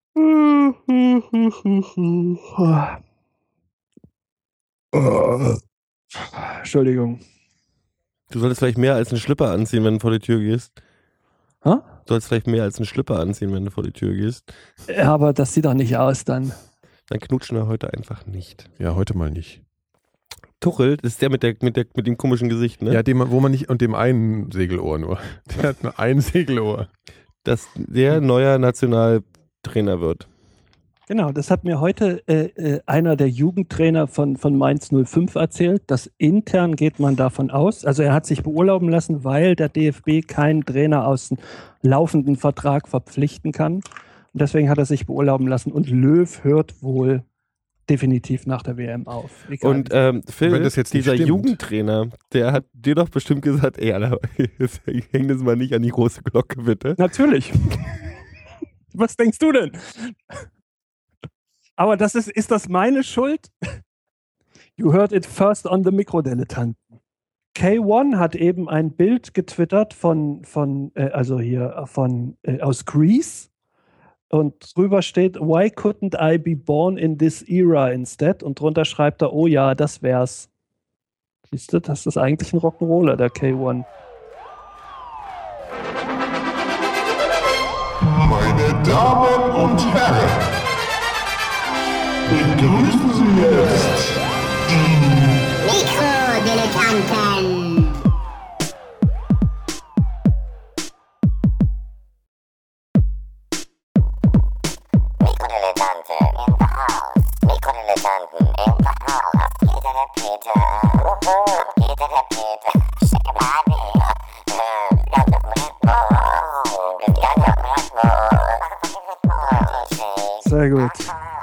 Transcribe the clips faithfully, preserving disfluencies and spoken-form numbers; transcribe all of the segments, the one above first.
Entschuldigung. Du solltest vielleicht mehr als einen Schlipper anziehen, wenn du vor die Tür gehst. Hä? Du solltest vielleicht mehr als einen Schlipper anziehen, wenn du vor die Tür gehst. Ja, aber das sieht doch nicht aus dann. Dann knutschen wir heute einfach nicht. Ja, heute mal nicht. Tuchel, das ist der mit, der mit der mit dem komischen Gesicht, ne? Ja, dem, wo man nicht, und dem einen Segelohr nur. Der hat nur ein Segelohr. Dass der neuer Nationaltrainer wird. Genau, das hat mir heute äh, äh, einer der Jugendtrainer von, von Mainz null fünf erzählt, dass intern geht man davon aus, also er hat sich beurlauben lassen, weil der D F B keinen Trainer aus dem laufenden Vertrag verpflichten kann. Und deswegen hat er sich beurlauben lassen und Löw hört wohl definitiv nach der W M auf. Egal. Und ähm, Phil, Wenn das jetzt nicht dieser stimmt. Jugendtrainer, der hat dir doch bestimmt gesagt, ey, Alter, häng das mal nicht an die große Glocke, bitte. Natürlich. Was denkst du denn? Aber das ist, ist das meine Schuld? You heard it first on the Mikrodilettanten. K eins hat eben ein Bild getwittert von, von äh, also hier von äh, aus Greece und drüber steht, why couldn't I be born in this era instead? Und drunter schreibt er, oh ja, das wär's. Siehst du, das ist eigentlich ein Rock'n'Roller, der K eins. Meine Damen und Herren, begrüßen Sie jetzt die Mikrodilettanten. Mikrodilettanten in the house. Mikrodilettanten in the house. Peter der Peter. Wuhu. Peter der Peter. Shake my knee. Got the Red Bull. Got the Red Bull. Sehr gut.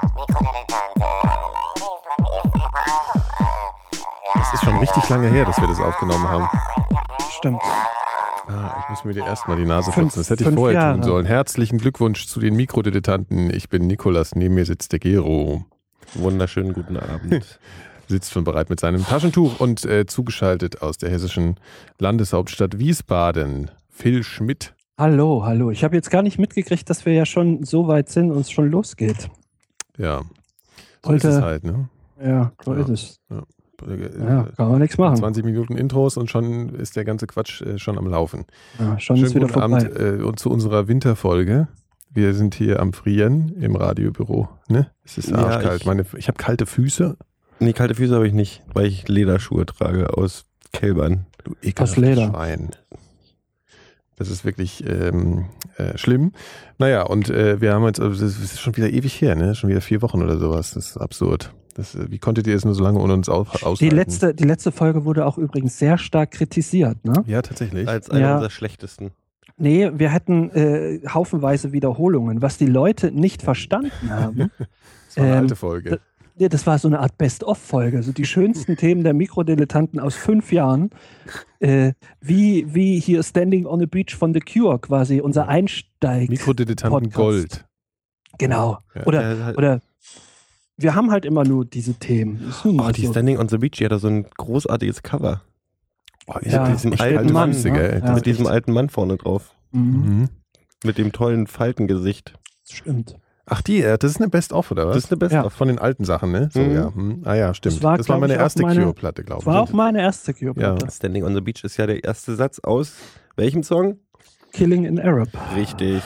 Es ist schon richtig lange her, dass wir das aufgenommen haben. Stimmt. Ah, ich muss mir dir erstmal die Nase Fünf- putzen. Das hätte ich fünf vorher Jahre. tun sollen. Herzlichen Glückwunsch zu den Mikrodilettanten. Ich bin Nikolas, neben mir sitzt der Gero. Wunderschönen guten Abend. Sitzt schon bereit mit seinem Taschentuch und äh, zugeschaltet aus der hessischen Landeshauptstadt Wiesbaden. Phil Schmidt. Hallo, hallo. Ich habe jetzt gar nicht mitgekriegt, dass wir ja schon so weit sind und es schon losgeht. Ja, so Heute- ist es halt, ne? Ja, so Ja. ist es. Ja, Ja, kann man nichts machen. zwanzig Minuten Intros und schon ist der ganze Quatsch äh, schon am Laufen. Ja, schon Schönen ist wieder guten vorbei. Abend äh, und zu unserer Winterfolge. Wir sind hier am Frieren im Radiobüro. Ne? Es ist Ja, arschkalt. ich- Meine, ich habe kalte Füße. Nee, kalte Füße habe ich nicht, weil ich Lederschuhe trage aus Kälbern. Du Aus ekelhaftes Leder. Schwein. Das ist wirklich ähm, äh, schlimm. Naja, und äh, wir haben jetzt, also das ist schon wieder ewig her, ne? Schon wieder vier Wochen oder sowas. Das ist absurd. Das, äh, wie konntet ihr es nur so lange ohne uns au- aushalten? Die letzte, die letzte Folge wurde auch übrigens sehr stark kritisiert, ne? Ja, tatsächlich. Als einer Ja. unserer schlechtesten. Nee, wir hätten äh, haufenweise Wiederholungen. Was die Leute nicht verstanden haben, Das war eine ähm, alte Folge. nee, das war so eine Art Best-of-Folge. Also die schönsten Themen der Mikrodilettanten aus fünf Jahren. Äh, wie, wie hier Standing on the Beach von The Cure quasi, unser Einsteig. Mikrodilettanten Podcast. Gold. Genau. Ja. Oder, Ja, halt- oder wir haben halt immer nur diese Themen. Das ist nun Oh, mal die so. Standing on the Beach, die hat da so ein großartiges Cover. Oh, ich Ja, hab diesen mit alten alten Mann, Mann, Mann ne? ey. Ja. Mit diesem alten Mann vorne drauf. Mhm. Mhm. Mit dem tollen Faltengesicht. Stimmt. Ach, die, äh, das ist eine Best-of, oder was? Das ist eine Best-of. Von den alten Sachen, ne? So, Mhm. ja. Hm. Ah ja, stimmt. Das war, Das war glaub meine ich, auch erste meine- Cure-Platte, glaube ich. War auch meine erste Cure-Platte. Standing on the Beach ist ja der erste Satz aus welchem Song? Killing in Arab. Richtig.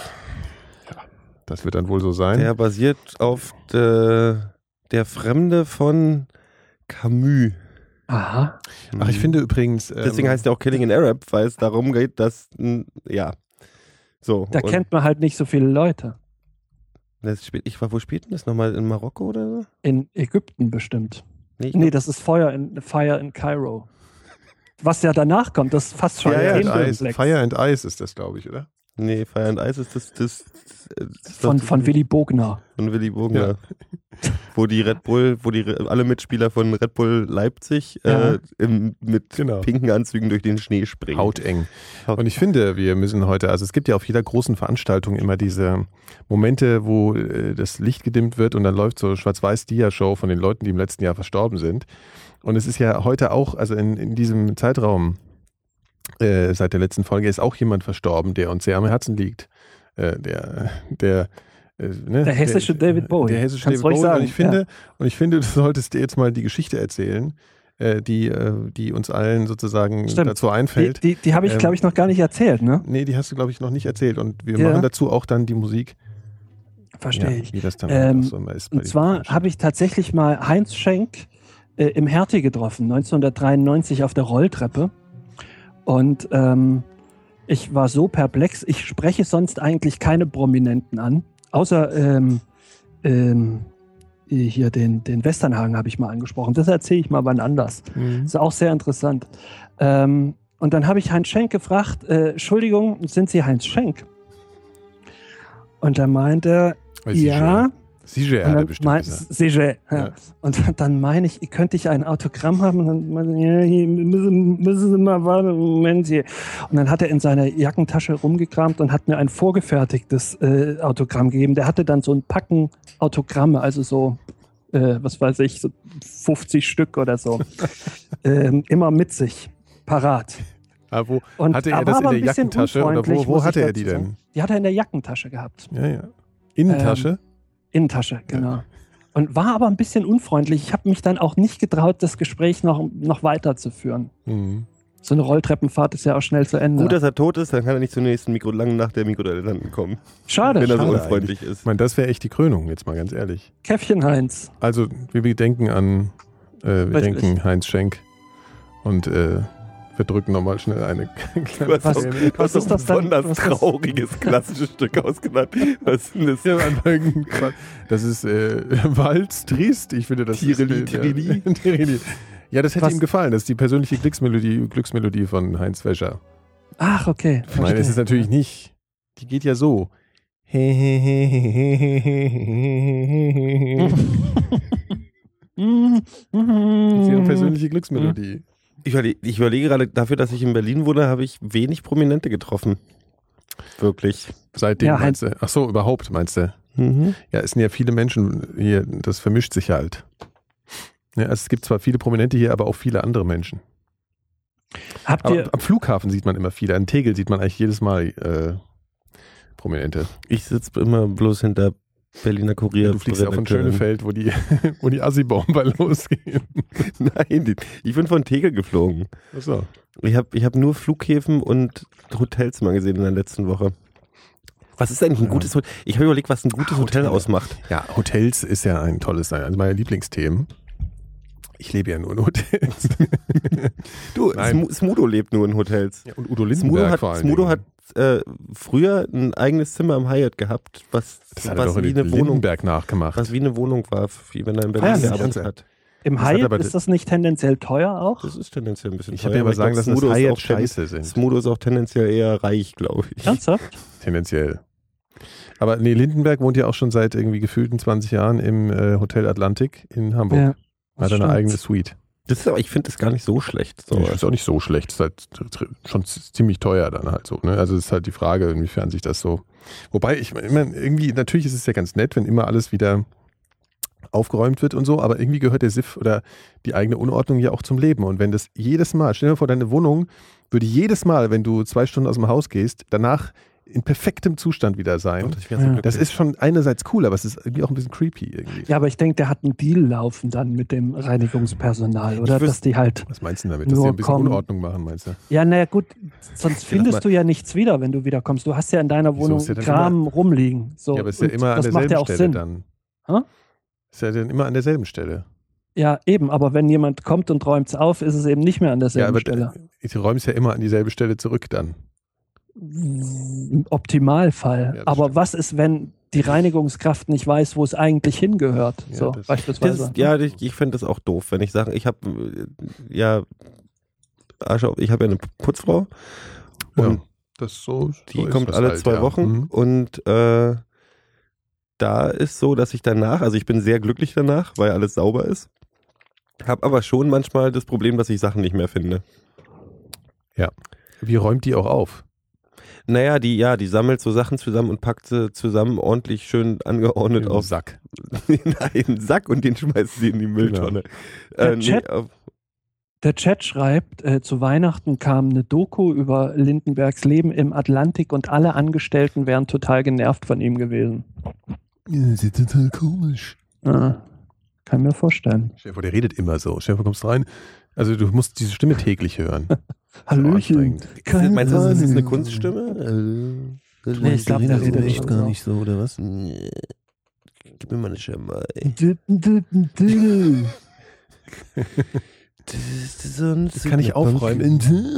Das wird dann wohl so sein. Der basiert auf de, Der Fremde von Camus. Aha. Ach, ich finde übrigens... Ähm, Deswegen heißt der auch Killing in Arab, weil es darum geht, dass, m, ja, so. Da und kennt man halt nicht so viele Leute. das spielt, ich war, wo spielt denn das nochmal? In Marokko oder so? In Ägypten bestimmt. ich Nee, glaub- das ist Fire in, Fire in Kairo. Was ja danach kommt, das ist fast schon Fire ein and Ice, Themenkomplex. Fire and Ice ist das, glaube ich, oder? nee, Fire and Ice ist das, das, das ist Von, doch- von Willy Bogner. Von Willy Bogner. Wo die Red Bull, wo die alle Mitspieler von Red Bull Leipzig Ja. äh, im, mit Genau. pinken Anzügen durch den Schnee springen. Hauteng. Haut- Und ich finde, wir müssen heute, also es gibt ja auf jeder großen Veranstaltung immer diese Momente, wo äh, das Licht gedimmt wird und dann läuft so Schwarz-Weiß-Dia-Show von den Leuten, die im letzten Jahr verstorben sind. Und es ist ja heute auch, also in, in diesem Zeitraum äh, seit der letzten Folge ist auch jemand verstorben, der uns sehr am Herzen liegt. Äh, der, der Äh, ne? Der hessische der, David Bowie. Der hessische Kannst David ruhig Bowie. sagen, Und ich finde, ja. und ich finde, du solltest dir jetzt mal die Geschichte erzählen, äh, die, äh, die uns allen sozusagen Stimmt. dazu Die, einfällt. die, die habe ich, Ähm, glaube ich, noch gar nicht erzählt, ne? Nee, die hast du, glaube ich, noch nicht erzählt. Und wir Ja. machen dazu auch dann die Musik. Verstehe Ja, ich. wie das dann Ähm, auch so immer ist. bei Und diesen zwar Veranstaltungen. habe ich tatsächlich mal Heinz Schenk äh, im Hertie getroffen, neunzehnhundertdreiundneunzig auf der Rolltreppe. Und ähm, ich war so perplex. Ich spreche sonst eigentlich keine Prominenten an, außer ähm, ähm, hier den, den Westernhagen habe ich mal angesprochen. Das erzähle ich mal wann anders. Mhm. Ist auch sehr interessant. Ähm, und dann habe ich Heinz Schenk gefragt, äh, Entschuldigung, sind Sie Heinz Schenk? Und dann meinte er, Weil ja. Siege Und hat er dann bestimmt mein, gesagt. Siege, ja. Ja. Und dann meine ich, könnte ich ein Autogramm haben? Und dann meinte er, ja, hier müssen, müssen Sie mal warten, Moment hier. Und dann hat er in seiner Jackentasche rumgekramt und hat mir ein vorgefertigtes äh, Autogramm gegeben. Der hatte dann so ein Packen Autogramme, also so, äh, was weiß ich, so fünfzig Stück oder so, ähm, immer mit sich, parat. Ah, wo, Und hatte er war das in aber der ein bisschen Jackentasche oder unfreundlich, wo, wo muss ich hatte er dazu die sagen. denn? Die hat er in der Jackentasche gehabt. Ja, ja. Innentasche? Innentasche, genau. Und war aber ein bisschen unfreundlich. Ich habe mich dann auch nicht getraut, das Gespräch noch, noch weiterzuführen. Mhm. So eine Rolltreppenfahrt ist ja auch schnell zu Ende. Gut, dass er tot ist, dann kann er nicht zur nächsten Mikro lang nach der Mikrodilettanten kommen. Schade. Wenn er so schade unfreundlich Ich ist. meine, das wäre echt die Krönung, jetzt mal ganz ehrlich. Käffchen Heinz. Also, wir denken an, äh, wir Richtig. denken Heinz Schenk und äh, wir drücken nochmal schnell eine kleine Was, Was- was, Träne. was ist das denn? besonders Was ist das? trauriges, klassisches Stück ausgenannt. Was ist denn das? Ja, an irgendeinem Quatsch. Das ist äh, Walz Triest. Ich finde, das Tirili, ist Tirili. Ja, Tirili. Ja, das hätte Was? ihm gefallen. Das ist die persönliche Glücksmelodie, Glücksmelodie von Heinz Wäscher. Ach, okay. Nein, das ist verstehe. natürlich nicht. Die geht ja so. Das ist ihre persönliche Glücksmelodie. Ich überlege, ich überlege gerade, dafür, dass ich in Berlin wohne, habe ich wenig Prominente getroffen. Wirklich. Seitdem Ja, meinst du? Ach so, überhaupt meinst du? Mhm. Ja, es sind ja viele Menschen hier, das vermischt sich halt. Ja, also es gibt zwar viele Prominente hier, aber auch viele andere Menschen. Habt Aber ihr, am Flughafen sieht man immer viele. An Tegel sieht man eigentlich jedes Mal äh, Prominente. Ich sitze immer bloß hinter Berliner Kurier. Du fliegst ja von Schönefeld, wo die, wo die Assi-Bomber losgehen. Nein, die- ich bin von Tegel geflogen. Achso. Ich habe ich hab nur Flughäfen und Hotels mal gesehen in der letzten Woche. Was ist eigentlich ein Ja. gutes Hotel? Ich habe überlegt, was ein gutes Hotel Hotel. ausmacht. Ja, Hotels ist ja ein tolles, eines meiner Lieblingsthemen. Ich lebe ja nur in Hotels. Du, Nein. Smu- Smudo lebt nur in Hotels. Ja, und Udo Smudo Lindenberg hat, vor allen Smudo Dingen. hat äh, früher ein eigenes Zimmer im Hyatt gehabt, was, Das hat er was doch wie in eine Wohnung, Lindenberg nachgemacht. was wie eine Wohnung war, wie wenn er in Ah, Berlin das gearbeitet Ganze. hat. im das hat Hyatt, aber- ist das nicht tendenziell teuer auch? Das ist tendenziell ein bisschen Ich habe teuer, ja aber sagen ich lassen, glaub, dass Smudo ist Hyatt auch ten- scheiße sind. Smudo ist auch tendenziell eher reich, glaube ich. Ernsthaft? Tendenziell. Aber nee, Lindenberg wohnt ja auch schon seit irgendwie gefühlten zwanzig Jahren im äh, Hotel Atlantik in Hamburg. Ja. Hat er eine stimmt. eigene Suite. Das ist aber, ich finde das gar nicht so schlecht. So. Das ist auch nicht so schlecht. Ist halt tr- tr- schon z- ziemlich teuer dann halt so. Ne? Also es ist halt die Frage, inwiefern sich das so. Wobei ich immer irgendwie, natürlich ist es ja ganz nett, wenn immer alles wieder aufgeräumt wird und so, aber irgendwie gehört der Siff oder die eigene Unordnung ja auch zum Leben. Und wenn das jedes Mal, stell dir vor, deine Wohnung würde jedes Mal, wenn du zwei Stunden aus dem Haus gehst, danach in perfektem Zustand wieder sein. Und ich wäre so Ja. glücklich. Das ist schon einerseits cool, aber es ist irgendwie auch ein bisschen creepy irgendwie. Ja, aber ich denke, der hat einen Deal laufen dann mit dem Reinigungspersonal, oder? wüs- Dass die halt. Was meinst du denn damit? Dass Nur sie ein bisschen kommen. Unordnung machen, meinst du? Ja, naja, gut, sonst Ja, findest das du ja nichts wieder, wenn du wiederkommst. Du hast ja in deiner Wieso Wohnung ist ja dann Kram rumliegen. So. Ja, aber es ist ja Und immer an das macht derselben ja auch Stelle Sinn. dann. Hä? Ist ja dann immer an derselben Stelle. Ja, eben, aber wenn jemand kommt und räumt es auf, ist es eben nicht mehr an Ja, derselben aber Stelle. ich räume es ja immer an dieselbe Stelle zurück dann. Im Optimalfall. Ja, das aber stimmt. was ist, wenn die Reinigungskraft nicht weiß, wo es eigentlich hingehört? Ja, so, das- beispielsweise. Das ist, ja, ich, ich finde das auch doof, wenn ich sage, ich habe äh, ja, Arsch auf, ich habe ja eine Putzfrau und Ja, das so, die so ist kommt das alle halt, zwei ja. Wochen Mhm. und äh, da ist so, dass ich danach, also ich bin sehr glücklich danach, weil alles sauber ist, habe aber schon manchmal das Problem, dass ich Sachen nicht mehr finde. Wie räumt die auch auf? Naja, die, ja, die sammelt so Sachen zusammen und packt sie zusammen ordentlich schön angeordnet Im auf Sack. in einen Sack und den schmeißt sie in die Mülltonne. Der Äh, nee, Chat- auf, Der Chat schreibt, äh, zu Weihnachten kam eine Doku über Lindenbergs Leben im Atlantik und alle Angestellten wären total genervt von ihm gewesen. Ja, das ist total komisch. Ah, kann mir vorstellen. Stefan, der redet immer so. Stefan, kommst rein. Also du musst diese Stimme täglich hören. Hallöchen. Ist, meinst du, das ist eine Kunststimme? Also, Nee, ich glaube, der redet echt so. gar nicht so, oder was? Nee. Gib mir mal eine Schirme. Das, ist so ein Das kann ich aufräumen.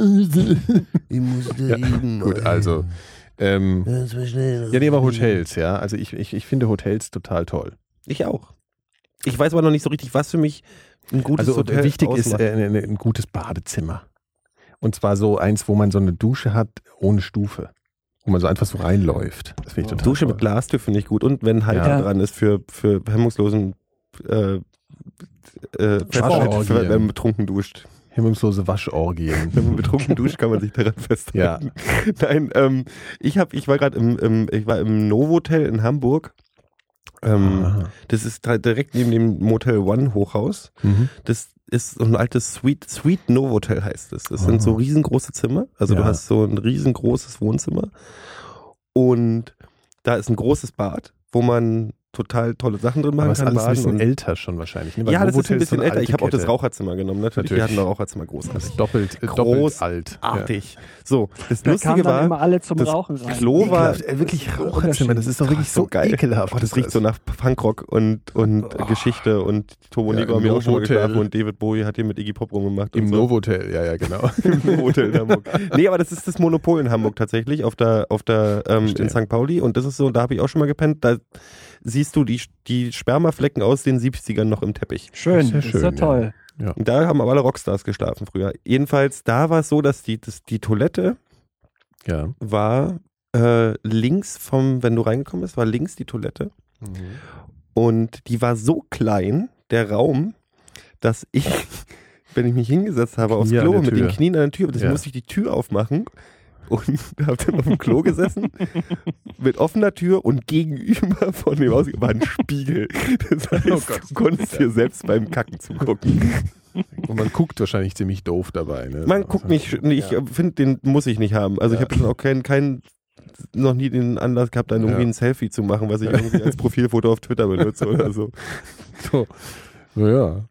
Ich muss da Ja, eben. gut, also. Ähm, Das war schnell. ja, nee, aber Hotels, ja. Also ich, ich, ich finde Hotels total toll. Ich auch. Ich weiß aber noch nicht so richtig, was für mich ein gutes Also Hotel wichtig ist ausmacht. äh, ein, ein gutes Badezimmer. Und zwar so eins, wo man so eine Dusche hat ohne Stufe. Wo man so einfach so reinläuft. Das finde ich total Dusche toll. mit Glastür finde ich gut. Und wenn Halter Ja. dran ist für, für hemmungslosen äh, äh, Waschorgie. für, wenn man betrunken duscht. Hemmungslose Waschorgien. Wenn man betrunken duscht, kann man sich daran festhalten. Nein, ähm, ich hab, ich war gerade im, im, ich war im Novotel in Hamburg. Ähm, Ah. das ist da direkt neben dem Motel One Hochhaus. Mhm. Das ist so ein altes Suite, Suite Novotel heißt es. Das sind Ah. so riesengroße Zimmer. Also Ja. du hast so ein riesengroßes Wohnzimmer und da ist ein großes Bad, wo man total tolle Sachen drin machen Aber es ist kann. alles ein baden bisschen und- älter schon wahrscheinlich. Ne? Weil Ja, das ist Novotel ein bisschen so eine älter. Ich alte habe auch das Kette. Raucherzimmer genommen. Natürlich, Natürlich. wir hatten auch Raucherzimmer Das großartig. ist doppelt, äh, doppelt Großartig. alt. Artig. So, das Da Lustige kamen dann war, immer alle zum das Rauchen rein. Klo war Ekelhaft, ey, wirklich Raucherzimmer, das ist doch wirklich so so geil. ekelhaft. Oh, das riecht so nach Punkrock und, und Oh. Geschichte und Tomo Ja, Negro im haben ja auch schon mal Novotel. geschlafen und David Bowie hat hier mit Iggy Pop rumgemacht. Im und so. Novotel, ja, ja, genau. Im Novotel in Hamburg. Nee, aber das ist das Monopol in Hamburg tatsächlich, auf der, auf der, ähm, Verstehe. in Sankt Pauli und das ist so, da habe ich auch schon mal gepennt, da siehst du die, die Spermaflecken aus den siebzigern noch im Teppich. Schön, Sehr das ist ja schön, ja. toll. Und da haben aber alle Rockstars geschlafen früher. Jedenfalls, da war es so, dass die, das, die Toilette Ja. war äh, links vom, wenn du reingekommen bist, war links die Toilette. Und die war so klein, der Raum, dass ich, wenn ich mich hingesetzt habe aufs Knie an Klo der mit Tür. den Knien an der Tür, das Ja. musste ich die Tür aufmachen und habe dann auf dem Klo gesessen mit offener Tür und gegenüber von dem Haus war ein Spiegel. Das heißt, Oh Gott. du konntest dir selbst beim Kacken zugucken. Und man guckt wahrscheinlich ziemlich doof dabei. Ne? Man So, guckt also, nicht, ich ja. finde, den muss ich nicht haben. Also Ja. ich habe auch keinen, keinen, noch nie den Anlass gehabt, dann irgendwie Ja. ein Selfie zu machen, was ich irgendwie als Profilfoto auf Twitter benutze oder so. So. So, ja.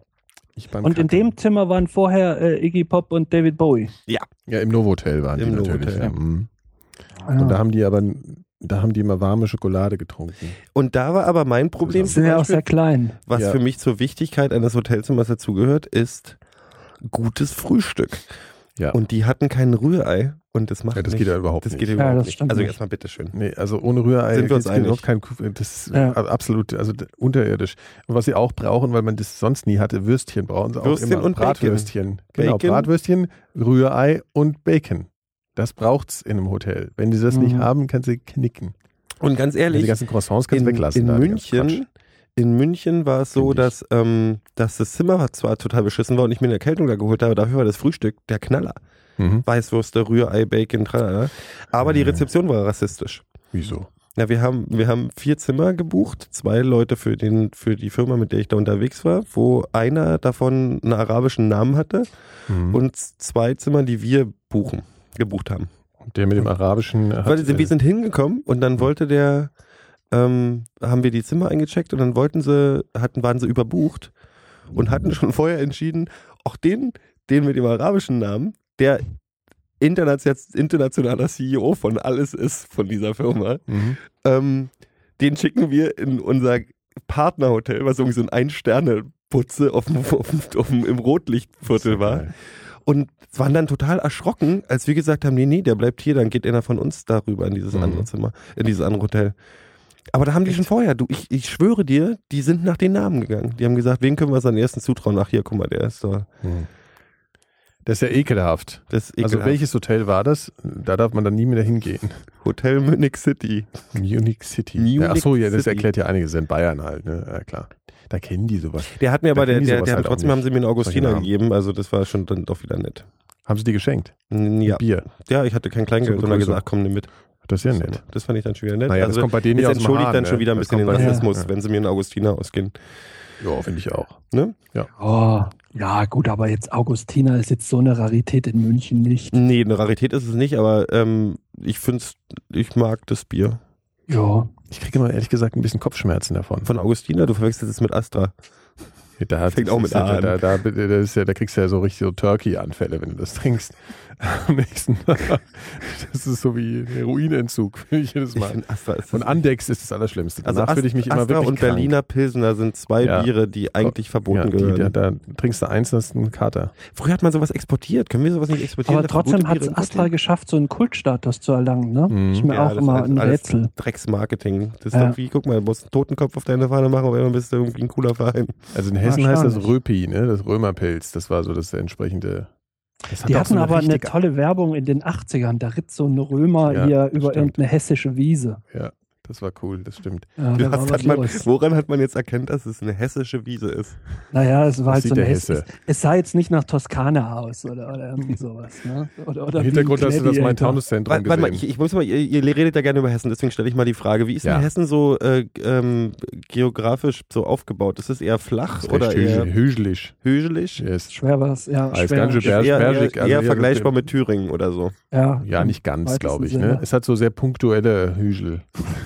Ich beim Und in Kacken. dem Zimmer waren vorher äh, Iggy Pop und David Bowie. Ja, im Novotel waren Im die natürlich. Novotel, ja. ja. Mhm. Und da haben die aber, da haben die immer warme Schokolade getrunken. Und da war aber mein Problem, Die sind ja auch sehr klein. was Ja. für mich zur Wichtigkeit eines Hotelzimmers dazugehört, ist gutes Frühstück. Ja. Und die hatten kein Rührei und das macht Ja, das mich, geht ja überhaupt das nicht. geht Ja, überhaupt das nicht. stimmt Also nicht. erstmal bitteschön. Nee, also ohne Rührei Sind wir uns geht's einig? überhaupt kein Kuh- das ist Ja. absolut, also d- unterirdisch. Und was sie auch brauchen, weil man das sonst nie hatte, Würstchen brauchen sie auch Würstchen immer. und Bratwürstchen. Genau, Bacon. Bratwürstchen, Rührei und Bacon. Das braucht's in einem Hotel. Wenn die das nicht Mhm. haben, kann sie knicken. Und ganz Die ehrlich, ganzen Croissants kannst in, du weglassen. in da, den ganzen Quatsch. München, in München war es so, Find ich. dass, ähm, dass das Zimmer war zwar total beschissen war und ich mir eine Erkältung da geholt habe, dafür war das Frühstück der Knaller. Mhm. Weißwürste, Rührei, Bacon, tralala. Aber die Ja. Rezeption war rassistisch. Wieso? Ja, wir haben, wir haben vier Zimmer gebucht, zwei Leute für, den, für die Firma, mit der ich da unterwegs war, wo einer davon einen arabischen Namen hatte Mhm. und zwei Zimmer, die wir buchen, gebucht haben. Der mit dem arabischen hat, Weil wir äh, sind hingekommen und dann wollte der, ähm, haben wir die Zimmer eingecheckt und dann wollten sie, hatten, waren sie überbucht und hatten schon vorher entschieden, auch den, den mit dem arabischen Namen, der international, internationaler C E O von alles ist, von dieser Firma, mhm. ähm, den schicken wir in unser Partnerhotel, was irgendwie so ein Ein-Sterne-Putze auf dem, auf dem, auf dem, im Rotlichtviertel war. Geil. Und waren dann total erschrocken, als wir gesagt haben, nee, nee, der bleibt hier, dann geht einer von uns darüber in dieses Mhm. andere Zimmer, in dieses andere Hotel. Aber da haben die schon vorher, du, ich, ich schwöre dir, die sind nach den Namen gegangen. Die haben gesagt, wen können wir seinen ersten zutrauen? Ach hier, guck mal, der ist da. Mhm. Das ist ja ekelhaft. Das ist Also ekelhaft. welches Hotel war das? Da darf man dann nie mehr hingehen. Hotel Munich City. Munich City. Munich ja, ach so, ja, das City. erklärt ja einiges. In Bayern halt, ne? Ja, klar. Da kennen die sowas. Der hat mir Da aber, der, kennen die der, sowas der halt auch trotzdem nicht. haben sie mir einen Augustiner Solche Namen. gegeben, also das war schon dann doch wieder nett. Haben sie die geschenkt? N- Ja, Bier. ja ich hatte kein Kleingeld, Zur sondern Begrüßung. gesagt, komm, nimm mit. Das ist ja nett. Das fand ich dann schon wieder nett. Naja, das also, kommt bei denen das ja aus dem entschuldigt Hahn, dann ne? schon wieder ein Das bisschen den kommt bei- Rassismus, Ja. wenn sie mir einen Augustiner ausgehen. Ja, finde ich auch. Ne? Oh, ja, gut, aber jetzt Augustiner ist jetzt so eine Rarität in München nicht. Nee, eine Rarität ist es nicht, aber ähm, ich finde ich mag das Bier. Ja. Ich kriege immer ehrlich gesagt ein bisschen Kopfschmerzen davon. Von Augustiner, du verwechselst es mit Astra. Da, Fängt auch mit da, A an. da, da, da, das ist ja, da kriegst du ja so richtig so Turkey-Anfälle, wenn du das trinkst. Am nächsten Tag. Das ist so wie ein Heroinentzug, finde ich jedes Ich Mal. finde Astra ist Und Andex ist das Allerschlimmste. also Danach Ast- fühle ich mich immer Astra wirklich und krank. Berliner Pilsner sind zwei Ja. Biere, die eigentlich verboten ja, die, gehören. da, da trinkst du eins, das ist ein Kater. Früher hat man sowas exportiert. Können wir sowas nicht exportieren? Aber trotzdem hat es Astra geschafft, so einen Kultstatus zu erlangen, ne? Mhm. Ist mir Ja, auch das immer ist ein alles Rätsel. Drecksmarketing. Das ist Ja. doch wie, guck mal, du musst einen Totenkopf auf deine Fahne machen, aber immer bist du irgendwie ein cooler Verein. Also in Hessen heißt das Wahrscheinlich. Röpi, ne? Das Römerpilz. Das war so das entsprechende. Das hat Die auch hatten so eine aber eine richtig- tolle Werbung in den achtzigern. Da ritt so ein Römer Ja, hier das über stimmt. irgendeine hessische Wiese. Ja, das war cool, das stimmt. Ja, da war Was was hat man, los. woran hat man jetzt erkannt, dass es eine hessische Wiese ist? Naja, es war Das halt sieht so eine der Hesse. Hesse. Es, es sah jetzt nicht nach Toskana aus oder, oder irgendwie sowas. Ne? Oder, oder Im Hintergrund wie ein hast du das Gladiator. Main-Taunus-Zentrum Warte, warte mal, gesehen. ich, ich muss mal, ihr, ihr redet ja gerne über Hessen, deswegen stelle ich mal die Frage, wie ist Ja. denn Hessen so äh, ähm, geografisch so aufgebaut? Ist es eher flach Das ist oder recht eher hügel- hügelig. hügelig? Yes. Schwer war es, ja. Als schwer. ganz schön Eher, eher, bergig, also eher eher vergleichbar so- mit Thüringen oder so. ja, Ja, nicht ganz, weitesten glaube ich. Sinne. Ne? Es hat so sehr punktuelle Hügel.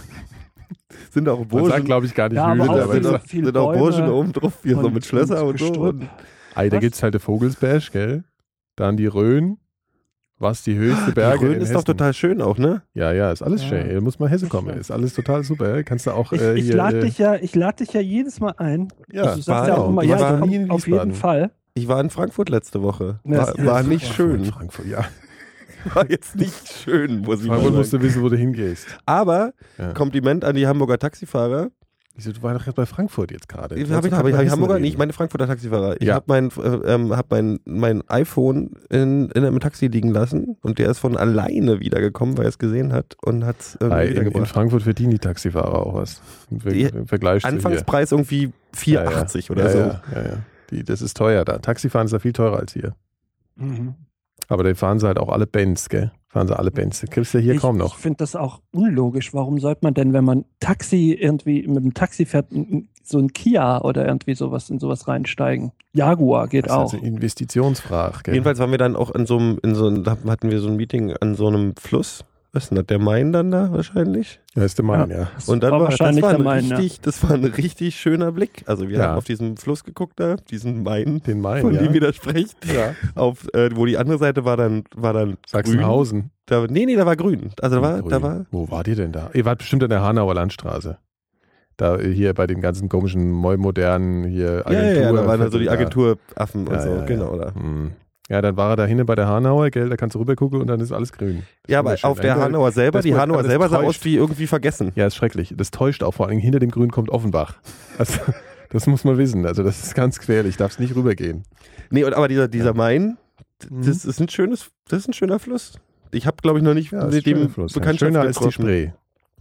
Sind auch Man sagt, Burschen, glaube ich, gar nicht Ja, aber Hügel. auch aber sind, viele- auch, viele sind auch Bäume Burschen oben drauf, hier so und- mit Schlösser und, und so. Gestrüpp. Und Ei, da Was? gibt es halt den Vogelsberg, gell? Dann die Rhön. Was die höchste Berge die Rhön in ist Hessen. doch total schön auch, ne? Ja, ja, ist alles Ja. schön. Du musst mal Hesse kommen. schön. Ist alles total super. Kannst du auch Ich, äh, ich hier. lade äh, dich, ja, ich lad dich ja jedes Mal ein. Ja, du sagst war ja auch. auch immer, Ich ja, war ich nie in komm auf jeden Wiesbaden. Fall. Ich war in Frankfurt letzte Woche. Ja, War, ist- war nicht schön. Frankfurt, ja. War jetzt nicht schön, muss ich mal Frankfurt musst sagen. du wissen, wo du hingehst. Aber Ja. Kompliment an die Hamburger Taxifahrer. Wieso, du warst doch gerade bei Frankfurt jetzt gerade. Ich Du habe wolltest ich, hab doch ich, gerade hab ich mal Hamburger Hessen nicht, reden. meine Frankfurter Taxifahrer. Ich Ja. habe mein, äh, ähm, hab mein, mein iPhone in, in einem Taxi liegen lassen und der ist von alleine wiedergekommen, weil er es gesehen hat und hat es Weil in, in wiedergebracht. Frankfurt verdienen die Taxifahrer auch was. Im, Ver Die- im Vergleich zu hier. Anfangspreis irgendwie vier achtzig ja, oder ja, so. Ja, ja, ja. Die, das ist teuer da. Taxifahren ist ja viel teurer als hier. Mhm. Aber dann fahren sie halt auch alle Benz, gell? Fahren sie alle Benz. Das kriegst du hier ich kaum ich noch. finde das auch unlogisch. Warum sollte man denn, wenn man Taxi irgendwie mit dem Taxi fährt, n- n- so ein Kia oder irgendwie sowas in sowas reinsteigen? Jaguar geht Das ist auch. also Investitionsfrage, gell? Jedenfalls waren wir dann auch in so einem, in so einem, da hatten wir so ein Meeting an so einem Fluss. Was ist denn das? Der Main dann da wahrscheinlich? Ja, ist der Main, ja. Das Und dann war war, das wahrscheinlich war, der ein Main, ja. richtig, das war ein richtig schöner Blick. Also wir Ja. haben auf diesen Fluss geguckt da, diesen Main, Den Main, von ja. dem ihr da sprecht. ja. Auf, äh, wo die andere Seite war dann, war dann grün. Sachsenhausen. Da, nee, nee, da war grün. Also da war, Grün. da war, Wo wart ihr denn da? Ihr wart bestimmt an der Hanauer Landstraße. Da äh, hier bei den ganzen komischen, modernen hier ja, ja, ja, da waren dann so die Ja. Agenturaffen und Ja, so, ja, ja. genau. Da. Hm. Ja, dann war er da hinten bei der Hanauer, gell, da kannst du rübergucken und dann ist alles grün. Ja, aber Wunderschön. auf der Ja, Hanauer selber, das die war- Hanauer das selber sah täuscht. aus wie irgendwie vergessen. Ja, ist schrecklich. Das täuscht auch vor allem. Hinter dem Grün kommt Offenbach. Also, das muss man wissen. Also das ist ganz gefährlich. Darfst nicht rübergehen. Nee, und, aber dieser, dieser Ja. Main, Mhm. das ist ein schönes, das ist ein schöner Fluss. Ich habe, glaube ich, noch nicht Ja, ist mit ein schöner dem Fluss. Ja, Bekanntschaft schöner als die getroffen. Spree.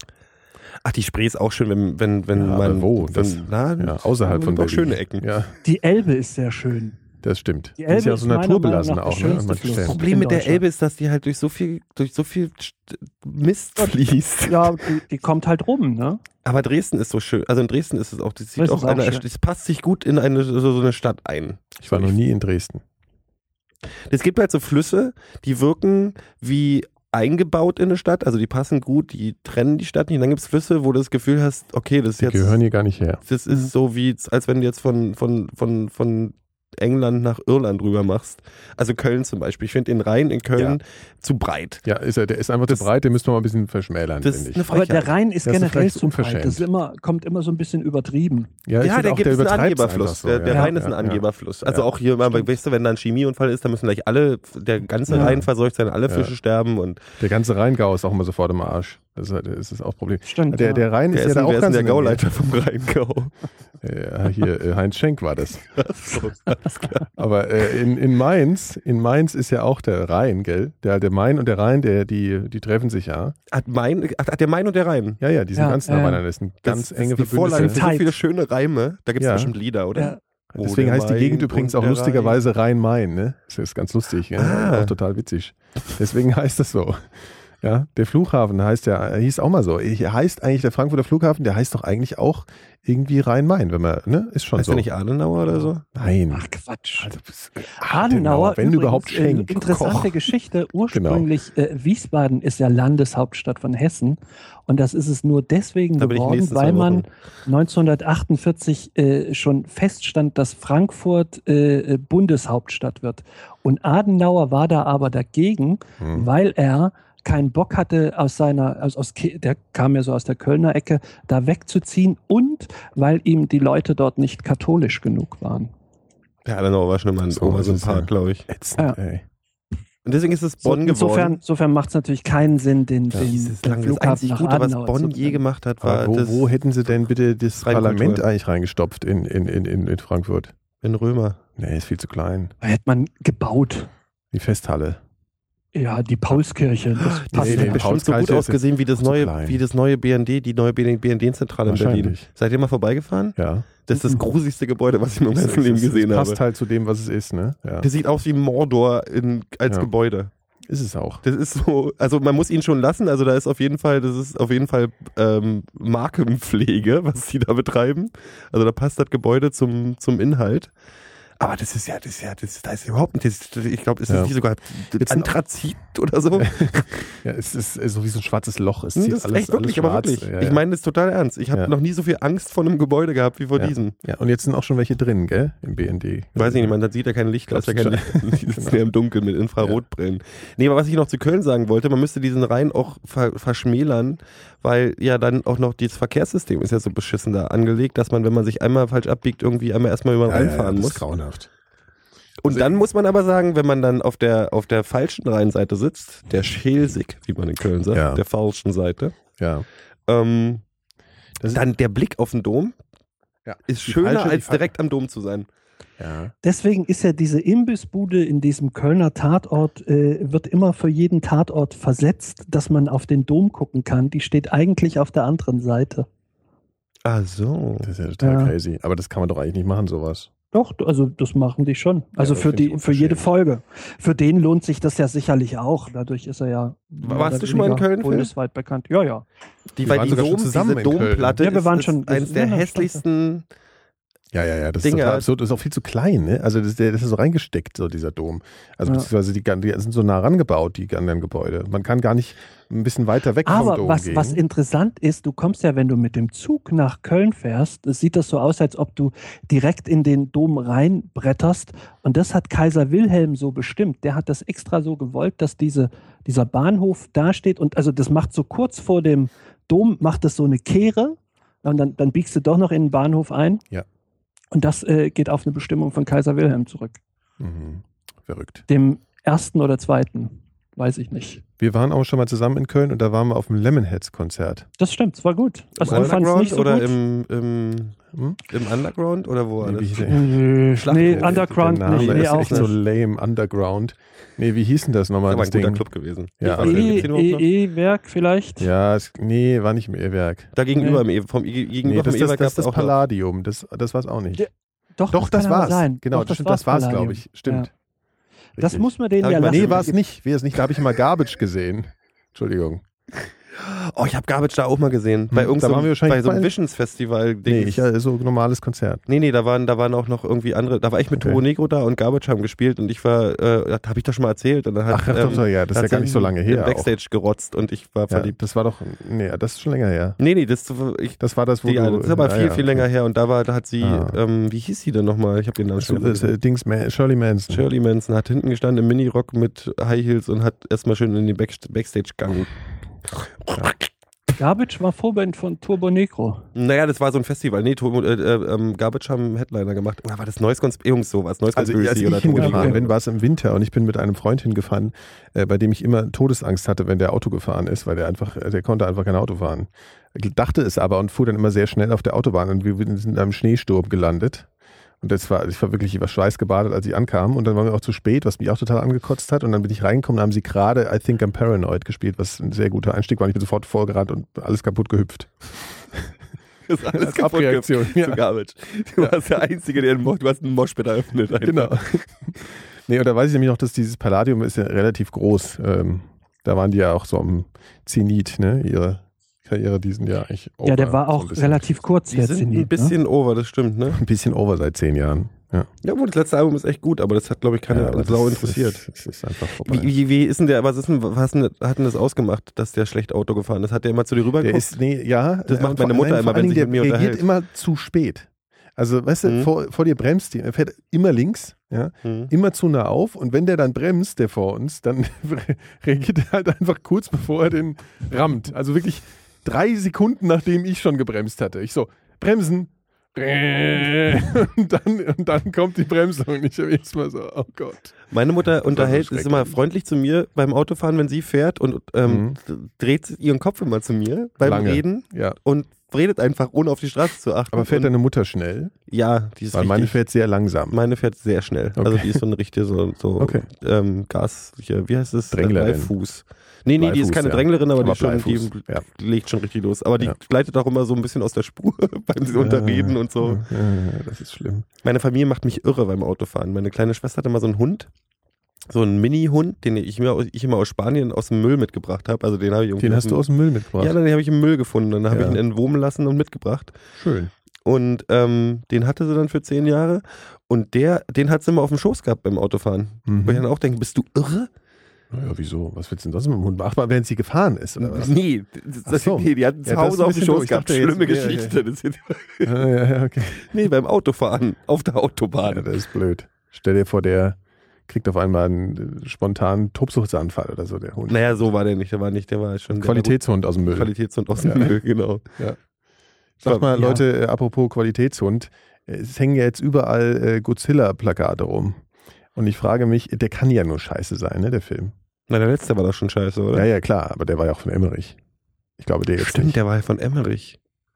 Ach, die Spree ist auch schön, wenn, wenn, wenn Ja, man. aber wo? Wenn, Das- na, Ja, außerhalb von auch Berlin. schöne Ecken. Ja, Die Elbe ist sehr schön. das stimmt. Die Die ist Elbe ja ist so meiner naturbelassen Meinung nach auch. der Ne? an schönste manchen Fluss. Stellen. Das Problem in mit der Deutschland. Elbe ist, dass die halt durch so viel, durch so viel St- Mist fließt. Ja, die, die kommt halt rum, ne? Aber Dresden ist so schön. Also in Dresden ist es auch, das sieht Dresden auch, ist auch eine, schön. das passt sich gut in eine so, so eine Stadt ein. Ich war noch nie in Dresden. Es gibt halt so Flüsse, die wirken wie eingebaut in eine Stadt, also die passen gut, die trennen die Stadt nicht. Und dann gibt es Flüsse, wo du das Gefühl hast, okay, das ist Die jetzt, gehören hier gar nicht her. das ist so wie, als wenn du jetzt von, von, von, von England nach Irland rüber machst. Also Köln zum Beispiel. Ich finde den Rhein in Köln zu breit. Ja, ist er, der ist einfach Das- zu breit, den müssen wir mal ein bisschen verschmälern, Das finde ist ich. eine Aber Frechheit. der Rhein ist Das ist generell vielleicht zu breit. unverschämt. Das ist immer, kommt immer so ein bisschen übertrieben. Ja, ich Ja, find der auch, gibt es einen übertreibt's Angeberfluss. einfach so, der der ja. Rhein ist ein Ja, Angeberfluss. Also Ja, auch hier, mal, stimmt. weißt du, wenn da ein Chemieunfall ist, dann müssen gleich alle, der ganze Ja. Rhein verseucht sein, alle Ja. Fische sterben und Der ganze Rheingau ist auch immer sofort im Arsch. Das ist, das ist auch ein Problem. Stimmt. Der, ja. der Rhein wer ist ist, ja denn, da auch wer ist denn ganz der in der Nähe. Gauleiter vom Rheingau? Ja, hier, äh, Heinz Schenk war das. So, alles klar. Aber äh, in, in Mainz, in Mainz ist ja auch der Rhein, gell? Der, der Main und der Rhein, der, die, die treffen sich ja. Hat, Main, ach, hat der Main und der Rhein? Ja, ja, die sind Ja, ganz nah ja. beieinander. Das sind ganz das enge ist die Vorlage Verbündete. für so Tight. viele schöne Reime. Da gibt es Ja. bestimmt Lieder, oder? Ja. Wo Deswegen der heißt die Main Gegend übrigens und auch der lustigerweise Rhein-Main, ne? Das ist ganz lustig, ja? Ah. Auch total witzig. Deswegen heißt das so. Ja, der Flughafen heißt ja, er hieß auch mal so. Er heißt eigentlich der Frankfurter Flughafen, der heißt doch eigentlich auch irgendwie Rhein-Main, wenn man, ne? Ist schon Heißt so. der nicht Adenauer oder so? Nein. Ach Quatsch. Also, bis- Adenauer, wenn übrigens, überhaupt Schenk. äh, interessante Koch. Geschichte. Ursprünglich, äh, Wiesbaden ist ja Landeshauptstadt von Hessen. Und das ist es nur deswegen Da bin ich die geworden, nächsten weil zwei man Wochen. neunzehnhundertachtundvierzig äh, schon feststand, dass Frankfurt äh, Bundeshauptstadt wird. Und Adenauer war da aber dagegen, Hm. weil er keinen Bock hatte, aus seiner, aus, aus, Ke- der kam ja so aus der Kölner Ecke, da wegzuziehen und weil ihm die Leute dort nicht katholisch genug waren. Ja, Adenauer war schon immer ein So ist es, Obersympath, ja. glaube ich. Ätzend, Ja. ey. Und deswegen ist es So, Bonn insofern geworden. insofern macht es natürlich keinen Sinn, den, Ja, den, Dieses den lange, das Flughafen einzig nach Gute, was Adenauer Bonn zu je benennen. gemacht hat, war Aber wo, das wo hätten sie denn bitte das Rheinkultur. Parlament eigentlich reingestopft in, in, in, in, in Frankfurt? in Römer. Nee, ist viel zu klein. Da hätte man gebaut. Die Festhalle. Ja, die Paulskirche. Das passt Nee, Das nee, hat ja. bestimmt so gut Paulskirche ist ausgesehen wie das auch zu neue, klein. wie das neue B N D, die neue B N D-Zentrale in Berlin. Wahrscheinlich. Seid ihr mal vorbeigefahren? Ja. Das ist das gruseligste Gebäude, was ich in meinem ganzen Leben Es- es gesehen passt habe. halt zu dem, was es ist, ne? Ja. Das sieht aus wie Mordor in, als Ja. Gebäude. Ist es auch. Das ist so, also man muss ihn schon lassen, also da ist auf jeden Fall, das ist auf jeden Fall ähm, Markenpflege, was sie da betreiben. Also da passt das Gebäude zum, zum Inhalt. Aber das ist ja, das ist ja, das, da ist überhaupt nicht, das, ich glaube, ist das Ja. nicht sogar Jetzt- Anthrazit oder so? Ja, es ist so wie so ein schwarzes Loch. Es Das zieht ist alles, echt wirklich, alles aber schwarz. wirklich. Ja, Ich ja. meine das total ernst. Ich habe Ja. noch nie so viel Angst vor einem Gebäude gehabt wie vor Ja. diesem. Ja, und jetzt sind auch schon welche drin, gell? Im B N D. Weiß ich nicht, man, da sieht ja kein Licht, da ist ja kein Licht, die sitzen ja im Dunkeln mit Infrarotbrillen. Nee, aber was ich noch zu Köln sagen wollte, man müsste diesen Rhein auch ver verschmälern, weil ja dann auch noch dieses Verkehrssystem ist ja so beschissen da angelegt, dass man, wenn man sich einmal falsch abbiegt, irgendwie einmal erstmal über den Rhein fahren das muss. ist grauenhaft. Und dann muss man aber sagen, wenn man dann auf der, auf der falschen Rheinseite sitzt, der Schelsig, wie man in Köln sagt, Ja. der falschen Seite, Ja. ähm, Das ist- dann der Blick auf den Dom Ja. ist Die schöner, falsche- die als fal- direkt am Dom zu sein. Ja. Deswegen ist ja diese Imbissbude in diesem Kölner Tatort, äh, wird immer für jeden Tatort versetzt, dass man auf den Dom gucken kann. Die steht eigentlich auf der anderen Seite. Ach so. Das ist ja total Ja. crazy. Aber das kann man doch eigentlich nicht machen, sowas. Doch, also das machen die schon. Also das für finde ich die, für jede unverschämt. Folge. Für den lohnt sich das ja sicherlich auch. Dadurch ist er ja mehr Warst oder du schon mal in weniger Köln, Phil? bundesweit bekannt. Ja, ja. Die, Wir weil waren die sogar schon Dom, zusammen diese in Köln. Domplatte Ja, wir waren ist, schon- ist eines ja, der da stand hässlichsten. Ja, ja, ja, das Dinger. ist total absurd. Das ist auch viel zu klein, ne? Also das, der, das ist so reingesteckt, so dieser Dom. Also Ja. beziehungsweise die, die sind so nah rangebaut, die anderen Gebäude. Man kann gar nicht ein bisschen weiter weg vom Aber Dom was, gehen. was interessant ist, du kommst ja, wenn du mit dem Zug nach Köln fährst, es sieht das so aus, als ob du direkt in den Dom reinbretterst. Und das hat Kaiser Wilhelm so bestimmt. Der hat das extra so gewollt, dass diese, dieser Bahnhof da steht. Und also das macht so kurz vor dem Dom, macht das so eine Kehre. Und dann, dann biegst du doch noch in den Bahnhof ein. Ja. Und das äh, geht auf eine Bestimmung von Kaiser Wilhelm zurück. Mhm. Verrückt. Dem ersten oder zweiten, weiß ich nicht. Wir waren auch schon mal zusammen in Köln und da waren wir auf dem Lemonheads-Konzert. Das stimmt, es war gut. Also Im du fandst Underground nicht so oder gut? im, im, Hm? im Underground oder wo war Nee, wie das? hieß der? Nee, Schlachthof. nee, Der Underground der Name nicht. Nee, ist auch echt so nicht. lame, Underground. Nee, wie hieß denn das nochmal? Das war Das ein guter Ding? Club gewesen. Ja, Ich weiß also- nicht, E- gibt's den überhaupt noch? E- E-Werk vielleicht? Ja, es, nee, war nicht im E-Werk. Da gegenüber, Nee. im E- vom E- Nee, gegenüber das, vom das, E-Werk das gab's ist das auch noch. Palladium. Das, das war es auch nicht. Ja, Doch, Doch, das, kann aber war's. sein. Genau, Doch, das, stimmt, das war's, Palladium. glaube ich. Stimmt. Ja. Das Richtig. muss man denen Hab ja ich mal- lassen. Nee, war es nicht. Wer es nicht. Da habe ich mal Garbage gesehen. Entschuldigung. Oh, ich habe Garbage da auch mal gesehen. Bei, Hm, irgend da so, waren wir wahrscheinlich bei so einem bei- Visions Festival. Nee, ich äh, so normales Konzert. Nee, nee, da waren, da waren auch noch irgendwie andere. Da war ich mit Okay. Turbo Negro da und Garbage haben gespielt und ich war, äh, habe ich doch schon mal erzählt. Und dann hat, Ach, ach doch, so, ja, das ist hat ja gar sie nicht so lange her im auch. Backstage gerotzt und ich war Ja, verliebt. das war doch, nee, das ist schon länger her. Nee, nee, das, ich, Das war das, wo die, du... das ist aber ah, viel, ja, viel okay. länger her und da war, da hat sie, Ah. ähm, wie hieß sie denn nochmal? Ich habe den Namen Das, schon das, äh, Dings, Man, Shirley Manson. Shirley Manson hat hinten gestanden im Minirock mit High Heels und hat erstmal schön in den Back Backstage gegangen. Garbage war Vorband von Turbo Negro. Naja, das war so ein Festival. Nee, Turbo, äh, äh, ähm, Garbage haben einen Headliner gemacht. Oder war das Neues Konspiracy? Irgend sowas. Neues Also als Conspiracy ich oder Turbo hingefahren Negro. bin, war es im Winter und ich bin mit einem Freund hingefahren, äh, bei dem ich immer Todesangst hatte, wenn der Auto gefahren ist, weil der einfach, äh, der konnte einfach kein Auto fahren. Ich dachte es aber und fuhr dann immer sehr schnell auf der Autobahn und wir sind in einem Schneesturm gelandet. Und das war, ich war wirklich, ich war schweißgebadet, als ich ankam und dann waren wir auch zu spät, was mich auch total angekotzt hat und dann bin ich reingekommen und haben sie gerade I Think I'm Paranoid gespielt, was ein sehr guter Einstieg war und ich bin sofort vorgerannt und alles kaputt gehüpft. Das ist alles Als kaputt Abreaktion, gemacht ja. zu Garbage. Du warst der Einzige, der einen Mo- du hast einen Moshpit eröffnet. einfach. Genau. Nee, und da weiß ich nämlich noch, dass dieses Palladium ist ja relativ groß. Ähm, Da waren die ja auch so am Zenit, ne? Ihre Karriere, die sind ja eigentlich over. Ja, der war so auch ein bisschen. relativ kurz, Die der sind Zenit. ein bisschen over, das stimmt, ne? Ein bisschen over seit zehn Jahren. Ja, Ja gut, das letzte Album ist echt gut, aber das hat, glaube ich, keine ja, aber Sau das interessiert. Ist, das ist einfach vorbei. Wie, wie, wie ist denn der, was ist denn, was denn, hat denn das ausgemacht, dass der schlecht Auto gefahren ist? Hat der immer zu dir Der rübergeguckt? ist, nee, ja. Das äh, macht und meine vor- Mutter nein, immer, vor wenn allen sich Dingen, mit mir der reagiert unterhält. immer zu spät. Also, weißt du, Mhm. vor, vor dir bremst die, er fährt immer links, ja, Mhm. immer zu nah auf und wenn der dann bremst, der vor uns, dann reagiert er halt einfach kurz bevor er den rammt. Also wirklich drei Sekunden, nachdem ich schon gebremst hatte. Ich so, bremsen. Und dann, und dann kommt die Bremsung und ich habe jedes Mal so, oh Gott. Meine Mutter so unterhält, ist immer schrecklich. freundlich zu mir beim Autofahren, wenn sie fährt und ähm, Mhm. dreht ihren Kopf immer zu mir beim Lange. Reden Ja. und redet einfach, ohne auf die Straße zu achten. Aber fährt und, deine Mutter schnell? Ja, die ist Weil meine richtig, fährt sehr langsam. meine fährt sehr schnell. Okay. Also die ist so eine richtige, so, so Okay. ähm, Gas, hier, wie heißt das? Dränglerin. Bleifuß. Nee, nee, die ist Bleifuß, keine ja. Dränglerin, aber, Aber die, schon, die Bleifuß, ja. legt schon richtig los. Aber die Ja. gleitet auch immer so ein bisschen aus der Spur beim sie unterreden und so. Ja, ja, das ist schlimm. Meine Familie macht mich irre beim Autofahren. Meine kleine Schwester hatte mal so einen Hund, so einen Mini-Hund, den ich mir, ich immer aus Spanien aus dem Müll mitgebracht habe. Also den habe ich irgendwie Den hast du aus dem Müll mitgebracht? Ja, den habe ich im Müll gefunden. Dann habe Ja. ich ihn entwurmen lassen und mitgebracht. Schön. Und ähm, den hatte sie dann für zehn Jahre. Und der, den hat sie immer auf dem Schoß gehabt beim Autofahren. Mhm. Wo ich dann auch denke, bist du irre? Naja, wieso? Was willst du denn sonst mit dem Hund machen? Ach, mal, während sie gefahren ist, oder was? Nee, das, Ach so. nee, die hat zu Ja, das ist Hause ein auf dem bisschen Schoß doof. Ich gehabt. dachte jetzt, Schlimme ja, Geschichte. ja. Das ist jetzt, Ja, ja, ja, okay. nee, beim Autofahren, auf der Ja, Autobahn. das ist blöd. Stell dir vor, der kriegt auf einmal einen äh, spontanen Tobsuchtsanfall oder so, der Hund. Naja, so war der nicht. Der war nicht, der war schon der Qualitätshund aus dem war Müll. gut. Qualitätshund aus dem Ja. Müll, genau. Sag mal, Ja. Leute, äh, apropos Qualitätshund, äh, es hängen ja jetzt überall äh, Godzilla-Plakate rum. Und ich frage mich, der kann ja nur scheiße sein, ne, der Film. Na, der letzte war doch schon scheiße, oder? Ja, ja, klar, aber der war ja auch von Emmerich. Ich glaube, der jetzt Stimmt, nicht. der war ja von Emmerich.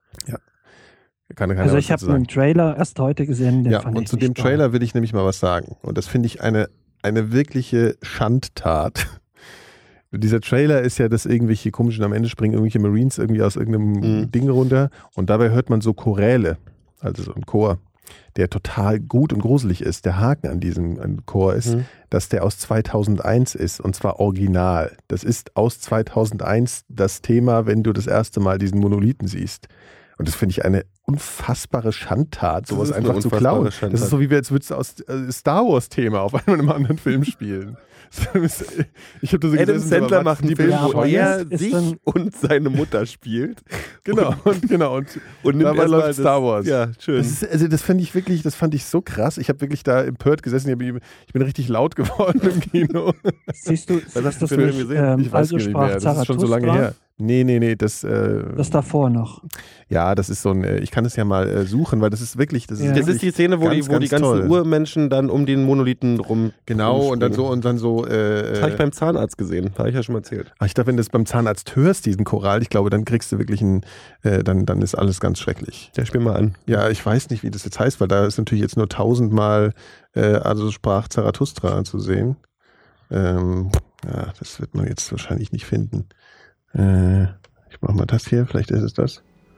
Kann, kann Also ja ich was habe dazu sagen. einen Trailer erst heute gesehen, den Ja, fand und ich zu nicht dem toll. Trailer will ich nämlich mal was sagen. Und das finde ich eine, eine wirkliche Schandtat. Dieser Trailer ist ja, dass irgendwelche komischen, am Ende springen irgendwelche Marines irgendwie aus irgendeinem Mhm. Ding runter und dabei hört man so Choräle, also so ein Chor, der total gut und gruselig ist. Der Haken an diesem an Chor ist, Mhm. dass der aus zweitausendeins ist und zwar original. Das ist aus zweitausendeins das Thema, wenn du das erste Mal diesen Monolithen siehst. Und das finde ich eine unfassbare Schandtat, sowas ist eine einfach zu unfassbare klauen. Schandtat. Das ist so, wie als würdest du aus äh, Star Wars Thema auf einmal in einem anderen Film spielen. Ich habe da so Adam gesessen, Sandler aber was macht einen die Film, Ja, wo aber er jetzt ist sich dann- und seine Mutter spielt. Genau, und genau. Und Und nimmt dabei erst mal läuft das- Star Wars. Ja, schön. Das ist, also das fand ich wirklich, das fand ich so krass. Ich habe wirklich da empört gesessen. Ich bin, ich bin richtig laut geworden im Kino. Siehst du, Was hast siehst du das für einen nicht, Film gesehen? ähm, Ich weiß also gar nicht sprach mehr. Das ist schon so lange Zarathustra? her. Nee, nee, nee, das, äh, Das davor noch. ja, das ist so ein, äh, ich kann es ja mal äh, suchen, weil das ist wirklich, das ist Ja. Das wirklich ist die Szene, wo, ganz, die, wo die ganz ganzen toll. Urmenschen dann um den Monolithen rum. Genau, und dann so, rumspringen. und dann so, äh, Das habe ich äh, beim Zahnarzt gesehen. Habe ich ja schon mal erzählt. ach, ich glaube, wenn du das beim Zahnarzt hörst, diesen Choral, ich glaube, dann kriegst du wirklich einen, äh, dann, dann ist alles ganz schrecklich. Ja, spiel mal an. Ja, ich weiß nicht, wie das jetzt heißt, weil da ist natürlich jetzt nur tausendmal, äh, also sprach Zarathustra zu sehen. Ähm, ja, das wird man jetzt wahrscheinlich nicht finden. Äh, ich mach mal das hier, vielleicht ist es das.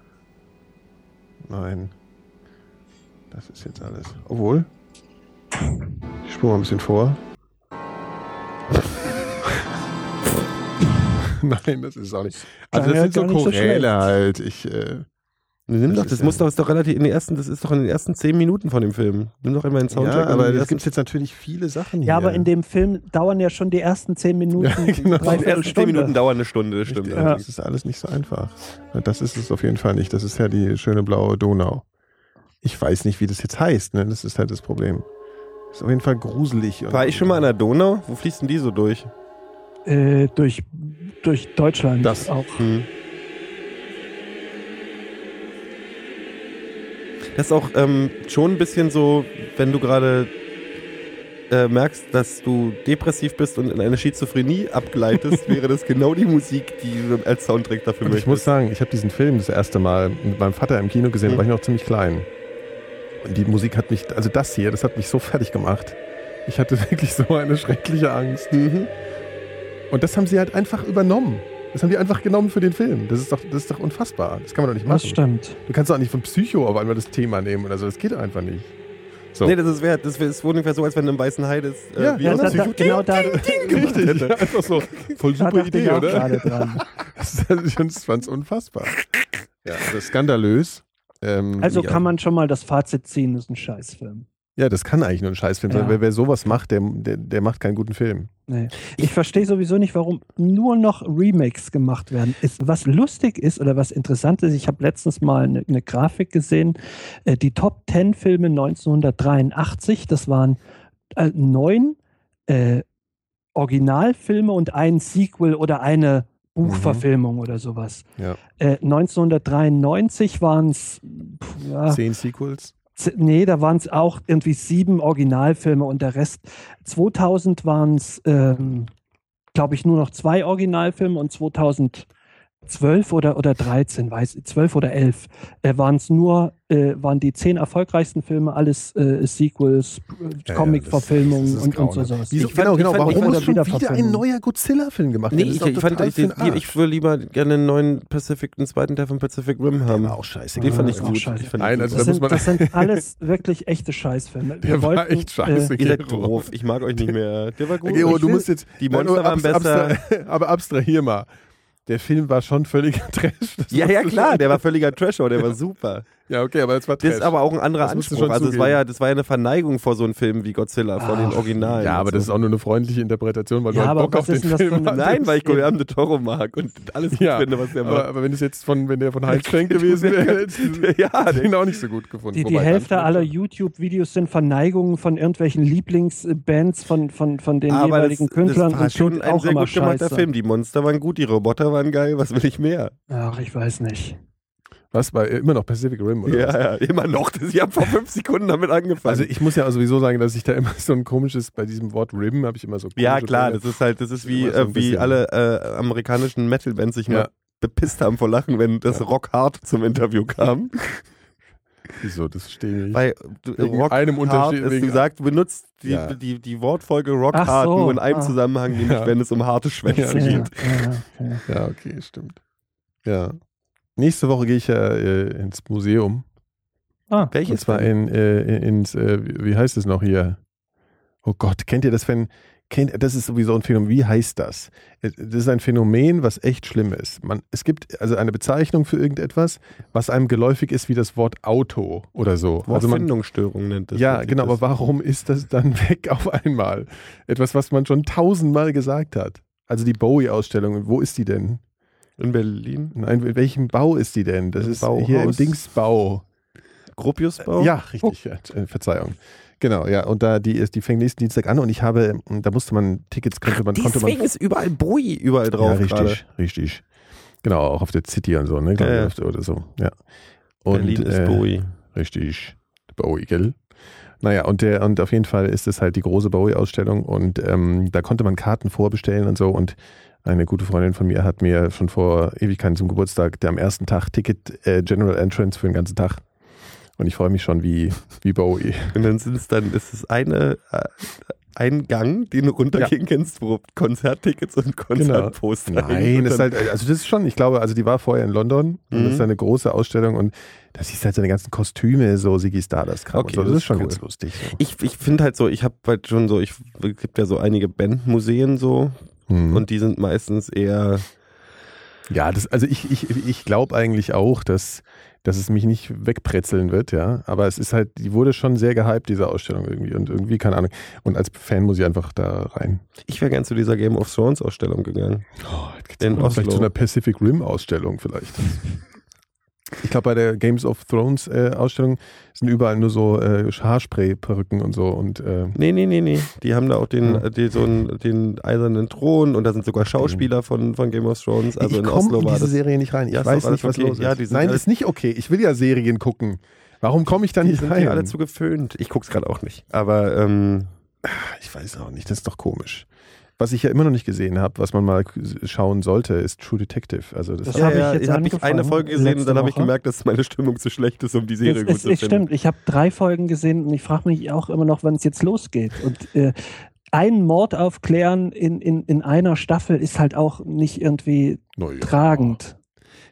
Nein. Das ist jetzt alles. Obwohl. Ich spule mal ein bisschen vor. Nein, das ist es auch nicht. Also Klang das ja sind so gar nicht so Choräle schlecht. halt. Ich, äh, Nimm Das doch, ist das ja- muss doch, ist doch relativ in den ersten, das ist doch in den ersten zehn Minuten von dem Film. Nimm doch immer den Soundtrack. ja, und aber die das ersten- gibt jetzt natürlich viele Sachen hier. Ja, aber in dem Film dauern ja schon die ersten zehn Minuten, Ja, genau. die ersten zehn Minuten Dreiviertelstunde. dauern eine Stunde, das stimmt. Ja. allerdings. Das ist alles nicht so einfach. Das ist es auf jeden Fall nicht. Das ist ja die schöne blaue Donau. Ich weiß nicht, wie das jetzt heißt. Ne? Das ist halt das Problem. Ist auf jeden Fall gruselig. und- War ich schon mal an der Donau? Wo fließt denn die so durch? Äh, durch, durch Deutschland Das. auch. Hm. Das ist auch ähm, schon ein bisschen so, wenn du gerade äh, merkst, dass du depressiv bist und in eine Schizophrenie abgleitest, wäre das genau die Musik, die du als Soundtrack dafür Und ich möchtest. muss sagen, ich habe diesen Film das erste Mal mit meinem Vater im Kino gesehen, da Mhm. war ich noch ziemlich klein. Und die Musik hat mich, also das hier, das hat mich so fertig gemacht. Ich hatte wirklich so eine schreckliche Angst. Mhm. Und das haben sie halt einfach übernommen. Das haben die einfach genommen für den Film. Das ist doch, das ist doch unfassbar. Das kann man doch nicht Das machen. stimmt. Du kannst doch auch nicht von Psycho auf einmal das Thema nehmen oder so. Das geht einfach nicht. So. Nee, das ist wert. Das ist ungefähr so, als wenn du im Weißen Hai das äh, Ja, wie Ja, aus da, dem da, Psycho- genau da, Richtig, einfach so. Voll da super dachte ich Idee, auch oder? gerade dran. Ich fand es unfassbar. Ja, also skandalös. Ähm, Also Ja. kann man schon mal das Fazit ziehen, das ist ein Scheißfilm. ja, das kann eigentlich nur ein Scheißfilm Ja. sein. Wer, wer sowas macht, der, der, der macht keinen guten Film. Nee. Ich verstehe sowieso nicht, warum nur noch Remakes gemacht werden. Ist, was lustig ist oder was interessant ist, ich habe letztens mal eine, eine Grafik gesehen, äh, die Top zehn Filme neunzehnhundertdreiundachtzig, das waren äh, neun äh, Originalfilme und ein Sequel oder eine Buchverfilmung oder sowas. Ja. Äh, neunzehnhundertdreiundneunzig waren es, ja, Zehn Sequels. Z- Nee, da waren es auch irgendwie sieben Originalfilme und der Rest. zweitausend waren es, ähm, glaube ich, nur noch zwei Originalfilme und zweitausendzwölf oder, oder dreizehn, weiß zwölf oder elf, äh, waren es nur, äh, waren die zehn erfolgreichsten Filme, alles äh, Sequels, äh, Ja, Comic-Verfilmungen ja, das ist und, und so grauenhaft. sowas. Wieso, Ich fand- genau, genau. ich fand- Warum ich fand muss schon wieder ein Wiederverfilmung. neuer Godzilla-Film gemacht Nee, werden? ich, Das ist ich, doch fand, total ich, für den ich, ich würde lieber gerne einen neuen Pacific, einen zweiten Teil von Pacific Rim haben. Der war auch scheiße. Den fand ich Ja, auch gut. scheiße. Ich fand Nein, den also super. Das da muss sind, man- das sind alles wirklich echte Scheißfilme. Der war wollten, echt scheiße. Äh, Ihr seid Gero. doof. Ich mag euch nicht mehr. Der war gut. Gero, Ich du will- musst jetzt. Die Nein, Monster nur waren besser. abstra- aber abstrahier mal. Der Film war schon völliger Trash. Das Ja, musst ja, du klar, schon- der war völliger Trasher, der war super. Ja, okay, aber jetzt war Trash. Das ist aber auch ein anderer Das musst du Anspruch. schon Also es war zugeben. ja, das war ja eine Verneigung vor so einem Film wie Godzilla, vor den Ach, Originalen. Ja, aber und das ist so. auch nur eine freundliche Interpretation, weil Ja, du aber halt Bock was auf ist den denn das für Film eine- hast. Nein, weil ich Guillermo de Toro mag und alles gut Ja, finde, was der aber, macht. aber wenn es jetzt von, wenn der von Heinz Schenk gewesen wäre, hätte ich Ja, den auch nicht so gut gefunden. Die, die Wobei, Hälfte ganz aller nett. YouTube-Videos sind Verneigungen von irgendwelchen Lieblingsbands von, von, von den aber jeweiligen das, Künstlern das war und schon klingt ein auch sehr immer gut gemachter scheiße. Film. Die Monster waren gut, die Roboter waren geil. Was will ich mehr? Ach, ich weiß nicht. Was, bei immer noch Pacific Rim, oder? was? Ja, ja, immer noch. Das, ich habe vor fünf Sekunden damit angefangen. Also ich muss ja sowieso sagen, dass ich da immer so ein komisches, bei diesem Wort Rim habe ich immer so ja, komische klar, Bilder. das ist halt, das ist wie, Immer so ein äh, wie bisschen. alle äh, amerikanischen Metal-Bands sich Ja. mal bepisst haben vor Lachen, wenn das Ja. Rock Hard zum Interview kam. Wieso, das verstehe ich nicht. Weil du, Wegen Rock einem Hard Unterschied- ist, wegen- du sagst, du benutzt die, Ja. die, die Wortfolge Rock Ach Hard so, nur in einem ah. Zusammenhang, nämlich Ja. wenn es um harte Schwänze Ja, Ja, geht. ja, ja. Ja, okay, stimmt. Ja. Nächste Woche gehe ich ja äh, ins Museum. Ah, Und Welches zwar denn? in, äh, ins, äh, wie heißt es noch hier? Oh Gott, kennt ihr das, wenn, kennt, das ist sowieso ein Phänomen, wie heißt das? Das ist ein Phänomen, was echt schlimm ist. Man, es gibt also eine Bezeichnung für irgendetwas, was einem geläufig ist wie das Wort Auto oder so. Also man, Wortfindungsstörung nennt das. ja, nennt sich genau, aber das. warum ist das dann weg auf einmal? Etwas, was man schon tausendmal gesagt hat. Also die Bowie-Ausstellung, wo ist die denn? In Berlin? Nein, in welchem Bau ist die denn? Das Im ist hier im Bauhaus? Dingsbau. Gropiusbau? Ja, richtig. Ja, äh, Verzeihung. Genau, ja. Und da die ist, die fängt nächsten Dienstag an und ich habe, da musste man Tickets, konnte man, konnte man. Deswegen ist überall Bowie überall Ja, drauf richtig, gerade. richtig. Genau, auch auf der City und so, ne? glaub Ja, ich, ja. Oder so. Ja. Und, Berlin ist äh, Bowie. Richtig. Bowie, gell? Naja, und der, und auf jeden Fall ist es halt die große Bowie-Ausstellung und ähm, da konnte man Karten vorbestellen und so und eine gute Freundin von mir hat mir schon vor Ewigkeiten zum Geburtstag, der am ersten Tag Ticket äh, General Entrance für den ganzen Tag. Und ich freue mich schon wie, wie Bowie. Und dann sind es dann, ist es eine, äh, ein Gang, den du runtergehen kannst, wo Konzerttickets und Konzertposter hängen. Nein, Und das ist dann- halt, also das ist schon, ich glaube, also die war vorher in London und Mhm. das ist eine große Ausstellung und da siehst du halt seine ganzen Kostüme, so Ziggy Stardust-Kram Okay, und so. Das das ist schon ist cool. ganz lustig. So. Ich, ich finde halt so, ich habe halt schon so, ich, es gibt ja so einige Bandmuseen so Mhm. und die sind meistens eher, Ja, das, also ich, ich, ich glaube eigentlich auch, dass, dass es mich nicht wegpretzeln wird, ja. Aber es ist halt, die wurde schon sehr gehypt, diese Ausstellung irgendwie. Und irgendwie, keine Ahnung. Und als Fan muss ich einfach da rein. ich wäre gern zu dieser Game of Thrones Ausstellung gegangen. Oh, In Oder Oslo. vielleicht zu einer Pacific Rim Ausstellung vielleicht. Ich glaube, bei der Games of Thrones äh, Ausstellung sind überall nur so äh, Haarspray-Perücken und so. Und äh, Nee, nee, nee, nee. Die haben da auch den, Ja. äh, die, so einen, den eisernen Thron und da sind sogar Schauspieler von, von Game of Thrones. Also ich in komme Oslo in war diese das. Serie nicht rein. Ich Ja, ist weiß doch alles nicht, was okay. los ist. Ja, die sind Nein, alles- ist nicht okay. Ich will ja Serien gucken. Warum komme ich da Die nicht sind rein? hier alle zu geföhnt. Ich guck's gerade auch nicht. Aber ähm, Ich weiß auch nicht, das ist doch komisch. Was ich ja immer noch nicht gesehen habe, was man mal schauen sollte, ist True Detective. Also das Das ist hab ich ja, jetzt ja, habe ich angefangen, eine Folge gesehen und letzte dann habe ich Woche. gemerkt, dass meine Stimmung zu schlecht ist, um die Serie Es, gut es, zu es finden. stimmt, ich habe drei Folgen gesehen und ich frage mich auch immer noch, wann es jetzt losgeht. Und äh, einen Mord aufklären in, in, in einer Staffel ist halt auch nicht irgendwie Neu. tragend.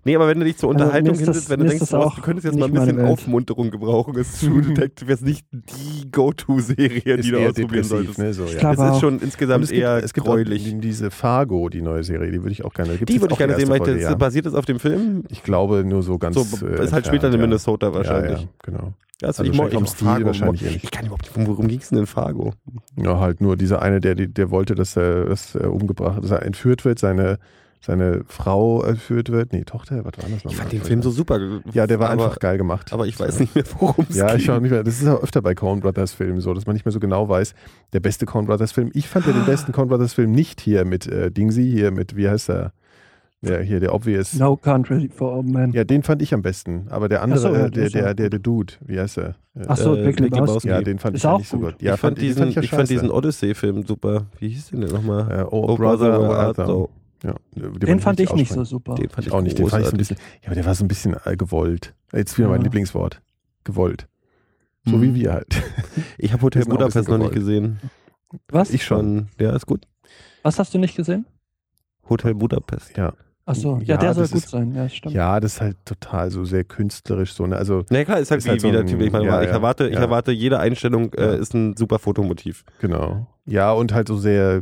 Nee, aber wenn du dich zur Also, Unterhaltung mir ist das- hinsetzt, wenn du mir denkst, ist das boah, auch du könntest jetzt mal ein nicht meine bisschen Welt. Aufmunterung gebrauchen, ist True Detective jetzt nicht die Go-To-Serie, die du eher ausprobieren depressiv, solltest. ne? So, Ich ja. glaub- Es Aber ist auch- schon Und insgesamt es gibt, eher es gibt gräulich. auch diese Fargo, die neue Serie, die würde ich auch gerne. Gibt's Die jetzt würde ich auch gerne die sehen, weil erste ich, das Folge, ja. basiert das auf dem Film. Ich glaube nur so ganz. So, äh, ist halt später in entfernt, Minnesota wahrscheinlich. Ja, ja, genau. Ja, also Also ich, mo- wahrscheinlich ich vom Stil wahrscheinlich mo- ähnlich. Ich kann überhaupt nicht, worum ging es denn in Fargo? Ja, halt nur dieser eine, der, der wollte, dass er, dass er umgebracht, dass er entführt wird, seine, seine Frau entführt wird. Nee, Tochter, was war das noch? Ich fand den Film so super. Ja, der war aber, einfach geil gemacht. Aber ich weiß nicht mehr, worum es Ja, ging. ich auch nicht mehr. Das ist auch öfter bei Coen Brothers Filmen so, dass man nicht mehr so genau weiß. Der beste Coen Brothers Film. Ich fand ja den besten Coen Brothers Film nicht hier mit äh, Dingsy, hier mit, wie heißt er? Ja, hier der Obvious. No Country for Old Men. Ja, den fand ich am besten. Aber der andere, Ach so, ja, äh, der, der ist ja der, der, der Dude, wie heißt er? Ach so, äh, Big Big Lebowski. Lebowski. Ja, den fand Ist ich ja auch nicht so gut. gut. Ja, ich fand den diesen, ich ja ich fand scheiße. diesen Odyssey-Film super. Wie hieß denn der nochmal? Äh, oh, Oh, Brother, Brother, Where Where Art Art Thou? Thou? Ja, Den fand ich nicht so aussprechen. super. Den fand Ich auch nicht, den fand ich so ein großartig. bisschen, ja, aber der war so ein bisschen äh, gewollt. Jetzt wieder mein Ja. Lieblingswort. Gewollt. So Mhm. wie wir halt. Ich habe Hotel Die sind auch ein Budapest bisschen noch nicht gewollt. gesehen. Was? Ich schon. Ja, ist gut. Was hast du nicht gesehen? Hotel Budapest. Ja. Ach so, ja, Ja, der soll das gut ist- sein. Ja, stimmt. Ja, das ist halt total so sehr künstlerisch so, ne? Also, Na ja, klar, ist halt Ist wie, halt so wie der ein- Typ. Ich, meine, ja, ich, ja, erwarte, ich ja. erwarte, jede Einstellung äh, Ja. ist ein super Fotomotiv. genau. Ja, und halt so sehr,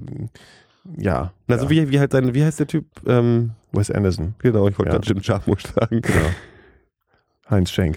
ja. Also ja. wie, wie halt sein, wie heißt der Typ? Ähm, Wes Anderson, genau, ich wollte Ja. gerade Jim Jarmusch sagen. genau. Heinz Schenk.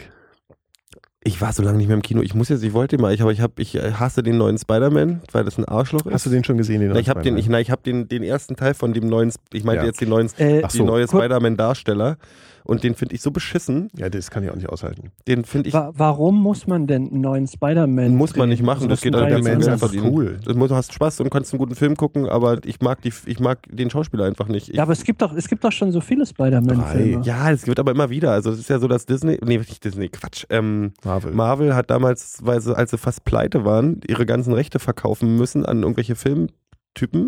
Ich war so lange nicht mehr im Kino. Ich muss jetzt, ich wollte mal, ich, aber ich, hab, ich hasse den neuen Spider-Man, weil das ein Arschloch ist. Hast du den schon gesehen? Den Na, ich habe den, neuen ich, na, ich hab den, den ersten Teil von dem neuen, ich meinte Ja. jetzt den neuen, Äh, Ach die so. neue Kur- Spider-Man-Darsteller. Und den finde ich so beschissen. Ja, das kann ich auch nicht aushalten. Den finde ich, Wa warum muss man denn einen neuen Spider-Man muss man nicht drehen? machen. Das muss geht ein auch Teil Spider-Man ganz ist anders. einfach einfach cool. Du musst- hast Spaß und kannst einen guten Film gucken, aber ich mag, die, ich mag den Schauspieler einfach nicht. Ich, Ja, aber es gibt doch, es gibt doch schon so viele Spider-Man-Filme. ja, es wird aber immer wieder. Also es ist ja so, dass Disney, nee, nicht Disney, Quatsch. Ähm, Marvel. Marvel hat damals, weil sie, als sie fast pleite waren, ihre ganzen Rechte verkaufen müssen an irgendwelche Filmtypen.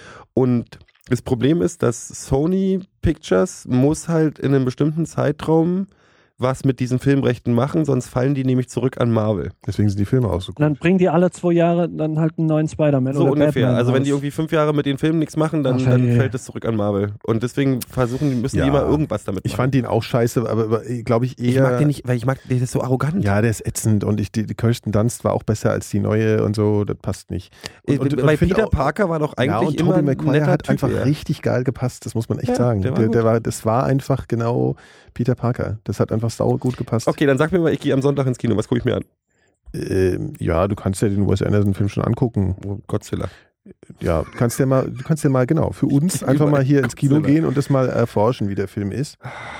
Und das Problem ist, dass Sony Pictures muss halt in einem bestimmten Zeitraum was mit diesen Filmrechten machen, sonst fallen die nämlich zurück an Marvel. Deswegen sind die Filme auch so Und dann gut. bringen die alle zwei Jahre dann halt einen neuen Spider-Man So oder ungefähr. Batman Also wenn die raus. irgendwie fünf Jahre mit den Filmen nichts machen, dann, Ach, dann hey. fällt es zurück an Marvel. Und deswegen versuchen, die müssen Ja. die immer irgendwas damit machen. Ich fand den auch scheiße, aber, aber glaube ich eher. ich mag den nicht, weil ich mag, der ist so arrogant. Ja, der ist ätzend und ich, die, die Kirsten Dunst war auch besser als die neue und so, das passt nicht. Und, und, und Bei ich finde Peter auch- Parker war doch eigentlich ja, und immer Tobey ein Maguire netter hat Typ einfach eher. richtig geil gepasst, das muss man echt Ja, sagen. der war Der, gut. der war, das war einfach genau Peter Parker. Das hat einfach sauer gut gepasst. Okay, dann sag mir mal, ich gehe am Sonntag ins Kino. Was gucke ich mir an? Ähm, ja, du kannst ja den Wes Anderson-Film schon angucken. Oh, Godzilla. Ja, du kannst ja mal, du kannst ja mal genau für uns einfach mal hier ins Kino Godzilla. gehen und das mal erforschen, wie der Film ist.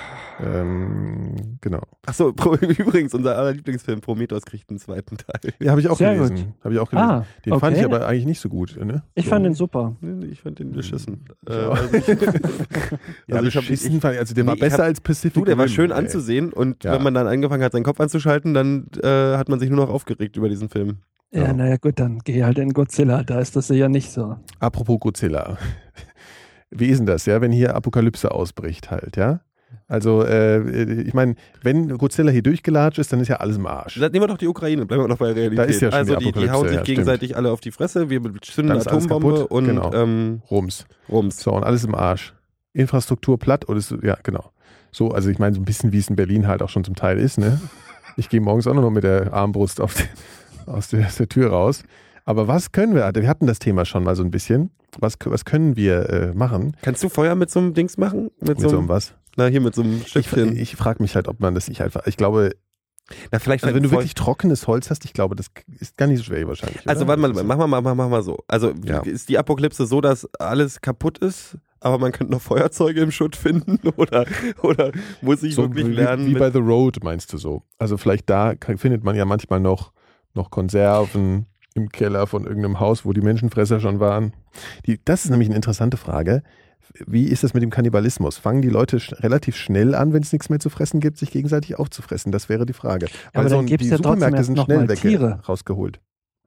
Ähm, genau. Achso, übrigens, unser aller Lieblingsfilm Prometheus kriegt einen zweiten Teil. Ja, habe ich auch Sehr gelesen. Habe ich auch gelesen. Ah, den okay. fand ich aber eigentlich nicht so gut. Ne? Ich so. fand den super. Nee, Ich fand den beschissen. Ich Äh, auch. also ich, Ja, also ich hab- beschissen ich- fand ich, also der nee, war ich besser hab- als Pacific du, der war Rim, schön ey. anzusehen und Ja. wenn man dann angefangen hat, seinen Kopf anzuschalten, dann äh, hat man sich nur noch aufgeregt über diesen Film. Ja, Ja. naja, gut, dann geh halt in Godzilla. Da ist das ja nicht so. Apropos Godzilla. Wie ist denn das, ja, wenn hier Apokalypse ausbricht halt, ja? Also, äh, ich meine, wenn Godzilla hier durchgelatscht ist, dann ist ja alles im Arsch. Dann nehmen wir doch die Ukraine, bleiben wir doch bei der Realität. Da ist ja schon also die die, die Apokalypse, hauen sich ja, gegenseitig alle auf die Fresse, wir zünden Dann eine ist alles Atombombe kaputt, und genau. ähm, Rums. Rums. So, und alles im Arsch. Infrastruktur platt oder so, ja, genau. So, also ich meine, so ein bisschen wie es in Berlin halt auch schon zum Teil ist, ne? Ich gehe morgens auch noch mit der Armbrust auf die, aus, der, aus der Tür raus. Aber was können wir, wir hatten das Thema schon mal so ein bisschen, was, was können wir äh, machen? Kannst du Feuer mit so einem Dings machen? Mit so einem was? Na, hier mit so einem Ich, Stückchen. ich frage mich halt, ob man das nicht einfach, ich glaube, Na, vielleicht also wenn du Feu- wirklich trockenes Holz hast, ich glaube, das ist gar nicht so schwer wahrscheinlich. Also oder? warte mal, Das ist- mach mal, mach mal, mach mal so. Also Ja. ist die Apokalypse so, dass alles kaputt ist, aber man könnte noch Feuerzeuge im Schutt finden? Oder, oder muss ich so wirklich wie, lernen? wie mit- bei The Road meinst du so. Also vielleicht da kann, findet man ja manchmal noch, noch Konserven im Keller von irgendeinem Haus, wo die Menschenfresser schon waren. Die, das ist nämlich eine interessante Frage. Wie ist das mit dem Kannibalismus? Fangen die Leute sch relativ schnell an, wenn es nichts mehr zu fressen gibt, sich gegenseitig aufzufressen? Das wäre die Frage. aber Weil so dann ein, gibt's die ja trotzdem Supermärkte erst sind noch schnell mal weg Tiere. rausgeholt.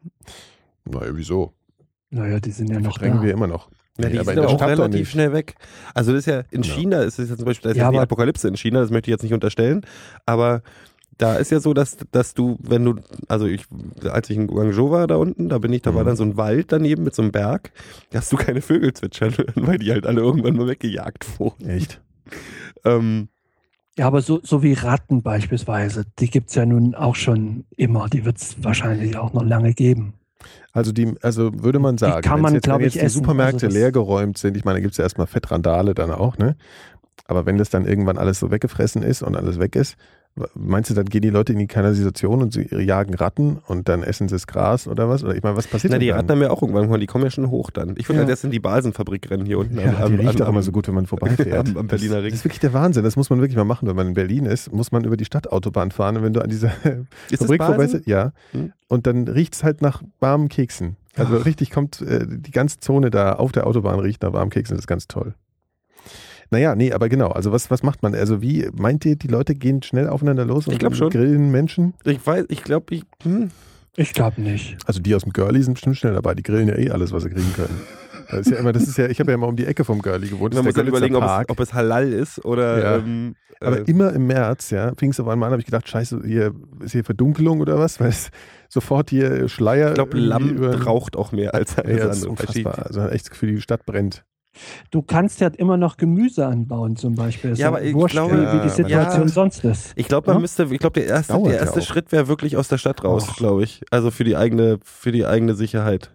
Naja, wieso? Naja, die sind ja Die noch verdrängen da. wir immer noch. Ja, die Nee, aber sind in der aber auch Stadt doch relativ nicht. schnell weg. Also das ist ja, in Ja. China ist es ja zum Beispiel, da ist Ja, ja, die aber- Apokalypse in China, das möchte ich jetzt nicht unterstellen, aber da ist ja so, dass, dass du, wenn du, also ich, als ich in Guangzhou war da unten, da bin ich, da war Mhm. dann so ein Wald daneben mit so einem Berg, da hast du keine Vögel zwitschern hören, weil die halt alle irgendwann mal weggejagt wurden. Echt? Ähm, Ja, aber so, so wie Ratten beispielsweise, die gibt es ja nun auch schon immer. Die wird es wahrscheinlich auch noch lange geben. Also die, also würde man sagen, kann wenn's man, jetzt, glaub wenn ich, jetzt die essen. Supermärkte Also das- leergeräumt sind, ich meine, da gibt es ja erstmal Fettrandale dann auch, ne? Aber wenn das dann irgendwann alles so weggefressen ist und alles weg ist, meinst du, dann gehen die Leute in die Kanalisation und sie jagen Ratten und dann essen sie das Gras oder was? Oder ich meine, was passiert Na, denn die dann? Ratten haben ja auch irgendwann, die kommen ja schon hoch dann. Ich würde Ja. halt erst in die Balsenfabrik rennen hier unten. Ja, die riecht doch immer so gut, wenn man vorbeifährt. Am, am Berliner das, Ring. das ist wirklich der Wahnsinn. Das muss man wirklich mal machen. Wenn man in Berlin ist, muss man über die Stadtautobahn fahren. Und wenn du an dieser Ist das Fabrik vorbei Balsen? bist, ja. Hm. Und dann riecht es halt nach warmen Keksen. Also richtig kommt äh, die ganze Zone da auf der Autobahn riecht nach warmen Keksen. Das ist ganz toll. Naja, nee, aber genau. Also was, was macht man? Also wie, meint ihr, die Leute gehen schnell aufeinander los und Ich glaub schon. grillen Menschen? Ich weiß, ich glaube, ich. Hm. Ich glaube nicht. Also die aus dem Girlie sind bestimmt schnell dabei. Die grillen ja eh alles, was sie kriegen können. Das ist ja immer, das ist ja, ich habe ja immer um die Ecke vom Girlie gewohnt. Man Das muss ist der dann überlegen, ob es, Görlitzer Park. ob es halal ist oder. Ja. Ähm, Aber äh, immer im März, ja, fing es auf einmal an, habe ich gedacht, scheiße, hier ist hier Verdunkelung oder was, weil es sofort hier Schleier. ich glaube, irgendwie Lamm über- raucht auch mehr als alles Ja, das ist andere. unfassbar. Also echt das Gefühl, die Stadt brennt. Du kannst ja immer noch Gemüse anbauen zum Beispiel. Ist Ja, aber ich wurscht, glaube- wie, wie die Ja, Situation ja. sonst ist. Ich glaube, man Ja? müsste, ich glaube, der erste, Dauert der ja erste auch. Schritt wäre wirklich aus der Stadt raus, Och. glaube ich. Also für die eigene, für die eigene Sicherheit.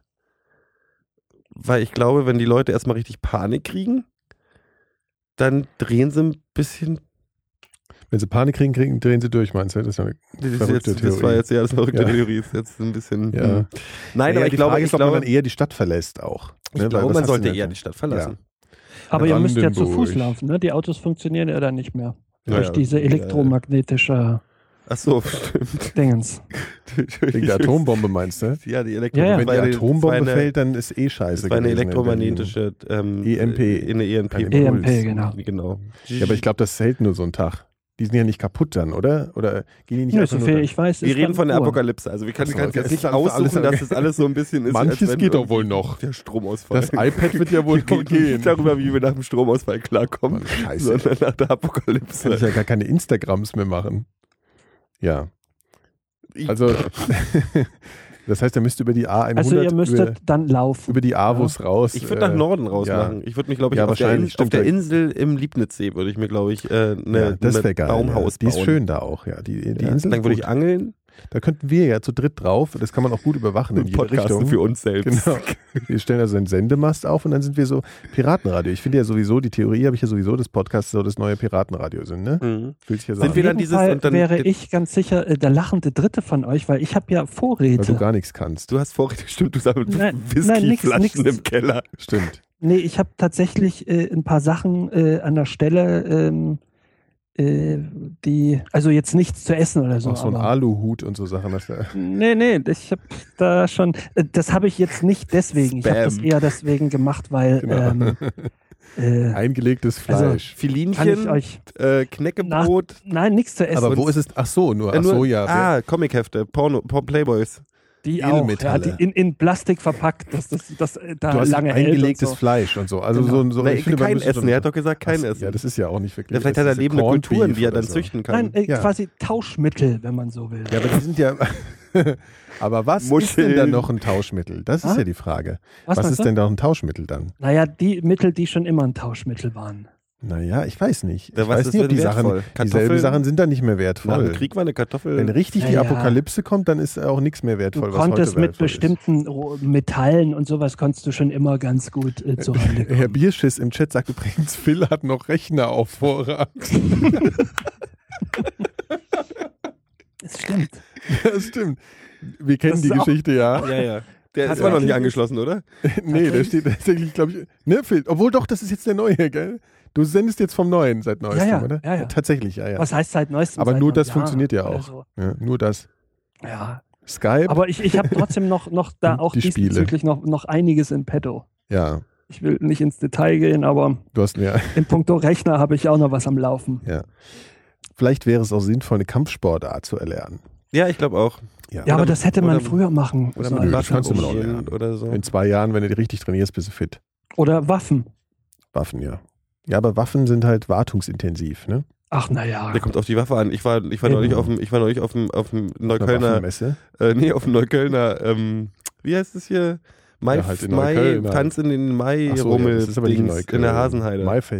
Weil ich glaube, wenn die Leute erstmal richtig Panik kriegen, dann drehen sie ein bisschen. Wenn sie Panik kriegen, kriegen drehen sie durch, meinst du? Das ist ja eine Das, ist verrückte jetzt, das war Theorie. jetzt ja das verrückte Ja. Theorie. Ist jetzt ein bisschen. Ja. hm. Nein, Naja, aber ich die glaube, Frage ich ist, ob man glaube, dann eher die Stadt verlässt auch. ich ne? Weil glaube was man hast du sollte denn eher dann? die Stadt verlassen. Aber ihr müsst ja zu Brandenburg. Fuß laufen, ne? Die Autos funktionieren ja dann nicht mehr. Ja, Durch ja. diese elektromagnetische Ach so, stimmt. Dingens. Wegen der Atombombe meinst du? Ja, die Elektro Ja, ja. Wenn das war die eine- Atombombe das war eine- fällt, dann ist eh scheiße. Das war eine gewesen in elektromagnetische ähm, E M P. äh, Eine E M P. Ein E M Impuls. P, genau. Genau. Berlin. Ja, aber ich glaube, das hält nur so einen Tag. Die sind ja nicht kaputt dann, oder? Oder gehen die nicht Nö, einfach so nur viel dann? ich weiß, Wir ist reden dann von der Uhr. Apokalypse. Also wir können, Ach so, wir können okay, jetzt das nicht ist alles- aussuchen, alles- dass das alles so ein bisschen ist. Manches als wenn geht doch wohl noch. Der Stromausfall. Das iPad wird ja wohl wir noch reden gehen. nicht darüber, wie wir nach dem Stromausfall klarkommen, Mann, scheiße. sondern nach der Kann Apokalypse. ich ja gar keine Instagrams mehr machen. Ja, Ich- also das heißt, er müsste über die A hundert, Also ihr müsstet über, dann laufen. über die Avus raus. Ich würde nach äh, Norden raus ja. machen. Ich würde mich, glaube ich, Ja, auf, der, wahrscheinlich, In, auf stimmt, der ja. Insel im Liebnitzsee würde ich mir, glaube ich, äh, eine, ja, das eine wäre geil. Baumhaus ja. Die ist bauen. schön da auch, ja. Die, die Ja, Insel dann ist würde gut. ich angeln Da könnten wir ja zu dritt drauf. Das kann man auch gut überwachen in und jede podcasten Richtung. für uns selbst. Genau. Wir stellen also einen Sendemast auf und dann sind wir so Piratenradio. Ich finde ja sowieso, die Theorie habe ich ja sowieso, dass Podcasts so das neue Piratenradio sind, ne? Mhm. Fühlt sich ja so Sind an. wir Auf dann jeden dieses- Fall und dann- wäre ich ganz sicher äh, der lachende Dritte von euch, weil ich habe ja weil du Vorräte. gar nichts kannst. Du hast Vorräte, stimmt, du sammelst Nein, nein, nix, Whiskyflaschen nix. im Keller. Stimmt. Nee, ich habe tatsächlich äh, ein paar Sachen äh, an der Stelle, ähm, äh, die, also jetzt nichts zu essen oder so. Auch so ein aber- Aluhut und so Sachen. Das, ja. Nee, nee, ich habe da schon, äh, das habe ich jetzt nicht deswegen. Ich habe das Spam. eher deswegen gemacht, weil Genau. ähm, äh, Eingelegtes Also, Fleisch. kann ich Filinchen, euch, äh, Knäckebrot. nein, nichts zu essen. Aber wo ist es? Ach so, nur. äh, Ach nur, so, ja. Ah, Comichefte, Porno, Por- Playboys. Die auch, ja, Edelmetalle. die in, in Plastik verpackt, dass das, das äh, da Du hast lange hält eingelegtes und so. Fleisch und so. Also Genau. so, so Na, ich finde, man kein müsste Essen, so- er hat doch gesagt, kein Ach, Essen. Ja, das ist ja auch nicht wirklich. Ja, vielleicht das hat er ist lebende Corned Kulturen, Beef die er oder dann so. züchten kann. Nein, äh, Ja. quasi Tauschmittel, wenn man so will. Ja, aber die sind ja. Aber was ist Muscheln. denn dann noch ein Tauschmittel? Das ist Ah? ja die Frage. Was Was, meinst ist du? denn da ein Tauschmittel dann? Naja, die Mittel, die schon immer ein Tauschmittel waren. Naja, ich weiß nicht. Ja, Ich was weiß ist nicht, ob denn die Sachen, wertvoll? dieselben Kartoffeln? Sachen sind dann nicht mehr Nach wertvoll. dem Krieg war eine Kartoffel. Wenn richtig Ja, die ja. Apokalypse kommt, dann ist auch nichts mehr Du wertvoll, was konntest heute mit wertvoll bestimmten Ro- Metallen und sowas konntest du schon immer ganz gut äh, ist. zurande Herr kommen. Bierschiss im Chat sagt übrigens, Phil hat noch Rechner auf Vorrat. Das stimmt. Ja, stimmt. Wir kennen Das die ist auch- Geschichte, ja. ja, ja. Der ist Tatsächlich. immer noch nicht angeschlossen, oder? Nee, der steht tatsächlich, glaube ich. Ne, Phil? Obwohl doch, das ist jetzt der neue, gell? Du sendest jetzt vom Neuen seit neuestem, Ja, ja, oder? ja, ja. Tatsächlich, ja, ja. Was heißt seit neuestem? Aber seit nur einem das Jahr funktioniert ja oder auch. so. Ja, nur das. Ja. Skype, Aber ich, ich habe trotzdem noch, noch da Und auch die Spiele. diesbezüglich noch, noch einiges in petto. ja. Ich will nicht ins Detail gehen, aber Du hast ja. in puncto Rechner habe ich auch noch was am Laufen. Ja. Vielleicht wäre es auch sinnvoll, eine Kampfsportart zu erlernen. Ja, ich glaube auch. Ja, aber das hätte man oder- früher machen Oder sollen. mit das Wasser kannst du mal auch umgehen lernen. oder so. In zwei Jahren, wenn du dich richtig trainierst, bist du fit. Oder Waffen. Waffen, ja. Ja, aber Waffen sind halt wartungsintensiv, ne? Ach, naja. Der kommt auf die Waffe an. Ich war, ich war Eben. neulich auf dem, ich war neulich auf dem, auf dem Eine Neuköllner, Waffenmesse. äh, nee, auf dem Neuköllner, ähm, wie heißt es hier? Mai, Ja, halt in Mai Neukölln halt. Tanz in den Mai Ach so, ja, Rummel das ist aber nicht in Dings Neukölln. in der Hasenheide. Maifest.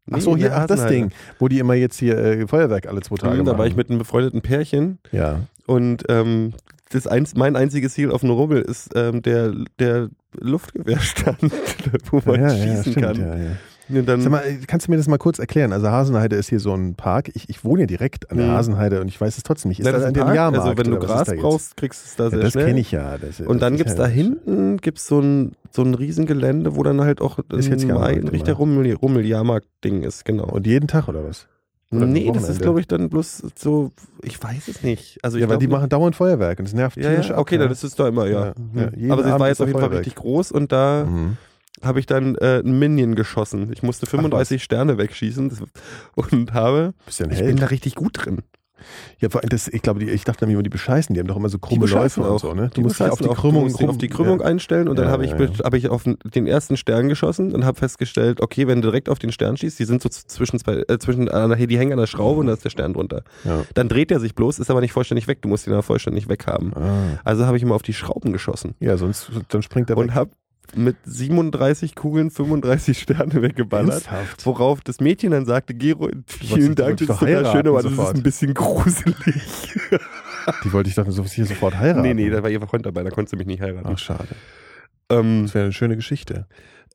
Ach so, Nee, hier, in der ach, das Hasenheide. Ding, wo die immer jetzt hier äh, Feuerwerk alle zwei Tage Mhm, da war machen. ich mit einem befreundeten Pärchen Ja. und ähm, das eins, mein einziges Ziel auf dem Rummel ist ähm, der, der Luftgewehrstand, wo man ja, schießen ja, stimmt, kann. ja, ja. Und dann, Sag mal, kannst du mir das mal kurz erklären? Also Hasenheide ist hier so ein Park. Ich, ich wohne ja direkt an der Mhm. Hasenheide und ich weiß es trotzdem nicht. Ist Ja, das das ist an ein dem Park. Jahrmarkt? Also wenn du oder was ist Gras da jetzt? brauchst, kriegst du es da Ja, sehr das schnell. kenne ich ja. Das, Und dann das gibt es ist da ja- hinten gibt's so ein, so ein Riesengelände, wo dann halt auch Ist jetzt ein Jahrmarkt, eigentlich der oder? Rummel, Rummel-Jahrmarkt-Ding ist, genau. Und jeden Tag oder was? Oder nee, am das ist Wochenende? glaube ich dann bloß so, ich weiß es nicht. Also ich Ja, weil glaub die nicht- machen dauernd Feuerwerk und das nervt Ja, tierisch ja, ab, okay, ja. dann ist es da immer, ja. Ja, Mhm. ja, jeden Aber es war Abend jetzt ist auf jeden Fall Feuerwerk. richtig groß und da Mhm. habe ich dann äh, einen Minion geschossen. Ich musste fünfunddreißig Sterne wegschießen das, und habe, Bist ja ein ich bin Held. da richtig gut drin. Ja, vor allem das, ich glaube, die, ich dachte nämlich immer, die bescheißen, die haben doch immer so krumme bescheißen Läufe und auch. so, ne? Die Du musst dich auf die bescheißen auch. Krümmung, Du musst dich auf die Krümmung ja. einstellen und dann Ja, habe ich, ja, be- ja. hab ich auf den ersten Stern geschossen und habe festgestellt, okay, wenn du direkt auf den Stern schießt, die sind so z- zwischen zwei, äh, zwischen, äh, die hängen an der Schraube und da ist der Stern drunter. Ja. Dann dreht er sich bloß, ist aber nicht vollständig weg, du musst ihn aber vollständig weghaben. Ah. Also habe ich immer auf die Schrauben geschossen Ja, sonst dann springt er und weg. habe mit siebenunddreißig Kugeln fünfunddreißig Sterne weggeballert. Ernsthaft? Worauf das Mädchen dann sagte, Gero, vielen die Dank, wollte das ich ist doch total schön, heiraten aber das ist sofort. ein bisschen gruselig. Die wollte ich doch so hier sofort heiraten. Nee, nee, da war ihr Freund dabei, da konnte sie mich nicht heiraten. Ach, schade. Ähm, Das wäre eine schöne Geschichte.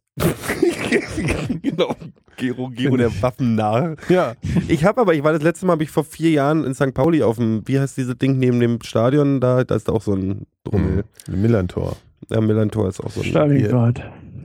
genau, Gero, Gero, der Waffennarr. Ja. Ich habe aber, ich war das letzte Mal, habe ich vor vier Jahren in Sankt Pauli auf dem, wie heißt dieses Ding neben dem Stadion, da, da ist auch so ein Drummel. Ein Millantor. Ja, Millantor ist auch so ein. Stalingrad.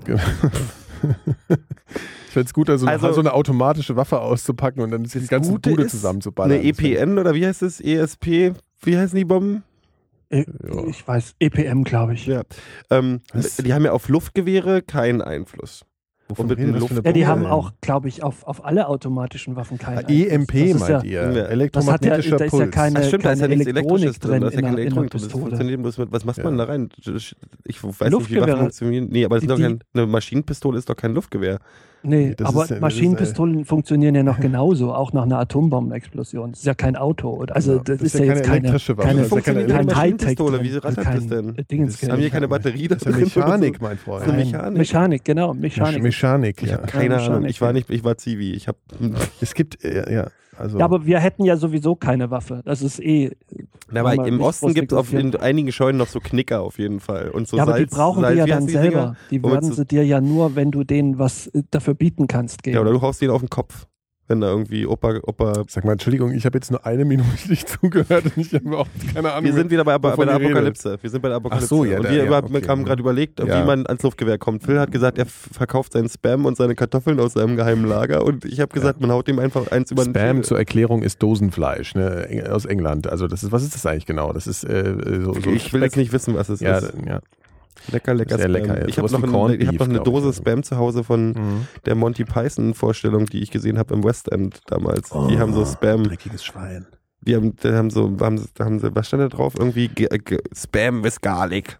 Ich fände es gut, also, Also- so eine automatische Waffe auszupacken und dann die ganze Gute Bude ist zusammenzuballern. Eine E P N oder wie heißt es? E S P? Wie heißen die Bomben? Äh, Ja. Ich weiß, E P M, glaube ich. Ja. Ähm, Was? die haben ja auf Luftgewehre keinen Einfluss. Wovon Und mit redet einem das für eine Ja, die Bombe haben denn? auch, glaube ich, auf, auf alle automatischen Waffen keinen Ah, E M P Einfluss. Das ist meint ja, ihr? Ja. Das hat ja, Elektromagnetischer da ist ja Puls. keine, Ach stimmt, da ist ja keine nichts Elektronik Elektrisches drin drin, da ist ja in keine einer, in einer Elektronik drin. Das Pistole. funktioniert bloß mit, was macht Ja. man da rein? Ich weiß nicht, wie Luftgewehre. Waffen funktionieren. Nee, aber das ist doch Die- kein, eine Maschinenpistole ist doch kein Luftgewehr. Nee, Das aber ist ja- das Maschinenpistolen funktionieren ja noch genauso, auch nach einer Atombombenexplosion. Das ist ja kein Auto. oder- Also Ja, das, ist ja, jetzt keine, elektrische Waffe. keine, Das ist ja keine funktioniert kein eine Hightech Maschinenpistole. drin, Wie rattert kein das denn? Dingens- Das Haben hier keine Batterie da Das ist ja drin? Mechanik, mein Freund. Eine Nein, Mechanik? Mechanik, genau, Mechanik. Mechanik, Ich ja. habe keine Ja, Ahnung. Mechanik, Ich war ja. nicht, ich war Zivi. Ich habe. Es gibt, äh, ja, also. Ja, aber wir hätten ja sowieso keine Waffe. Das ist eh. Aber Wollen wir im nicht Osten gibt es groß in einigen Scheunen noch so Knicker auf jeden Fall. Und so ja, aber Salz, die brauchen Salz, die ja wie dann heißt die selber. Dinger? Die Womit werden sie- sie dir ja nur, wenn du denen was äh, dafür bieten kannst, geben. Ja, oder du haust den auf den Kopf. Wenn da irgendwie Opa, Opa. Sag mal, Entschuldigung, ich habe jetzt nur eine Minute nicht zugehört und ich habe überhaupt keine Ahnung. Wir sind wieder bei, bei, bei wovon der ihr redet. Apokalypse. Wir sind bei der Apokalypse. so, ja, und da- wir ja, über, okay. haben gerade überlegt, Ja. wie man ans Luftgewehr kommt. Phil hat gesagt, er f- verkauft seinen Spam und seine Kartoffeln aus seinem geheimen Lager. Und ich habe gesagt, man haut dem einfach eins über den Spam Schädel. zur Erklärung ist Dosenfleisch, ne, Eng- aus England. Also das ist, was ist das eigentlich genau? Das ist äh, so, so Ich will jetzt Speck- nicht wissen, was es Ja, ist. ja. Lecker, lecker Sehr Spam. lecker, ja. Ich habe Sowas noch, wie Corned eine, ich hab Beef, noch eine glaub ich. Dose Spam zu Hause von Mhm. der Monty Python-Vorstellung, die ich gesehen habe im West End damals. die haben so Spam. Dreckiges Schwein. Die haben, die haben so, haben, sie- haben sie, was stand da drauf? Irgendwie ge, ge, Spam with Garlic.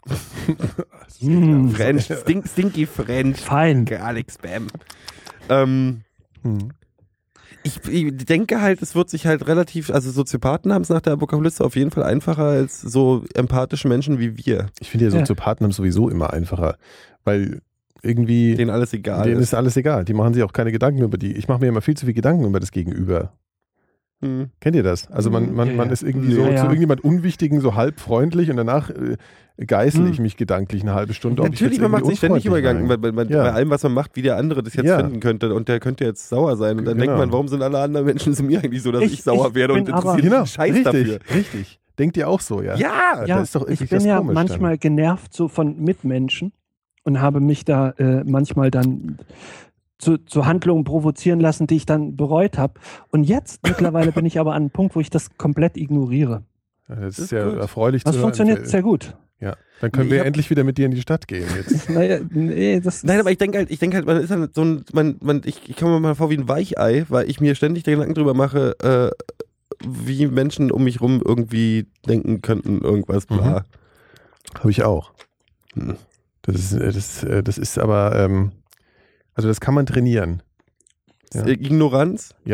Mm, French, stink, stinky French. fein. Garlic Spam. Ähm, Mhm. ich, ich denke halt, es wird sich halt relativ, also Soziopathen haben es nach der Apokalypse auf jeden Fall einfacher als so empathische Menschen wie wir, Ich finde ja, Ja. Soziopathen haben es sowieso immer einfacher, weil irgendwie denen alles egal denen ist. ist alles egal. Die machen sich auch keine Gedanken über die. Ich mache mir immer viel zu viel Gedanken über das Gegenüber. Hm. Kennt ihr das? Also man, man, Ja, man ja. ist irgendwie Ja, so ja. zu irgendjemand Unwichtigen so halb freundlich und danach äh, geißel ich Hm. mich gedanklich eine halbe Stunde. ob ich Natürlich, jetzt man macht irgendwie sich ständig unfreundlich Übergang war. bei, bei, Ja. bei allem, was man macht, wie der andere das jetzt Ja. finden könnte. Und der könnte jetzt sauer sein. Und dann Genau. denkt man, warum sind alle anderen Menschen zu mir eigentlich so, dass ich, Ich- sauer ich werde und bin aber- interessiert mich Genau, einen Scheiß richtig, dafür. richtig. Denkt ihr auch so, ja? Ja! Ja, das ist doch ich wirklich bin das ja komisch manchmal genervt so von Mitmenschen und habe mich da äh, manchmal dann zu, zu Handlungen provozieren lassen, die ich dann bereut habe. Und jetzt mittlerweile bin ich aber an einem Punkt, wo ich das komplett ignoriere. dann. Ja, das Das ist ja ist gut. erfreulich Das zu hören. funktioniert sehr gut. Ja, dann können Ich wir hab- endlich wieder mit dir in die Stadt gehen. Jetzt. Naja, nee, das Nein, aber ich denke halt, ich denke halt, man ist halt so ein, man, man, ich, ich komme mir mal vor wie ein Weichei, weil ich mir ständig Gedanken drüber mache, äh, wie Menschen um mich rum irgendwie denken könnten, irgendwas, bla. Habe ich auch. Hm. Das ist, äh, das, äh, das ist aber, ähm, also das kann man trainieren. Ja. Ignoranz? Ja.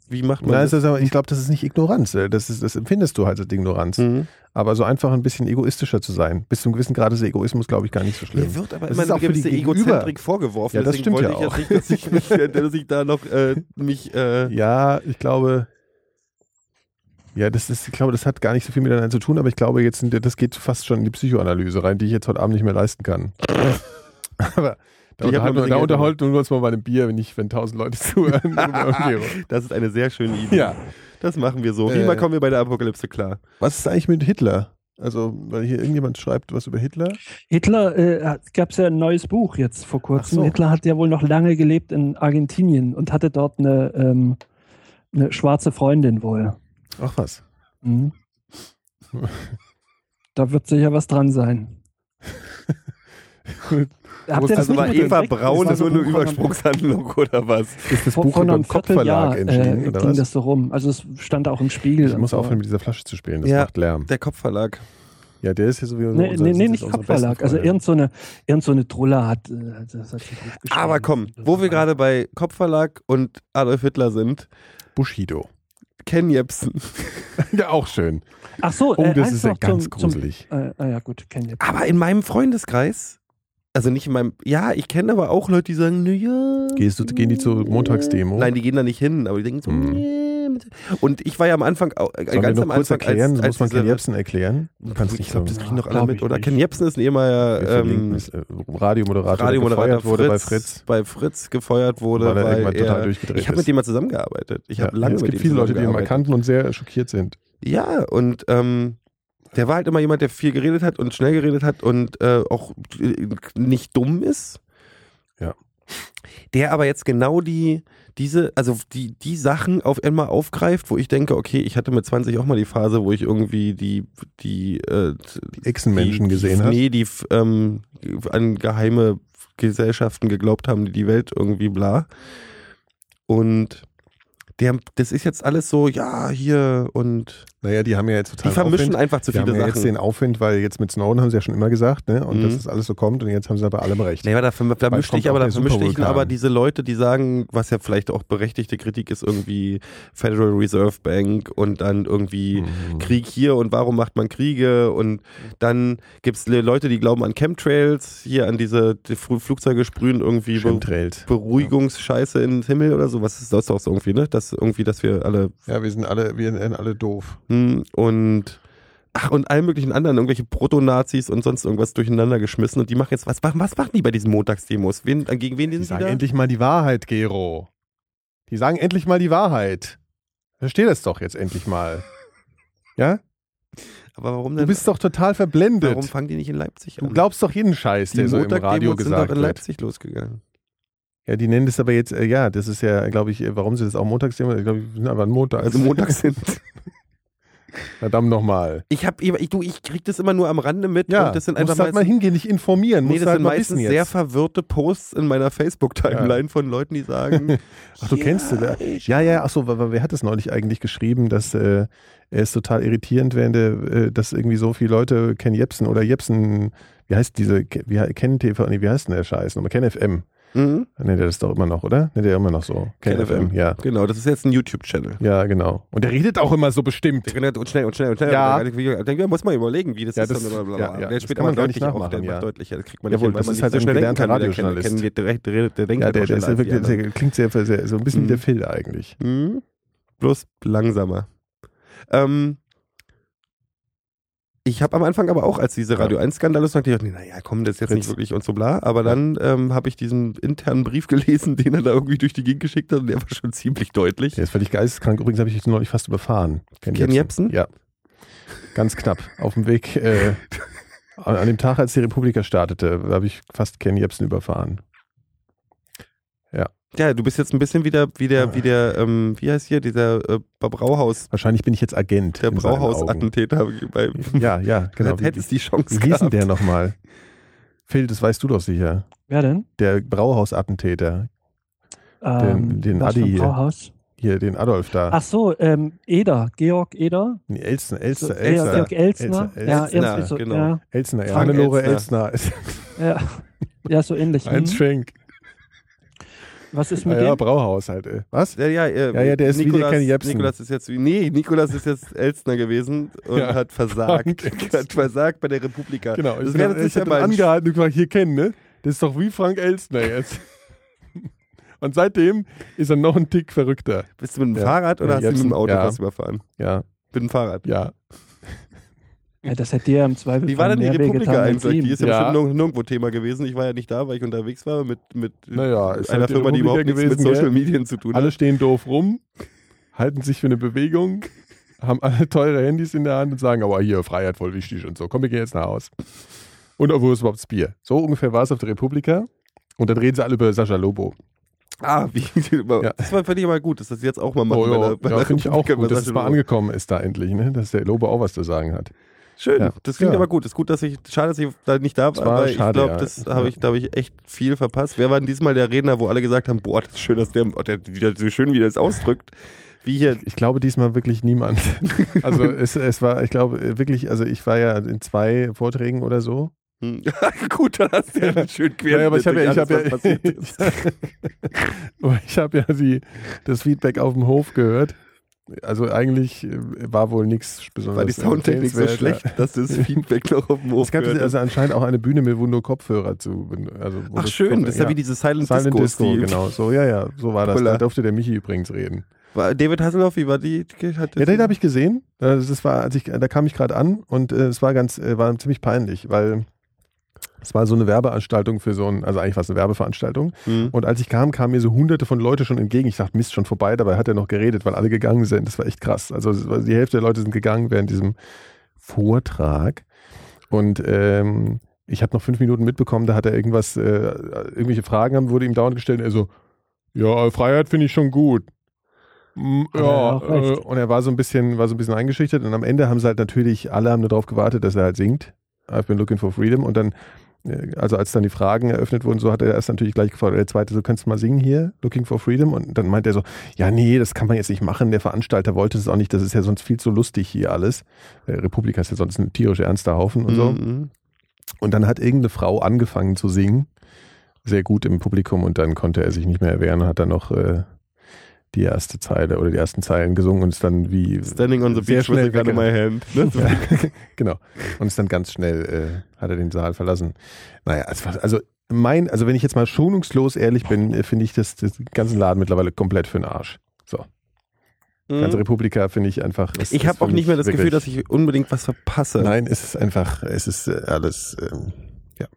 wie macht man Nein, das? das ist aber, ich glaube, das ist nicht Ignoranz. äh, Das, ist, das empfindest du halt als Ignoranz. Mhm. Aber so einfach ein bisschen egoistischer zu sein. Bis zu einem gewissen Grad ist Egoismus, glaube ich, gar nicht so schlimm. Mir wird aber Das immer ist eine auch für die gewisse Gegenüber. Egozentrik vorgeworfen. Ja, das Deswegen stimmt wollte ja ich jetzt nicht, dass ich, mich, äh, dass ich da noch äh, mich... Äh, Ja, ich glaube, ja, das ist, ich glaube, das hat gar nicht so viel miteinander zu tun, aber ich glaube, jetzt, das geht fast schon in die Psychoanalyse rein, die ich jetzt heute Abend nicht mehr leisten kann. Aber da Ich hab noch ein unterhalten, bisschen wir- da Geld unterhalten wir uns mal bei einem Bier, wenn ich, wenn tausend Leute zuhören. das ist eine sehr schöne Idee. Ja. Das machen wir so. Wie Äh. mal kommen wir bei der Apokalypse klar? Was ist eigentlich mit Hitler? Also, weil hier irgendjemand schreibt was über Hitler. Hitler, äh, gab es ja ein neues Buch jetzt vor kurzem. Ach so. Hitler hat ja wohl noch lange gelebt in Argentinien und hatte dort eine, ähm, eine schwarze Freundin wohl. Ach was. Mhm. Da wird sicher was dran sein. Habt ihr das Also nicht war mitgekriegt? Eva Das Braun war so nur eine ein Buch von einem- Übersprungshandlung oder was? Ist das Vor, Buch vor über einem den Kopfverlag Vierteljahr erschienen, äh, oder ging was? das so rum. Also es stand auch im Spiegel. Ich und muss so. aufhören, mit dieser Flasche zu spielen. Das Ja. macht Lärm. Der Kopfverlag. Ja, der ist ja sowieso Nee, unser- nee, das nee ist nicht unsere Kopfverlag. beste Also Freundin. irgend so eine, irgend so eine Truller hat, äh, das hat sich hochgeschrieben. Aber komm, wo wir gerade bei Kopfverlag und Adolf Hitler sind, Bushido. Ken Jebsen. Ja, auch schön. Ach so, Oh, äh, das eins ist ja noch ganz zum, gruselig. Zum, äh, ah ja, gut, kenn ich. Aber in meinem Freundeskreis, also nicht in meinem, ja, ich kenne aber auch Leute, die sagen, naja. Gehst du, gehen die zur Montagsdemo? Nein, die gehen da nicht hin, aber die denken so, Hm. nee. Und ich war ja am Anfang, auch, äh, Sollen ganz wir am noch kurz Anfang, erklären? als, Das als muss man diese- Ken Jebsen erklären. Du kannst ich nicht glaube, so. das kriegen doch alle Glaub mit, ich oder? nicht. Ken Jebsen ist ein Wir ehemaliger verlinken ähm, es. Äh, Radiomoderator, Radiomoderator der gefeuert wurde bei Fritz, Fritz. bei Fritz gefeuert wurde, Weil er weil, irgendwann total er, durchgedreht ich habe ist. mit dem mal zusammengearbeitet. Ich Ja, habe lange es mit gibt dem viele Leute, die ihn mal zusammengearbeitet. kannten und sehr schockiert sind. Ja, und ähm, der war halt immer jemand, der viel geredet hat und schnell geredet hat und äh, auch äh, nicht dumm ist. Ja. Der aber jetzt genau die, diese, also die, die Sachen auf einmal aufgreift, wo ich denke, okay, ich hatte mit zwanzig auch mal die Phase, wo ich irgendwie die, die, äh, Die Echsenmenschen die, gesehen die, hast. Nee, die ähm, an geheime Gesellschaften geglaubt haben, die die Welt irgendwie bla. Und der, das ist jetzt alles so, ja, hier und Naja, die haben ja jetzt total die vermischen Aufwind. einfach zu Die haben viele ja Sachen. jetzt den Aufwind, weil jetzt mit Snowden haben sie ja schon immer gesagt, ne? Und Mhm. dass das alles so kommt und jetzt haben sie aber allem recht. Naja, da, da Bald mischte kommt ich aber, auch da der mischte ich Supervulkan. aber diese Leute, die sagen, was ja vielleicht auch berechtigte Kritik ist, irgendwie Federal Reserve Bank und dann irgendwie Mhm. Krieg hier und warum macht man Kriege und dann gibt es Leute, die glauben an Chemtrails, hier an diese die Fl- Flugzeuge sprühen irgendwie Be Chemtrails. Beruhigungsscheiße in den Himmel oder so, was ist das auch so irgendwie, ne? Das irgendwie, dass wir alle Ja, wir sind alle, wir sind alle doof. hm, und ach, und allen möglichen anderen, irgendwelche Proto-Nazis und sonst irgendwas durcheinander geschmissen und die machen jetzt, was machen, was machen die bei diesen Montagsdemos? Wen, gegen wen Die sind die sagen da? endlich mal die Wahrheit, Gero. Die sagen endlich mal die Wahrheit. Versteh das doch jetzt endlich mal. Ja? Aber warum Du denn? bist doch total verblendet. Warum fangen die nicht in Leipzig Du an? glaubst doch jeden Scheiß, die der so im Montag-Demos Radio sind gesagt doch in wird. Leipzig losgegangen. Ja, die nennen das aber jetzt, äh, ja, das ist ja, glaube ich, äh, warum sie das auch Montagsdemo, ich glaube, wir sind aber ein Montag. Also montags sind. Verdammt nochmal. Ich hab, ich, du, ich krieg das immer nur am Rande mit Ja, und das sind musst einfach halt mal meistens, hingehen, nicht informieren. nee, musst das halt sind mal meistens wissen jetzt. sehr verwirrte Posts in meiner Facebook-Timeline von Leuten, die sagen, Ach, du kennst du, ja, ja, ach so, wer, wer hat das neulich eigentlich geschrieben, dass äh, er ist total irritierend werde, äh, dass irgendwie so viele Leute Ken Jebsen oder Jebsen, wie heißt diese, wie Ken T V, nee, wie heißt denn der Scheiß? Nochmal Ken F M. mhm, Nennt er das doch immer noch, oder? Nennt er immer noch so. Ken, Ken F M, ja. genau, das ist jetzt ein YouTube-Channel. Ja, genau. Und der redet auch immer so bestimmt. Und schnell und schnell und schnell. Ja. Da denke ich, muss man überlegen, wie das Ja, ist. das- und blablabla. ja, ja, Der das spielt kann man immer gar nicht deutlich auf, nachmachen, der ja. macht deutlicher. Das kriegt man Jawohl, nicht hin, weil das man ist nicht halt so ein schnell denken gelernter kann, wie der Radiojournalist. Ken. Der, der, der, der denkt Ja, der, aber der, ist, schneller als die wirklich, anderen. der klingt sehr, sehr, so ein bisschen Mhm. wie der Phil eigentlich. Mhm. Bloß langsamer. Ähm, ich habe am Anfang aber auch, als diese Radio eins Skandal ist, dachte ich, naja, komm, das ist jetzt Fritz. nicht wirklich und so bla. Aber dann ähm, habe ich diesen internen Brief gelesen, den er da irgendwie durch die Gegend geschickt hat und der war schon ziemlich deutlich. Der ist völlig geisteskrank. Übrigens habe ich jetzt neulich fast überfahren. Ken, Ken Jebsen? Ja. Ganz knapp. Auf dem Weg, äh, an an dem Tag, als die Republika startete, habe ich fast Ken Jebsen überfahren. Ja, du bist jetzt ein bisschen wieder wie der, wie der, ähm, wie heißt hier, dieser äh, Brauhaus, Wahrscheinlich bin ich jetzt Agent. der in seinen Augen. Brauhausattentäter. Bei, Ja, ja, genau. Dann hättest du die Chance Wie hieß denn gehabt. der nochmal? Phil, das weißt du doch sicher. Wer denn? Der Brauhausattentäter. Ähm, den was für Adi ein hier. Brauhaus? Hier, den Adolf da. Ach so, ähm, Eder, Georg Eder. Nee, Elstner, Elstner, So, Elstner. ja, Georg Elsner. Elstner, Ja, Elsner, irgendwie so, genau. ja, Elstner, ja. Frank Hannelore Elstner. Elstner. ja, ja, so ähnlich. Heinz hm. Schenk. Was ist mit Ja, ja, dem? Brauhaus halt. Ey. Was? Ja, ja, äh, Ja, ja, der ist wie der Nikolas, Kenny Jebsen. Nikolas ist jetzt, nee, Nikolas ist jetzt Elstner gewesen und Ja, hat versagt. Frank hat versagt bei der Republika. Genau, Das ich, wäre bin, ich sicher hab mal ihn ein angehalten und gesagt, hier kennen, ne? Das ist doch wie Frank Elstner jetzt. Und seitem ist er noch ein Tick verrückter. Bist du mit dem Ja. Fahrrad oder Ja, hast du mit dem Jebsen. Auto Ja. was überfahren? Ja, Mit dem Fahrrad. ja. Ja, das hätte dir im Zweifel Wie war denn die mehr Republika wehgetan als eigentlich? ihm. Die ist ja, Ja. bestimmt nirg- nirgendwo Thema gewesen. Ich war ja nicht da, weil ich unterwegs war mit, mit Naja, ist einer halt die Firma, die Republika überhaupt nichts mit gewesen, Social gell? Medien zu tun Alle hat. stehen doof rum, halten sich für eine Bewegung, haben alle teure Handys in der Hand und sagen, aber hier, Freiheit voll wichtig und so. Komm, wir gehen jetzt nach Hause. Und wo ist überhaupt das Bier? So ungefähr war es auf der Republika. Und dann reden sie alle über Sascha Lobo. Ah, wie, Ja. das war fand ich mal gut, dass das jetzt auch mal machen. Oh, bei ja, der- bei ja der finde ich auch Republika, gut, bei dass es Sascha mal Lobo. angekommen ist da endlich, ne? Dass der Lobo auch was zu sagen hat. Schön, Ja. das klingt Ja. aber gut. Es ist gut, dass ich, schade, dass ich da nicht da war, Es war aber ich schade, glaube, ja. das habe ich, da habe ich echt viel verpasst. Wer war denn diesmal der Redner, wo alle gesagt haben, boah, das ist schön, dass der, oh, der wieder so schön, wie der es ausdrückt, wie hier. Ich glaube diesmal wirklich niemand. Also es, es war, ich glaube wirklich, also ich war ja in zwei Vorträgen oder so. Hm. Gut, dann hast du ja schön quer. Ja, aber ich habe ja, ich habe ja, was passiert ist. aber ich habe ja die, das Feedback auf dem Hof gehört. Also eigentlich äh, war wohl nichts besonders. War die Soundtechnik so empfehlenswert, schlecht, dass du das Feedback noch auf dem Hof Es gab gehört hast? also anscheinend auch eine Bühne mit wo nur Kopfhörer zu. Also wo Ach das schön, Kopf- das ist ja wie diese Silent, Silent Discos, Disco, die- genau. So, ja, ja, so war das. Cool. Da durfte der Michi übrigens reden. War David Hasselhoff, wie war die? Hat Ja, den habe ich gesehen. Äh, Das war, als ich, da kam ich gerade an und äh, es war ganz, äh, war ziemlich peinlich, weil es war so eine Werbeanstaltung für so ein, also eigentlich war es eine Werbeveranstaltung. Hm. Und als ich kam, kamen mir so hunderte von Leute schon entgegen. Ich dachte, Mist, schon vorbei, dabei hat er noch geredet, weil alle gegangen sind. Das war echt krass. Also es war- die Hälfte der Leute sind gegangen während diesem Vortrag. Und ähm, ich habe noch fünf Minuten mitbekommen, da hat er irgendwas, äh, irgendwelche Fragen haben, wurde ihm dauernd gestellt. Und er so, ja, Freiheit finde ich schon gut. Mm, Hat er Ja, auch äh, recht. und er war so ein bisschen, war so ein bisschen eingeschüchtert. Und am Ende haben sie halt natürlich, alle haben nur darauf gewartet, dass er halt singt. I've been looking for freedom. Und dann, äh, also als dann die Fragen eröffnet wurden, so hat er erst natürlich gleich gefragt, der zweite, so kannst du mal singen hier, looking for freedom. Und dann meint er so, ja, nee, das kann man jetzt nicht machen. Der Veranstalter wollte es auch nicht. Das ist ja sonst viel zu lustig hier alles. Äh, Republika ist ja sonst ein tierisch ernster Haufen und so. Mhm. Und dann hat irgendeine Frau angefangen zu singen, sehr gut im Publikum, und dann konnte er sich nicht mehr erwehren und hat dann noch äh, die erste Zeile oder die ersten Zeilen gesungen und ist dann wie Standing on the sehr beach with a schnell gun in my hand. Ne? So. ja, genau. Und ist dann ganz schnell äh, hat er den Saal verlassen. Naja, es war, also mein, also wenn ich jetzt mal schonungslos ehrlich bin, äh, finde ich das, das ganzen Laden mittlerweile komplett für den Arsch. So. Ganze Mhm. Republika finde ich einfach. ist- Ich ist habe für auch nicht mehr das mich Gefühl, wirklich- dass ich unbedingt was verpasse. Nein, es ist einfach, es ist äh, alles, ähm, ja,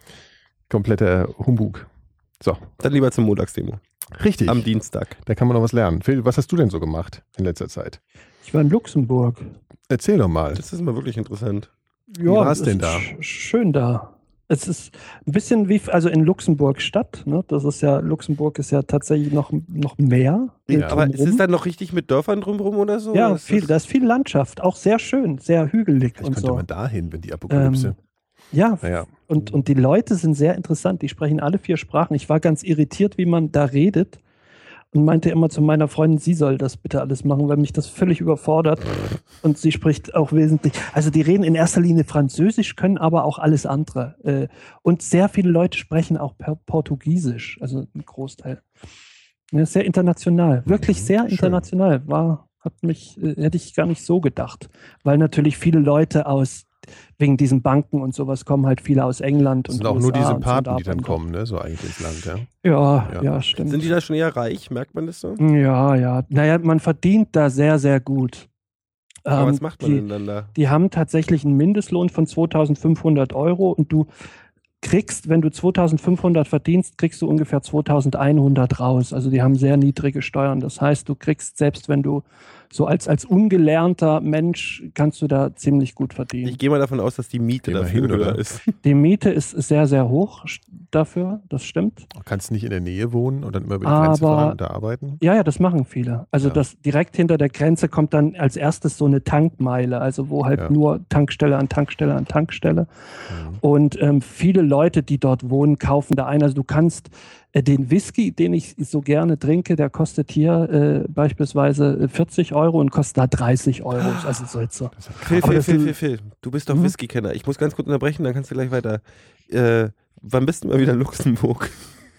kompletter Humbug. So, Dann lieber zum Montagsdemo. richtig. Am Dienstag. Da kann man noch was lernen. Phil, was hast du denn so gemacht in letzter Zeit? Ich war in Luxemburg. Erzähl doch mal. Das ist mal wirklich interessant. Ja, war's es denn ist da? sch- Schön da. Es ist ein bisschen wie, also in Luxemburg Stadt, ne? Das ist ja, Luxemburg ist ja tatsächlich noch, noch mehr. Ja. äh, Aber ist drumrum. es dann noch richtig mit Dörfern drumherum oder so? Ja, Oder ist viel, das- da ist viel Landschaft, auch sehr schön, sehr hügelig Vielleicht und könnte so. man da hin, wenn die Apokalypse. Ähm, Ja, naja. und, und die Leute sind sehr interessant, die sprechen alle vier Sprachen. Ich war ganz irritiert, wie man da redet und meinte immer zu meiner Freundin, sie soll das bitte alles machen, weil mich das völlig überfordert. Und sie spricht auch wesentlich, also die reden in erster Linie Französisch, können aber auch alles andere. Äh, Und sehr viele Leute sprechen auch per Portugiesisch, also ein Großteil. Ja, sehr international, wirklich Mhm, sehr schön. international. War, hat mich, äh, hätte ich gar nicht so gedacht, weil natürlich viele Leute aus wegen diesen Banken und sowas kommen halt viele aus England Das und sind auch U S A nur die und sind Sympathen, da die dann und- kommen, ne? So eigentlich ins Land, ja. Ja, Ja. ja, stimmt. Sind die da schon eher reich? Merkt man das so? Ja, ja. Naja, man verdient da sehr, sehr gut. Aber Ähm, was macht man die, denn dann da? Die haben tatsächlich einen Mindestlohn von zweitausendfünfhundert Euro und du kriegst, wenn du zweitausendfünfhundert verdienst, kriegst du ungefähr zweitausendeinhundert raus. Also die haben sehr niedrige Steuern. Das heißt, du kriegst, selbst wenn du so als, als ungelernter Mensch, kannst du da ziemlich gut verdienen. Ich gehe mal davon aus, dass die Miete Immerhin, dafür höher oder? ist. Die Miete ist sehr, sehr hoch st- dafür, das stimmt. Kannst nicht in der Nähe wohnen und dann immer über die Grenze Aber- fahren und da arbeiten? Ja, ja, das machen viele. Also Ja. das direkt hinter der Grenze kommt dann als erstes so eine Tankmeile, also wo halt Ja. nur Tankstelle an Tankstelle an Tankstelle. Mhm. Und ähm, viele Leute, die dort wohnen, kaufen da ein. Also du kannst äh, den Whisky, den ich so gerne trinke, der kostet hier äh, beispielsweise vierzig Euro und kostet da dreißig Euro. Also so jetzt so. Phil, Aber Phil, das Phil, sind- Phil, Phil, du bist doch Mhm. Whisky-Kenner. Ich muss ganz kurz unterbrechen, dann kannst du gleich weiter. Äh, wann bist du mal wieder in Luxemburg?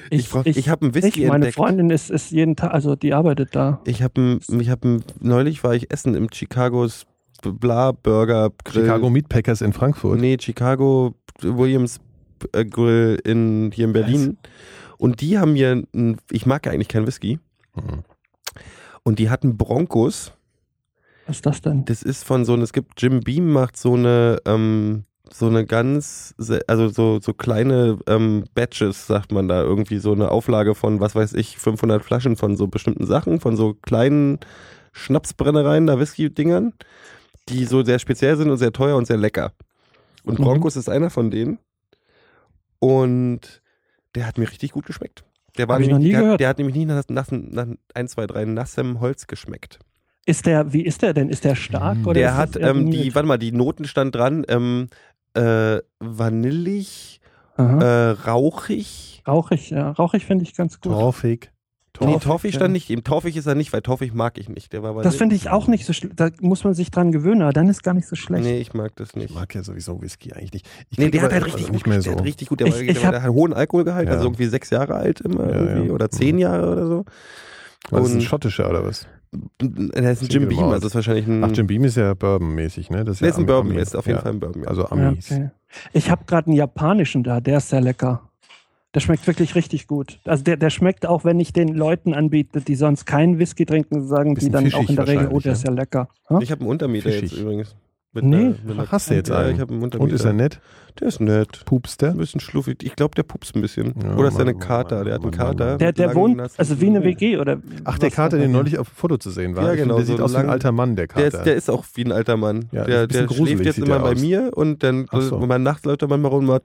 Ich, ich, ich habe einen Whisky ich, meine entdeckt. Freundin ist, ist jeden Tag, also die arbeitet da. Ich habe ich hab, neulich war ich essen im Chicago's Bla Burger Grill. Chicago Meatpackers in Frankfurt. Nee, Chicago Williams Grill in, hier in Berlin. Was? Und die haben hier, ein, ich mag ja eigentlich keinen Whisky. Mhm. Und die hatten Broncos. Was ist das denn? Das ist von so, es gibt, Jim Beam macht so eine, ähm, so eine ganz, also so, so kleine ähm, Batches, sagt man da, irgendwie so eine Auflage von, was weiß ich, fünfhundert Flaschen von so bestimmten Sachen, von so kleinen Schnapsbrennereien, da Whisky-Dingern, die so sehr speziell sind und sehr teuer und sehr lecker. Und Broncos mhm. ist einer von denen. Und der hat mir richtig gut geschmeckt. Der, war nämlich, der, hat, der hat nämlich nicht nach, nach, nach eins, zwei, drei nassem Holz geschmeckt. Ist der, wie ist der denn? Ist der stark? Oder der ist hat, ähm, die, warte mal, die Noten stand dran, ähm, äh, vanillig, äh, rauchig. Rauchig, ja. Rauchig finde ich ganz gut. Torfig. Torfig, nee, Torfig stand ja. nicht. Im Torfig ist er nicht, weil Torfig mag ich nicht. Der war das finde ich auch nicht so schlecht. Da muss man sich dran gewöhnen, aber dann ist gar nicht so schlecht. Nee, ich mag das nicht. Ich mag ja sowieso Whisky eigentlich nicht. Ich nee, der hat halt richtig also gut. Mehr so. Der hat richtig gut. Der, ich, war, ich der, der hat einen hohen Alkoholgehalt, ja. also irgendwie sechs Jahre alt immer ja, irgendwie, ja. oder zehn Jahre oder so. War das ein schottischer oder was? Der ist ein Jim Beam, also das ist wahrscheinlich ein... Ach, Jim Beam ist ja Bourbon-mäßig, ne? Das ist, ja ist ein Bourbon, Ami. Ist auf jeden ja. Fall ein Bourbon. Ja. Also Amis. Ja, okay. Ich habe gerade einen japanischen da, der ist sehr lecker. Der schmeckt wirklich richtig gut. Also der, der schmeckt auch, wenn ich den Leuten anbiete, die sonst keinen Whisky trinken, sagen die dann auch in der Regel, oh, der ist ja lecker. Ha? Ich habe einen Untermieter fischig. Jetzt übrigens. Mit nee. Einer, mit Ach, hast du jetzt einen? Ja, ich habe einen Untermieter. Und ist er nett? Der ist nett. Pupst der? Ein bisschen schluffig. Ich glaube, der pupst ein bisschen. Ja, oder ist der eine Kater? Der hat einen Kater. Der, der wohnt, also wie eine W G oder? Ach, der Kater, der neulich auf dem Foto zu sehen war. Ja, genau. Der sieht so aus wie ein alter Mann, der Kater. Der ist, der ist auch wie ein alter Mann. Ja, der der schläft jetzt immer bei mir und dann, so. wenn man nachts läuft er manchmal rum und macht.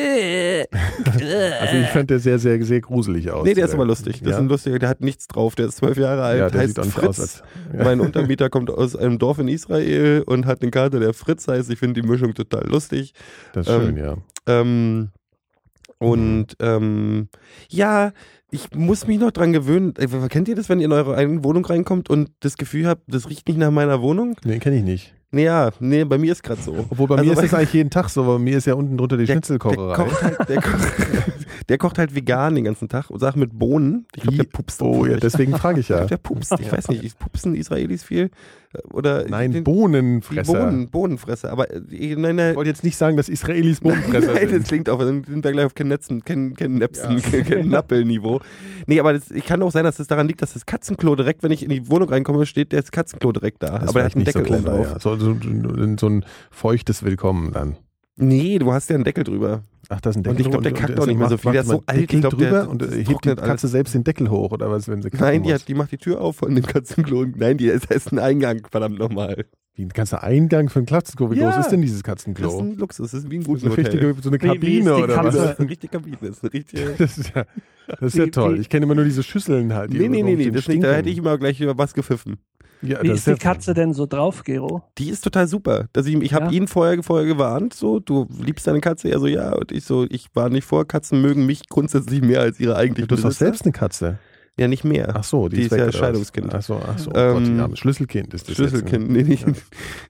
Also ich fand der sehr, sehr, sehr gruselig aus. Nee, der ist aber lustig. Das ja? ist ein lustiger, der hat nichts drauf. Der ist zwölf Jahre alt, ja, der heißt sieht Fritz. Aus, als, ja. Mein Untermieter kommt aus einem Dorf in Israel und hat einen Kater, der Fritz heißt. Ich finde die Mischung total lustig. Das ist ähm, schön, ja. Ähm, und ähm, ja, ich muss mich noch dran gewöhnen. Kennt ihr das, wenn ihr in eure eigene Wohnung reinkommt und das Gefühl habt, das riecht nicht nach meiner Wohnung? Nee, kenne ich nicht. Naja, nee, bei mir ist gerade so. Obwohl bei also mir ist es eigentlich jeden Tag so, aber bei mir ist ja unten drunter die der, Schnitzelkocherei. Der kocht, halt, der, kocht, der kocht halt vegan den ganzen Tag und sagt mit Bohnen. Ich glaube, der pupst. Oh ja, deswegen frage ich ja. Ich glaube, der pupst. Ich weiß nicht, pupsen Israelis viel? Oder nein, den, Bohnenfresser. Bohnen, Bohnenfresser. Aber äh, nein, nein. Ich wollte jetzt nicht sagen, dass Israelis Bohnenfresser nein, sind. das klingt auch, dann sind wir gleich auf Kennetzen, Ken, Ken Nepsen, ja. Ken Nappel-Niveau. Nee, aber das, ich kann auch sein, dass es daran liegt, dass das Katzenklo direkt, wenn ich in die Wohnung reinkomme, steht das Katzenklo direkt da. Das aber er hat einen Deckel so oben drauf. Ja. So, so, so ein feuchtes Willkommen dann. Nee, du hast ja einen Deckel drüber. Ach, das ist ein Deckel. Und ich glaube, der kackt auch nicht mehr so viel. Der ist so alt, ich glaube, der und hebt die Katze alles. Selbst den Deckel hoch oder was, wenn sie Nein, die, hat, die macht die Tür auf von dem Katzenklo. Nein, die ist, ist ein Eingang, verdammt nochmal. Wie ein ganzer Eingang für ein Katzenklo. Wie ja, groß ist denn dieses Katzenklo? Das ist ein Luxus, das ist wie ein gutes so eine richtige, so eine Kabine wie, wie oder was? Das ist eine richtige Kabine. Das ist, eine richtige das ist ja, das ist ja toll. Ich kenne immer nur diese Schüsseln halt. Die nee, nee, nee, nee das nicht, da hätte ich immer gleich über was gepfiffen. Ja, wie ist die Katze denn so drauf, Gero? Die ist total super. Also ich, ich habe ja. ihn vorher, vorher gewarnt, so, du liebst deine Katze? Er so, ja. Und ich so, ich war nicht vor, Katzen mögen mich grundsätzlich mehr als ihre eigentliche Du hast doch selbst eine Katze. Ja, nicht mehr. Ach so, die, die ist, ist ja Scheidungskind. Ach so, ach so. Oh ähm, Gott, ja, Schlüsselkind ist das Schlüsselkind, nee, nicht. Ja.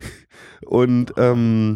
Und ähm,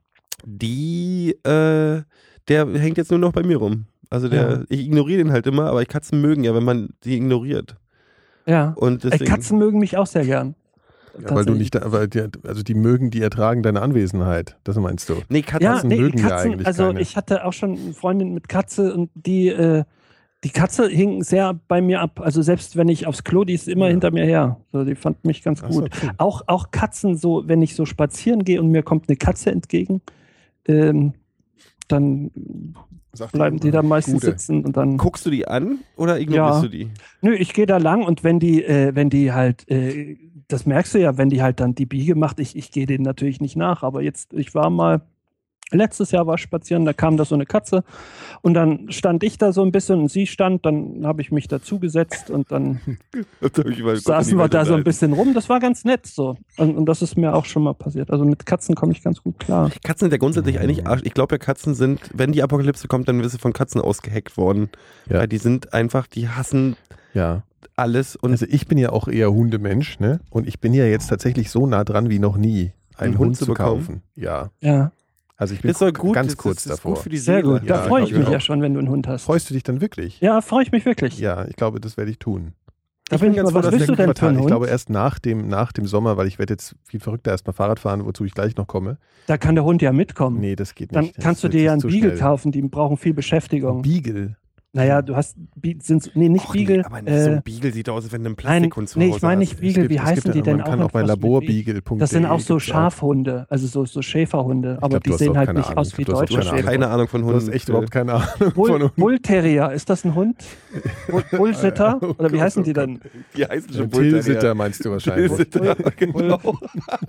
die, äh, der hängt jetzt nur noch bei mir rum. Also der, ja. ich ignoriere den halt immer, aber Katzen mögen ja, wenn man die ignoriert. Ja, und deswegen, Katzen mögen mich auch sehr gern. Ja, weil du nicht, da, weil die, also die mögen, die ertragen deine Anwesenheit. Das meinst du? Nee, Katzen, ja, nee, mögen Katzen, ja eigentlich also keine. Ich hatte auch schon eine Freundin mit Katze und die, äh, die Katze hing sehr bei mir ab. Also selbst wenn ich aufs Klo, die ist immer ja. hinter mir her. So, die fand mich ganz Ach, gut. Okay. Auch, auch Katzen, so wenn ich so spazieren gehe und mir kommt eine Katze entgegen, ähm, dann Sagt bleiben die da meistens Gute. sitzen und dann. Guckst du die an oder ignorierst ja. du die? Nö, ich gehe da lang und wenn die, äh, wenn die halt, äh, das merkst du ja, wenn die halt dann die Biege macht, ich, ich gehe denen natürlich nicht nach, aber jetzt, ich war mal, letztes Jahr war ich spazieren, da kam da so eine Katze und dann stand ich da so ein bisschen und sie stand, dann habe ich mich dazu gesetzt und dann saßen wir da so ein bisschen rum, das war ganz nett so und, und das ist mir auch schon mal passiert, also mit Katzen komme ich ganz gut klar. Katzen sind ja grundsätzlich eigentlich Arsch, ich glaube ja Katzen sind, wenn die Apokalypse kommt, dann wirst du von Katzen ausgeheckt worden, ja. Weil die sind einfach, die hassen ja. alles. Und also ich bin ja auch eher Hundemensch, ne? Und ich bin ja jetzt tatsächlich so nah dran wie noch nie, einen, einen Hund, Hund zu kaufen. Ja. Ja. Also ich bin Das soll gut, ganz das kurz ist, das ist davor. gut für die Sehr Seele. gut. Da Ja, freue ich glaub ich mich ja auch. schon, wenn du einen Hund hast. Freust du dich dann wirklich? Ja, freue ich mich wirklich. Ja, ich glaube, das werde ich tun. Da Ich bin bin ich ganz mal, froh, was dass willst der du denn für einen Ich Hund? glaube erst nach dem, nach dem Sommer, weil ich werde jetzt viel verrückter erstmal Fahrrad fahren, wozu ich gleich noch komme. Da kann der Hund ja mitkommen. Nee, das geht Dann nicht. Das kannst du ist- dir ja das einen ist zu Beagle schnell. kaufen, die brauchen viel Beschäftigung. Beagle? Naja, du hast, Bi- sind, nee, nicht Och, Beagle. nee, aber nicht so äh, ein Beagle sieht aus, als wenn du einen nein, Plastikhund zu nee, Hause ich meine hast. nicht Beagle, Es wie gibt- es heißen gibt, die denn Man kann auch? auch bei etwas mit B? laborbeagle punkt de. Das sind auch so gibt's Schafhunde, also so, so Schäferhunde, aber glaub, du die hast sehen auch halt keine nicht Ahnung. aus Ich wie glaub, du hast deutsche Du hast keine Schäfer. keine Ahnung von Du Hunden. hast echt überhaupt keine Ahnung von Bull, Hunden. Bull Terrier, ist das ein Hund? Bull, Bullsitter? Oh Oder wie Gott, heißen oh die dann? Die heißen schon Tilsitter meinst du wahrscheinlich. Tilsitter, Bull- genau.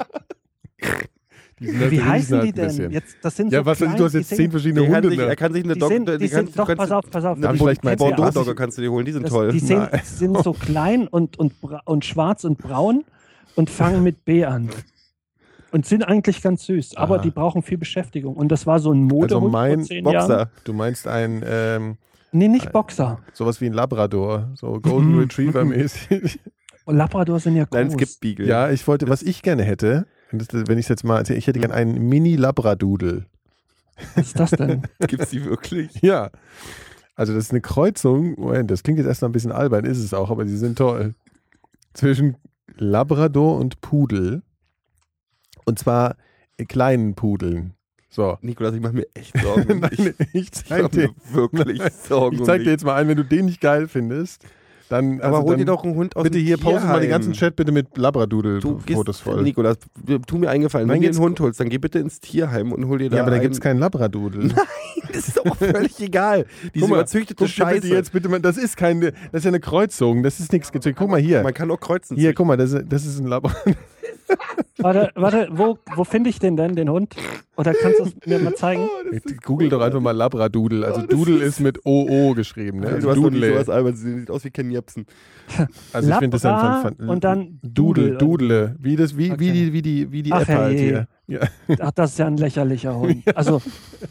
Die sind halt- Wie die heißen halt die ein denn? bisschen. Jetzt, das sind Ja, so was weiß ich, klein, du hast die jetzt sehen- zehn verschiedene Der kann Hunde. sich, er Ne? kann sich eine Die Dog... sind, die die sind, kannst- doch, kannst- pass auf, pass auf. Darf ich die- vielleicht mal die- erzählen, was Bordeaux-Dogger kannst du dir holen, die sind das, toll. die, sind, Nein. die sind so klein und, und, bra- und schwarz und braun und fangen mit B an. Und sind eigentlich ganz süß, aber Aha. die brauchen viel Beschäftigung. Und das war so ein Modehund Also mein vor zehn Jahren. Boxer. Du meinst ein, ähm, Nee, nicht Boxer. sowas wie ein Labrador, so Golden Mhm. Retriever mäßig. Und Labrador sind ja groß. Nein, es gibt Beagle. Ja, ich wollte, was ich gerne hätte, und das, wenn ich es jetzt mal erzähle, ich hätte gerne einen Mini-Labradoodle. Was ist das denn? Gibt es die wirklich? Ja. Also das ist eine Kreuzung, Moment, das klingt jetzt erstmal ein bisschen albern, ist es auch, aber die sind toll. Zwischen Labrador und Pudel. Und zwar kleinen Pudeln. So. Nikolas, ich mache mir echt Sorgen. um Nein, dich. ich Ich zeig mache dir, mir wirklich Sorgen. ich um zeig dir dich. jetzt mal einen, wenn du den nicht geil findest, dann, Aber also hol dann dir doch einen Hund aus bitte dem hier, posten mal den Tierheim. ganzen Chat bitte mit Du Labradoodle-Fotos gehst, voll. Nikolas, tu mir eingefallen, Nein, wenn du jetzt- einen Hund holst, dann geh bitte ins Tierheim und hol dir da Ja, aber da einen. gibt es keinen Labradoodle. Das ist auch völlig egal. Diese Guck mal, überzüchtete guck dir Scheiße. bitte jetzt bitte mal, das ist keine, das ist ja eine Kreuzung, das ist nichts gezüchtet. Guck mal hier. Man kann auch kreuzen. Hier, guck mal, das ist, das ist ein Labrador. Warte, warte, wo, wo finde ich den denn, den Hund? Oder kannst du es mir mal zeigen? Google doch einfach mal Labradoodle. Also Doodle ist mit O O geschrieben. Ne? Du Also hast doch nicht Doodle. sowas Alberts, sie sieht aus wie Ken Jebsen. Also ich finde das Labra ein fan- und dann Doodle, Doodle. Doodle. Wie das, wie, wie Okay. die, wie die, wie die Ach, App halt herrje. hier. Ja. Ach, das ist ja ein lächerlicher Hund. Also,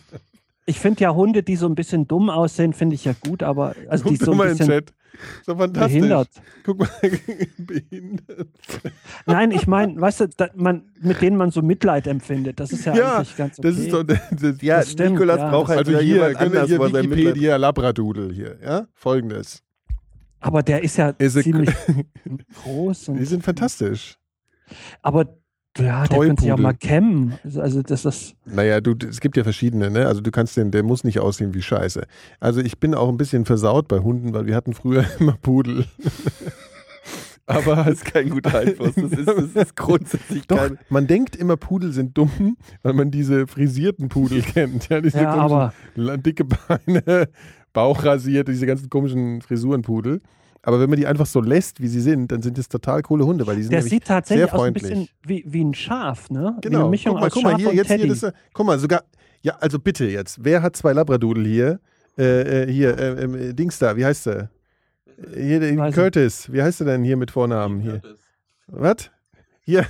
ich finde ja Hunde, die so ein bisschen dumm aussehen, finde ich ja gut, aber also die Guck so doch mal ein in den bisschen Chat. So fantastisch. behindert. Guck mal, behindert. Nein, ich meine, weißt du, da, man, mit denen man so Mitleid empfindet, das ist ja, Ja, eigentlich ganz okay. Das ist doch, das, Ja, Das stimmt, Nikolas ja, braucht halt also wieder hier, jemand könnt ihr anders, hier wo er sein Mitleid... Wikipedia Labradoodle hier. Ja, folgendes. aber der ist ja Ist a- ziemlich groß. Die Und, sind fantastisch. aber ja, der Toy könnte sich auch Pudel. mal kämmen. Also, also das ist. Naja, du, es gibt ja verschiedene, ne? Also du kannst den, der muss nicht aussehen wie Scheiße. Also ich bin auch ein bisschen versaut bei Hunden, weil wir hatten früher immer Pudel. Aber Das ist kein guter Einfluss. Das ist, das ist grundsätzlich doch, kein... man denkt immer, Pudel sind dumm, weil man diese frisierten Pudel kennt. Ja, diese Ja, komischen, aber la- dicke Beine, Bauch rasiert, diese ganzen komischen Frisurenpudel. Aber wenn man die einfach so lässt, wie sie sind, dann sind das total coole Hunde, weil die sind der nämlich sieht tatsächlich sehr aus ein freundlich. bisschen wie, wie ein Schaf, ne? Wie Genau. eine Mischung Guck mal, aus guck mal Schaf hier, und jetzt Teddy. hier, das, guck mal, sogar, ja, also bitte jetzt, wer hat zwei Labradoodle hier? Äh, äh, hier, äh, äh, Dings da, wie heißt der? Äh, Hier, der Weiß Curtis, wie heißt der denn hier mit Vornamen? Hier. Was? Hier,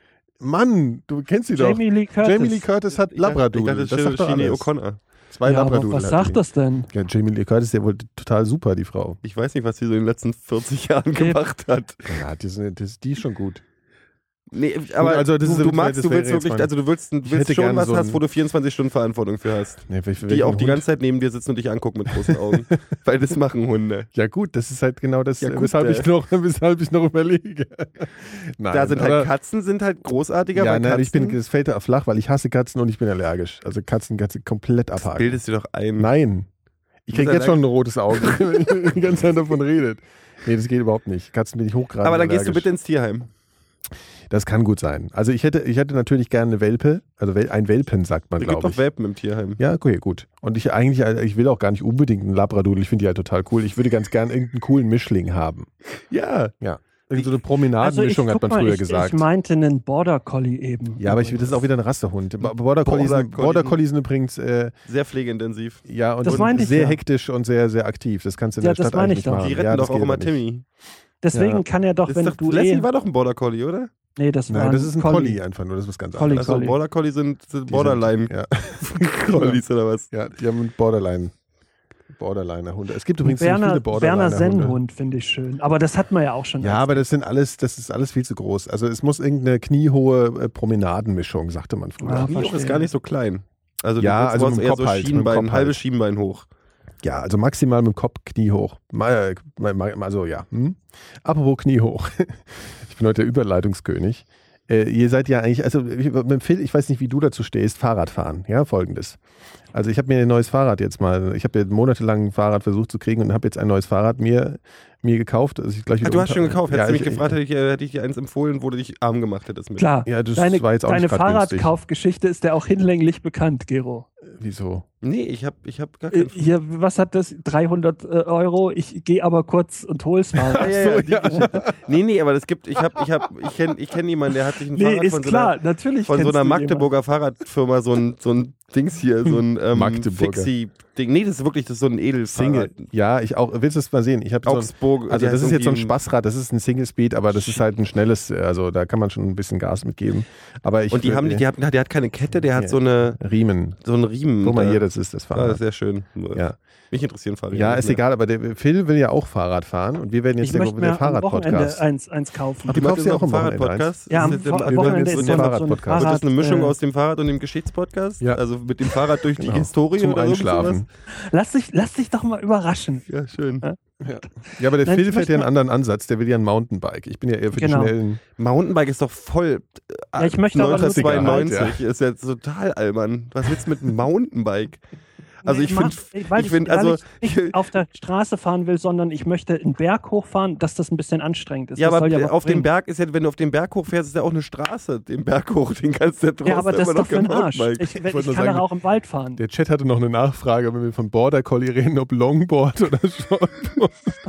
Mann, du kennst sie doch. Jamie Lee Curtis. Jamie Lee Curtis hat Ich dachte, Labradoodle, das das sagt doch Sinead alles. O'Connor. Zwei ja, aber Labradoodle. was hat sagt die. das denn? Ja, Jamie Lee Curtis, der wohl total super, die Frau. Ich weiß nicht, was sie so in den letzten vierzig Jahren Okay. gemacht hat. Ja, die, sind, das, die ist schon gut. Nee, aber also das du, ist- du das magst, wäre du willst jetzt wirklich, mein- also du willst, du Ich willst hätte schon gerne was so hast, ein- wo du vierundzwanzig Stunden Verantwortung für hast. Nee, für, für Die welchen auch die Hund? ganze Zeit neben dir sitzen und dich angucken mit großen Augen. Weil das machen Hunde. Ja gut, das ist halt genau das, Ja, gut, weshalb, äh. ich noch, weshalb ich noch überlege. Nein, Da sind aber- halt Katzen sind halt großartiger, Ja, weil nein, Katzen, ich bin, das fällt da flach, weil ich hasse Katzen und ich bin allergisch. Also Katzen kannst du komplett das abhaken. bildest du doch ein. Nein. Ich Du kriege bist jetzt schon ein rotes Auge, wenn ihr die ganze Zeit davon redet. Nee, das geht überhaupt nicht. Katzen bin ich hochgradig Aber dann gehst du allergisch. bitte ins Tierheim. Das kann gut sein. Also ich hätte, ich hätte natürlich gerne eine Welpe, also Wel ein Welpen sagt man, Es gibt glaube doch ich. Welpen im Tierheim. Ja, okay, gut. Und ich eigentlich, ich will auch gar nicht unbedingt einen Labradoodle, ich finde die halt total cool. Ich würde ganz gern irgendeinen coolen Mischling haben. Ja. Ja. Irgend so eine Also ich, Promenadenmischung hat guck man mal, früher ich, gesagt. ich meinte einen Border Collie eben. Ja, aber ich, das ist auch wieder ein Rassehund. Bo- Border Collies Border sind, Border Collies. Collies sind übrigens äh, Sehr pflegeintensiv. ja und, Das und meinte ich sehr ja. hektisch und sehr, sehr aktiv. Das kannst du in Ja, der das Stadt meine eigentlich ich nicht doch. machen. Die retten ja, das doch auch geht immer aber nicht. Timmy. Deswegen Ja. kann er doch, Das wenn ist du doch, Lassie eh... war doch ein Border Collie, oder? Nee, das war Nein, das ist ein Collie. Collie einfach nur, das ist was ganz Collie. anderes. Also Border Collie sind, sind Die Borderline Sind, ja. Collies oder was? ja, die haben Borderline. Borderliner-Hunde. Es gibt Und übrigens ziemlich Berner, viele Berner Borderliner-Hunde. Sennhund finde ich schön. Aber das hat man ja auch schon. Ja, als- aber das sind alles, das ist alles viel zu groß. Also es muss irgendeine kniehohe äh, Promenadenmischung, sagte man früher. Ah, Die auch ist verstehe. gar nicht so klein. Also Ja, du also brauchst mit dem eher Kopf so halt, mit dem Schienbein, Kopf ein halbes halt. Schienbein hoch. Ja, also maximal mit dem Kopf Knie hoch. Mal, mal, mal, also ja. Hm? Apropos Knie hoch. Ich bin heute der Überleitungskönig. Äh, ihr seid ja eigentlich, also ich, mit Phil, ich weiß nicht, wie du dazu stehst, Fahrradfahren. Ja, folgendes. Also ich habe mir ein neues Fahrrad jetzt mal, ich habe ja monatelang ein Fahrrad versucht zu kriegen und habe jetzt ein neues Fahrrad mir, mir gekauft. Also ich gleich Ah, wieder du hast unter- schon gekauft. Hättest ja, du mich ich, gefragt, hätte ich, äh, hätte ich dir eins empfohlen, wo du dich arm gemacht hättest mit. Klar, Ja, das deine, war jetzt auch deine nicht grad günstig. Fahrradkaufgeschichte ist ja auch hinlänglich bekannt, Gero. Wieso? Nee, ich habe ich hab gar Äh, keinen. hier, was hat das? dreihundert äh, Euro, ich gehe aber kurz und hol's Fahrrad. Ah, ja, ja, die Geschichte. Nee, nee, aber das gibt, ich habe, ich habe, ich kenne ich kenn jemanden, der hat sich ein Nee, Fahrrad ist von so klar, einer, natürlich von so kennst einer du Magdeburger Fahrradfirma, so ein, so ein Dings hier, so ein ähm, Magdeburger. Fixie-Ding. Nee, das ist wirklich, das ist so ein Edelfahrrad. Single. Ja, ich auch. Willst du es mal sehen? Ich habe so ein, Augsburg. also die das heißt ist jetzt so ein irgendwie Spaßrad, das ist ein Single Speed, aber das ist halt ein schnelles, also da kann man schon ein bisschen Gas mitgeben. Aber ich Und die haben, die, die hat, der hat keine Kette, der hat so eine, Riemen. so einen Riemen. Guck mal da. hier, das ist das Ah, das ist Fahrrad. sehr schön. Ja. Mich interessieren Fahrräder. Ja, nicht ist mehr. egal, aber der Phil will ja auch Fahrrad fahren und wir werden jetzt Ich der, möchte der mir am Wochenende Fahrrad-Podcast. eins, eins kaufen. Ach, du Die macht kaufst jetzt ja auch einen am Wochenende Fahrradpodcast. Ja, am Ist das Wo- der- Wochenende so ist ein ja noch so ein Fahrradpodcast. Fahrrad. Wird das eine Mischung äh, aus dem Fahrrad und dem Geschichtspodcast? Ja. Also mit dem Fahrrad durch die Genau. Historie Zum oder irgend Einschlafen. sowas? Lass dich, lass dich doch mal überraschen. Ja, schön. Ja, aber der Nein, Phil ich fährt ja einen möchte- anderen Ansatz, der will ja ein Mountainbike. Ich bin ja eher für Genau. die schnellen. Mountainbike ist doch voll. äh, Ja, ich möchte aber nur neunzehnhundertzweiundneunzig ist ja total albern. Was willst du mit einem Mountainbike? Also Nee, ich mach- finde, weil ich finde, also ich nicht auf der Straße fahren will, sondern ich möchte einen Berg hochfahren, dass das ein bisschen anstrengend ist. ja, das aber soll ja was auf dem bringen. Berg ist ja, wenn du auf den Berg hochfährst, ist ja auch eine Straße. Den Berg hoch, den kannst du ja draußen Ja, aber das ist immer doch noch für kein den Arsch. Mountainbike. Ich, ich, wollte ich nur kann sagen, doch auch im Wald fahren. Der Chat hatte noch eine Nachfrage, wenn wir von Border Collie reden, ob Longboard oder Shortboard.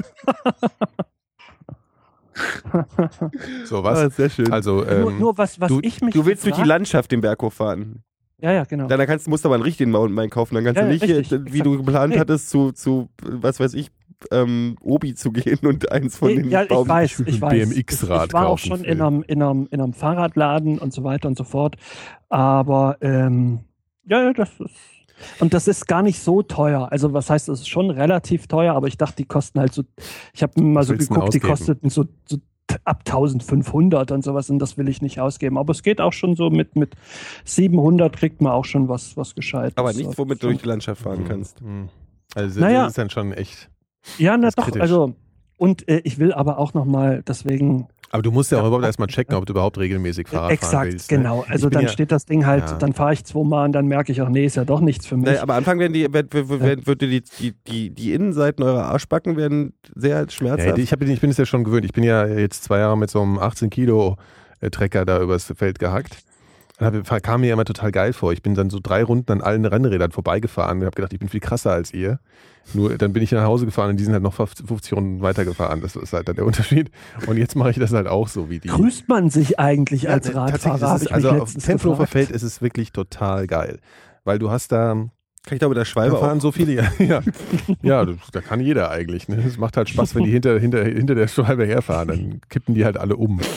So, was? Ah, sehr schön. Also, ähm, nur, nur was, was du, ich mich du willst durch die frag- Landschaft den Berg hochfahren. Ja, ja, genau. Dann kannst, musst du aber einen richtigen Mountainbike kaufen. Dann kannst Ja, du nicht, richtig, hier, wie du geplant Nee. hattest, zu, zu, was weiß ich, ähm, Obi zu gehen und eins von Nee, den ja, ich Baum- weiß, ich weiß. B M X-Rad Ich war auch kaufen, schon Phil. in einem, in, einem, in einem Fahrradladen und so weiter und so fort. Aber ähm, ja, ja, das ist. Und das ist gar nicht so teuer. Also was heißt, es ist schon relativ teuer, aber ich dachte, die kosten halt so, ich habe mal Was so willst du geguckt, die denn ausgeben? kosteten so, so t- ab eintausendfünfhundert und sowas und das will ich nicht ausgeben. Aber es geht auch schon so mit, mit siebenhundert kriegt man auch schon was, was Gescheites. Aber nichts, womit du So. durch die Landschaft fahren kannst. Mhm. Also, Naja. das ist dann schon echt. Ja, na Das ist doch, kritisch. also und äh, ich will aber auch nochmal, deswegen Aber du musst ja auch überhaupt erstmal checken, ob du überhaupt regelmäßig Fahrrad fahren exakt, willst. Ne? genau. Also Ich bin dann ja- steht das Ding halt, Ja. dann fahre ich zweimal und dann merke ich auch, nee, ist ja doch nichts für mich. Nee, aber am Anfang werden die, wird, wird, wird, wird die, die, die, die Innenseiten eurer Arschbacken werden sehr Ja, schmerzhaft. ich, hab, ich bin es ja schon gewöhnt. Ich bin ja jetzt zwei Jahre mit so einem achtzehn Kilo Trecker da übers Feld gehackt. Und hab, kam mir immer total geil vor. Ich bin dann so drei Runden an allen Rennrädern vorbeigefahren und habe gedacht, ich bin viel krasser als ihr. Nur dann bin ich nach Hause gefahren und die sind halt noch fünfzig Runden weitergefahren. Das ist halt dann der Unterschied. Und jetzt mache ich das halt auch so wie die. Grüßt man sich eigentlich Ja, als ne, Radfahrer? tatsächlich, das Hab ist, ich mich also auf dem letztens Tempelhofer gefragt. Feld ist es wirklich total geil. Weil du hast da, Kann ich da mit der da Schwalbe fahren auch? so viele, ja, ja, ja das, da kann jeder eigentlich. Ne? Es macht halt Spaß, wenn die hinter, hinter, hinter der Schwalbe herfahren, dann kippen die halt alle um.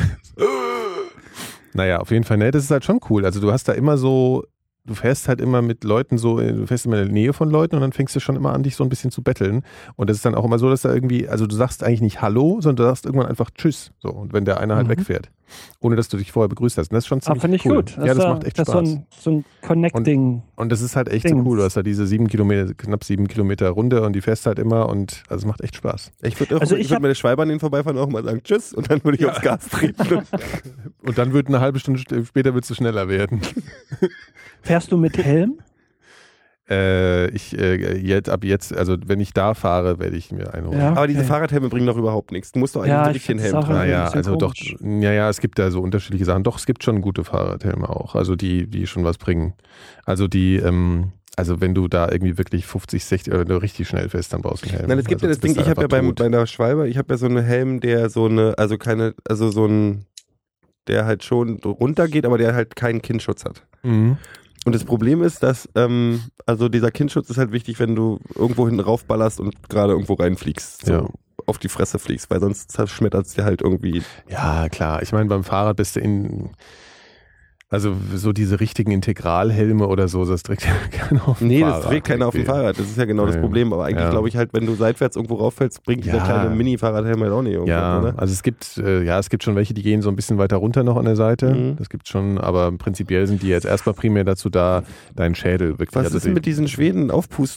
Naja, auf jeden Fall, ne, das ist halt schon cool. Also du hast da immer so, du fährst halt immer mit Leuten so, du fährst immer in der Nähe von Leuten und dann fängst du schon immer an, dich so ein bisschen zu betteln. Und das ist dann auch immer so, dass da irgendwie, also du sagst eigentlich nicht Hallo, sondern du sagst irgendwann einfach Tschüss. So, und wenn der eine halt Mhm. wegfährt, ohne dass du dich vorher begrüßt hast. Und das ist schon Ah, ziemlich finde ich cool. gut. Ja, das ist macht echt das Spaß. ist so ein, so ein Connecting. Und das ist halt echt Dings. so cool. Du hast da diese sieben Kilometer, knapp sieben Kilometer Runde und die fährst halt immer und also es macht echt Spaß. Ich würde Also ich ich würd hab- mit der Schwalbe an denen vorbeifahren und auch mal sagen Tschüss und dann würde ich Ja. aufs Gas treten. Und dann wird eine halbe Stunde st- später wird es schneller werden. Fährst du mit Helm? Äh, ich äh, jetzt ab jetzt, also wenn ich da fahre, werde ich mir einen holen. Ja. Aber diese Okay. Fahrradhelme bringen doch überhaupt nichts. Du musst doch eigentlich Ja, einen ich richtigen find's Helm auch tragen. ein Naja, bisschen also doch, komisch. ja, ja, es gibt da so unterschiedliche Sachen. Doch, es gibt schon gute Fahrradhelme auch, also die, die schon was bringen. Also die, ähm, also wenn du da irgendwie wirklich fünfzig, sechzig, oder wenn du richtig schnell fährst, dann brauchst du einen Helm. Nein, es gibt Weil ja das sonst bist Ding, du ich habe ja einfach beim, tot. bei der Schwalbe, ich habe ja so einen Helm, der so eine, also keine, also so ein, der halt schon runtergeht, aber der halt keinen Kinnschutz hat. Mhm. Und das Problem ist, dass, ähm, also dieser Kinnschutz ist halt wichtig, wenn du irgendwo hinten raufballerst und gerade irgendwo reinfliegst. So Ja. auf die Fresse fliegst, weil sonst zerschmettert es dir halt irgendwie. Ja, klar. Ich meine, beim Fahrrad bist du in. Also so diese richtigen Integralhelme oder so, das trägt ja keiner auf dem Nee, Fahrrad. das trägt keiner auf dem irgendwie. Fahrrad. Das ist ja genau das Ja. Problem. Aber eigentlich Ja. glaube ich halt, wenn du seitwärts irgendwo rauffällst, bringt dieser Ja. kleine Mini-Fahrradhelm halt auch nicht irgendwas, Ja, oder? also es gibt, äh, ja, es gibt schon welche, die gehen so ein bisschen weiter runter noch an der Seite. Mhm. Das gibt schon, aber prinzipiell sind die jetzt erstmal primär dazu da, deinen Schädel wirklich. Was also ist denn die- mit diesen Schweden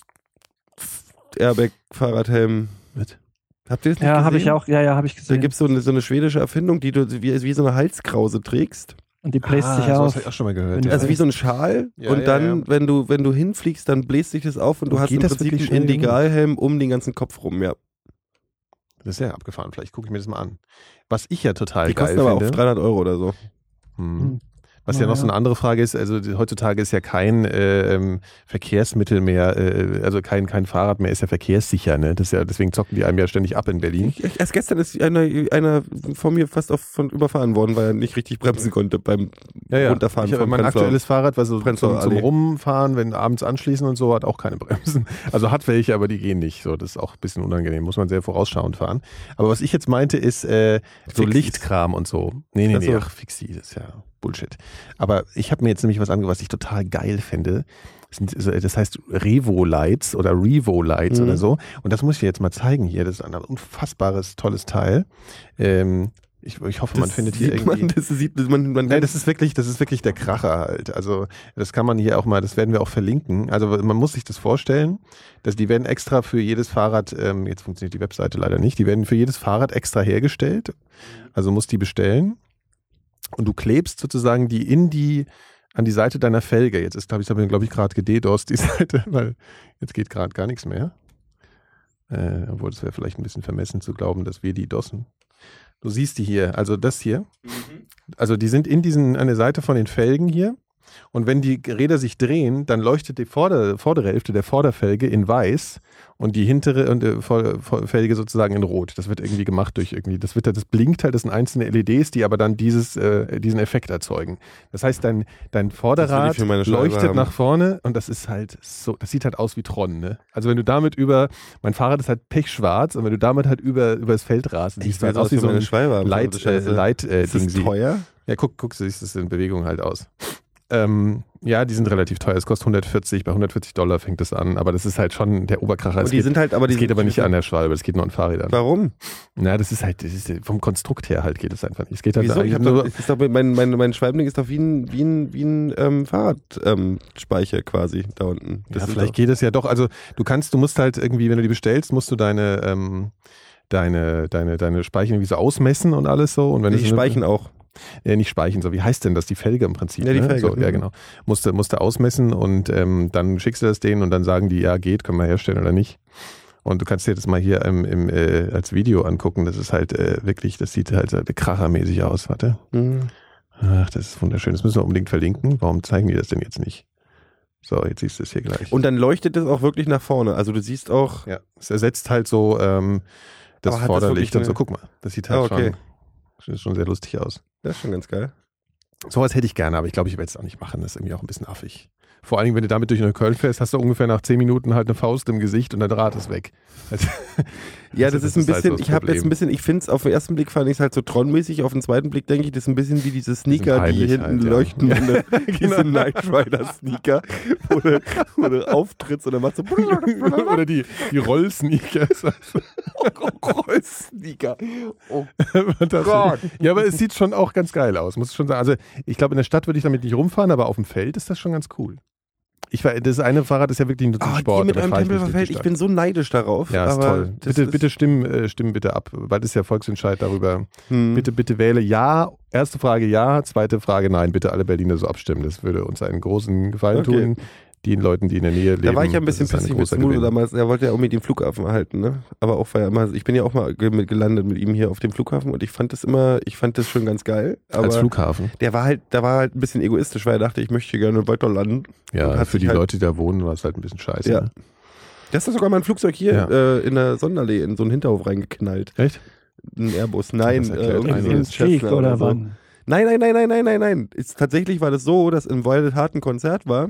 Aufpust-Airbag-Fahrradhelmen? Mit? Habt ihr das nicht Ja, habe ich gesehen? auch, ja, ja, habe ich Da gesehen. gibt es so eine, so eine schwedische Erfindung, die du wie, wie so eine Halskrause trägst. Und die bläst Ah, sich sowas auf. habe ich auch schon mal gehört. Wenn du- Ja. Also wie so ein Schal. Ja, und ja, dann, ja. wenn du wenn du hinfliegst, dann bläst sich das auf und du Und hast geht im das Prinzip wirklich einen schnell? Integralhelm um den ganzen Kopf rum. Ja. Das ist ja abgefahren. Vielleicht gucke ich mir das mal an. Was ich ja total Die geil kosten aber finde. auch dreihundert Euro oder so. Hm. Hm. Was ja Ja, noch so ja. eine andere Frage ist, also die, heutzutage ist ja kein äh, ähm, Verkehrsmittel mehr, äh, also kein, kein Fahrrad mehr ist ja verkehrssicher, ne? Das ist ja, deswegen zocken die einem ja ständig ab in Berlin. Ich, erst gestern ist einer, einer von mir fast auf, von überfahren worden, weil er nicht richtig bremsen konnte beim Ja, ja. Runterfahren Ich habe von mein Prenzlauer. aktuelles Fahrrad, was so zum, Prenzlauer zum Allee. Rumfahren, wenn abends anschließen und so, hat auch keine Bremsen. Also hat welche, aber die gehen nicht. So, das ist auch ein bisschen unangenehm, muss man sehr vorausschauend fahren. Aber was ich jetzt meinte, ist äh, so Fixies. Lichtkram und so. Nee, nee, Ach nee, so. ach, Fixie, das ist ja Bullshit. Aber ich habe mir jetzt nämlich was angeguckt, was ich total geil finde. Das sind so- das heißt Revo-Lights oder Revo-Lights Mhm. oder so. Und das muss ich dir jetzt mal zeigen hier. Das ist ein unfassbares, tolles Teil. Ähm, ich, ich hoffe, man Das findet hier sieht irgendwie... man, das sieht man, man Nein, das ist wirklich, das ist wirklich der Kracher halt. Also das kann man hier auch mal, das werden wir auch verlinken. Also man muss sich das vorstellen, dass die werden extra für jedes Fahrrad, ähm, jetzt funktioniert die Webseite leider nicht, die werden für jedes Fahrrad extra hergestellt. Also musst die bestellen und du klebst sozusagen die in die an die Seite deiner Felge. Jetzt ist, glaube ich, habe ich, glaube ich, gerade gededost die Seite, weil jetzt geht gerade gar nichts mehr. Äh, obwohl es wäre vielleicht ein bisschen vermessen zu glauben, dass wir die dossen. Du siehst die hier, also das hier. Also die sind in diesen, an der Seite von den Felgen hier. Und wenn die Räder sich drehen, dann leuchtet die vordere, vordere Hälfte der Vorderfelge in weiß und die hintere und äh, Vor- Vor- Felge sozusagen in rot. Das wird irgendwie gemacht durch irgendwie, das wird, das blinkt halt, das sind einzelne L E Ds, die aber dann dieses, äh, diesen Effekt erzeugen. Das heißt, dein, dein Das will Vorderrad ich für meine Scheibe leuchtet haben. nach vorne und das ist halt so, das sieht halt aus wie Tron, ne? Also wenn du damit über, mein Fahrrad ist halt pechschwarz und wenn du damit halt über, über das Feld rast, Ich siehst du will halt das aus wie für so meine ein Schwalbe haben. Leit, äh, Leit, äh, Ist das Ding. teuer? Ja, guck, guck, so sieht das in Bewegung halt aus. Ähm, ja, die sind relativ teuer. Es kostet hundertvierzig, bei hundertvierzig Dollar fängt das an. Aber das ist halt schon der Oberkracher. Und Es die geht, sind halt, aber die es geht sind- aber nicht an der Schwalbe, das geht nur an Fahrrädern. Warum? Na, das ist halt, das ist vom Konstrukt her halt geht es einfach nicht. Es geht halt Wieso? Ich eigentlich hab nur, doch, ist doch, mein, mein, mein Schwalbending ist doch wie ein, wie ein, wie ein ähm, Fahrradspeicher ähm, Speicher quasi da unten. ja, ist vielleicht doch, geht es ja doch. Also du kannst, du musst halt irgendwie, wenn du die bestellst, musst du deine, ähm, deine, deine, deine Speichen irgendwie so ausmessen und alles so. Und wenn die du so eine- speichen auch. Ja, nicht speichen, so wie heißt denn das? Die Felge im Prinzip. Ja, die ne? Felge, So, ja, mhm. genau. Musst du, musst du ausmessen und ähm, dann schickst du das denen und dann sagen die, ja, geht, können wir herstellen oder nicht. Und du kannst dir das mal hier im, im, äh, als Video angucken. Das ist halt äh, wirklich, das sieht halt äh, krachermäßig aus. Warte. Mhm. Ach, das ist wunderschön. Das müssen wir unbedingt verlinken. Warum zeigen die das denn jetzt nicht? So, jetzt siehst du es hier gleich. Und dann leuchtet es auch wirklich nach vorne. Also du siehst auch. ja, es ersetzt halt so ähm, das Aber hat das Vorderlicht wirklich und so. eine- Guck mal, das sieht halt Ah, okay. schon, sieht schon sehr lustig aus. Das ist schon ganz geil. Sowas hätte ich gerne, aber ich glaube, ich werde es auch nicht machen. Das ist irgendwie auch ein bisschen affig. Vor allen Dingen, wenn du damit durch Neukölln fährst, hast du ungefähr nach zehn Minuten halt eine Faust im Gesicht und dein Rad ist weg. Also, Ja, also das, ist ein bisschen, halt so das ich habe jetzt Problem. ein bisschen, ich finde es auf den ersten Blick fand ich es halt so Tron-mäßig, auf den zweiten Blick denke ich, das ist ein bisschen wie diese Sneaker, die peinlich hinten halt, ja. leuchten, wenn du, Genau. diese Knight Rider Sneaker, wo du, wo du auftrittst und dann machst du Oder die, die Rollsneakers. Rollsneaker. Oh Das- Gott. Ja, aber es sieht schon auch ganz geil aus, muss ich schon sagen. Also ich glaube, in der Stadt würde ich damit nicht rumfahren, aber auf dem Feld ist das schon ganz cool. Ich war, das eine Fahrrad ist ja wirklich ein Ah, Sport. die mit damit einem fahr ich nicht Tempelhofer durch Feld, die ich Stadt. bin so neidisch darauf. Ja, ist aber toll. das Bitte, ist, bitte stimmen, äh, stimmen bitte ab, weil das ist ja Volksentscheid darüber. hm. Bitte, bitte wähle ja. Erste Frage ja, zweite Frage nein. Bitte alle Berliner so abstimmen. Das würde uns einen großen Gefallen Okay. tun. Den Leuten, die in der Nähe leben. Da war ich ja ein das bisschen ist ein pissig mit großer Smudo Gewinn. damals. Er wollte ja unbedingt den Flughafen erhalten, ne? Aber auch weil er immer, ich bin ja auch mal ge- mit gelandet mit ihm hier auf dem Flughafen und ich fand das immer, ich fand das schon ganz geil. Aber Als Flughafen. der war halt, da war halt ein bisschen egoistisch, weil er dachte, ich möchte gerne weiter landen. Und Ja, hat für sich die halt, Leute, die da wohnen, war es halt ein bisschen scheiße. Ja. Ne? Das ist sogar mal ein Flugzeug hier Ja. äh, in der Sonderallee in so einen Hinterhof reingeknallt. Echt? Ein Airbus. Nein, Das äh, erklärt irgendwie so einiges. ein Im Krieg Cessna oder so. wann? Nein, nein, nein, nein, nein, nein, nein. Ist, tatsächlich war das so, dass in Wild Heart ein Konzert war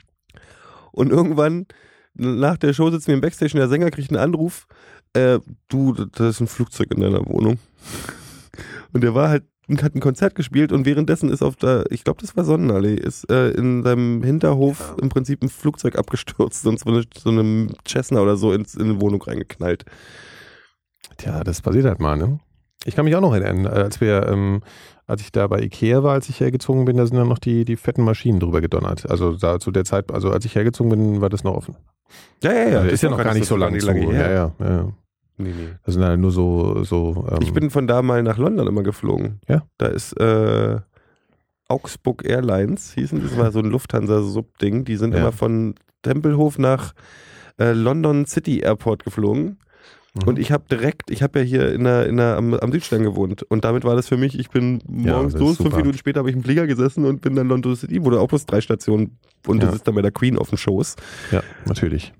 und irgendwann nach der Show sitzen wir im Backstage und der Sänger kriegt einen Anruf, äh, du, das ist ein Flugzeug in deiner Wohnung. Und der war halt hat ein Konzert gespielt und währenddessen ist auf der, ich glaube, das war Sonnenallee, ist äh, in seinem Hinterhof im Prinzip ein Flugzeug abgestürzt und so eine, so eine Cessna oder so ins, in eine Wohnung reingeknallt. Tja, das passiert halt mal, ne? Ich kann mich auch noch erinnern, als wir, ähm, als ich da bei Ikea war, als ich hergezogen bin, da sind dann noch die, die fetten Maschinen drüber gedonnert. Also da zu der Zeit, also als ich hergezogen bin, war das noch offen. Ja, ja, ja. Also ist ja noch gar nicht so lange zu. lange her. Ja, ja, ja. Nee, nee. Das sind halt nur so, so ähm, Ich bin von da mal nach London immer geflogen. Ja. Da ist äh, Augsburg Airlines, hießen, das war so ein Lufthansa-Sub-Ding. Die sind Ja. immer von Tempelhof nach äh, London City Airport geflogen. Mhm. Und ich habe direkt, ich habe ja hier in der, in der, am, am Südstern gewohnt. Und damit war das für mich, ich bin Ja, morgens das ist los, fünf super. Minuten später habe ich im Flieger gesessen und bin dann London City, wurde auch bloß drei Stationen und Ja. das ist dann bei der Queen auf dem Schoß. Ja, natürlich.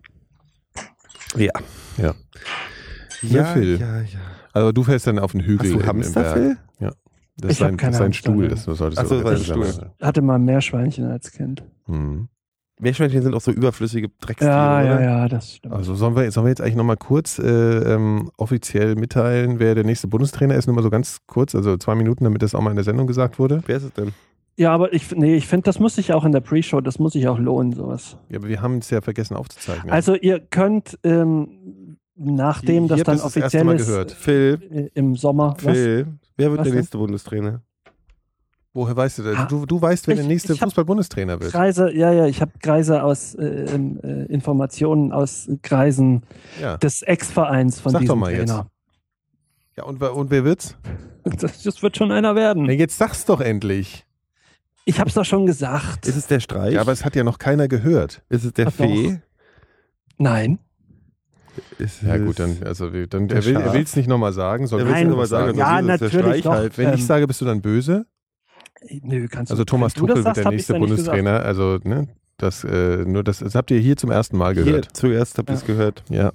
Ja. Ja. Ja, Phil. ja, ja. Also du fährst dann auf den Hügel. Hast du im- im Hamster, Berg. Phil? Ja. Das ist Ich hab sein, keine das ist sein Hamster, Stuhl. ne. Das solltest Ach so, du das war ein sagen. Hatte mal Meerschweinchen als Kind. Hm. Meerschweinchen sind auch so überflüssige Dreckstiere, Ja, ja, oder? ja, das stimmt. Also sollen wir, sollen wir jetzt eigentlich nochmal kurz äh, ähm, offiziell mitteilen, wer der nächste Bundestrainer ist? Nur mal so ganz kurz, also zwei Minuten, damit das auch mal in der Sendung gesagt wurde. Wer ist es denn? Ja, aber ich, nee, ich finde, das muss sich auch in der Pre-Show, das muss sich auch lohnen, sowas. Ja, aber wir haben es ja vergessen aufzuzeichnen. Also ihr könnt, ähm, nachdem Hier das habt dann ihr's das erste offiziell Mal ist, gehört. Phil, äh, im Sommer, Phil, wer wird Was der denn? nächste Bundestrainer? Woher weißt du das? Ah, Du, du weißt, wer ich- der nächste ich hab- Fußball-Bundestrainer was? wird. Kreise, ja, ja, ich habe Kreise aus äh, äh, Informationen aus Kreisen Ja. des Ex-Vereins von Sag doch diesem mal jetzt. Trainer. Ja, und, wer- und wer wird's? Das, das wird schon einer werden. Na, jetzt sag's doch endlich. Ich habe es doch schon gesagt. Ist es der Streich? Ja, aber es hat ja noch keiner gehört. ist es der Ach doch. Fee? Nein. Ist Ja es gut, dann, also wir- dann Der er will Schaf? er will's nicht nochmal sagen, soll Er will's will's Nein. noch aber sagen, sagen. Ja, sonst ist es der natürlich Streich doch. halt. Wenn Ähm, ich sage, bist du dann böse? Nö, kannst Also du, Thomas wenn du das Tuchel wird sagst, der hab ich's nächste ja nicht gesagt. Bundestrainer. Also ne, das äh, nur das, das habt ihr hier zum ersten Mal Hier, gehört. zuerst habt ihr es Ja. gehört. Ja.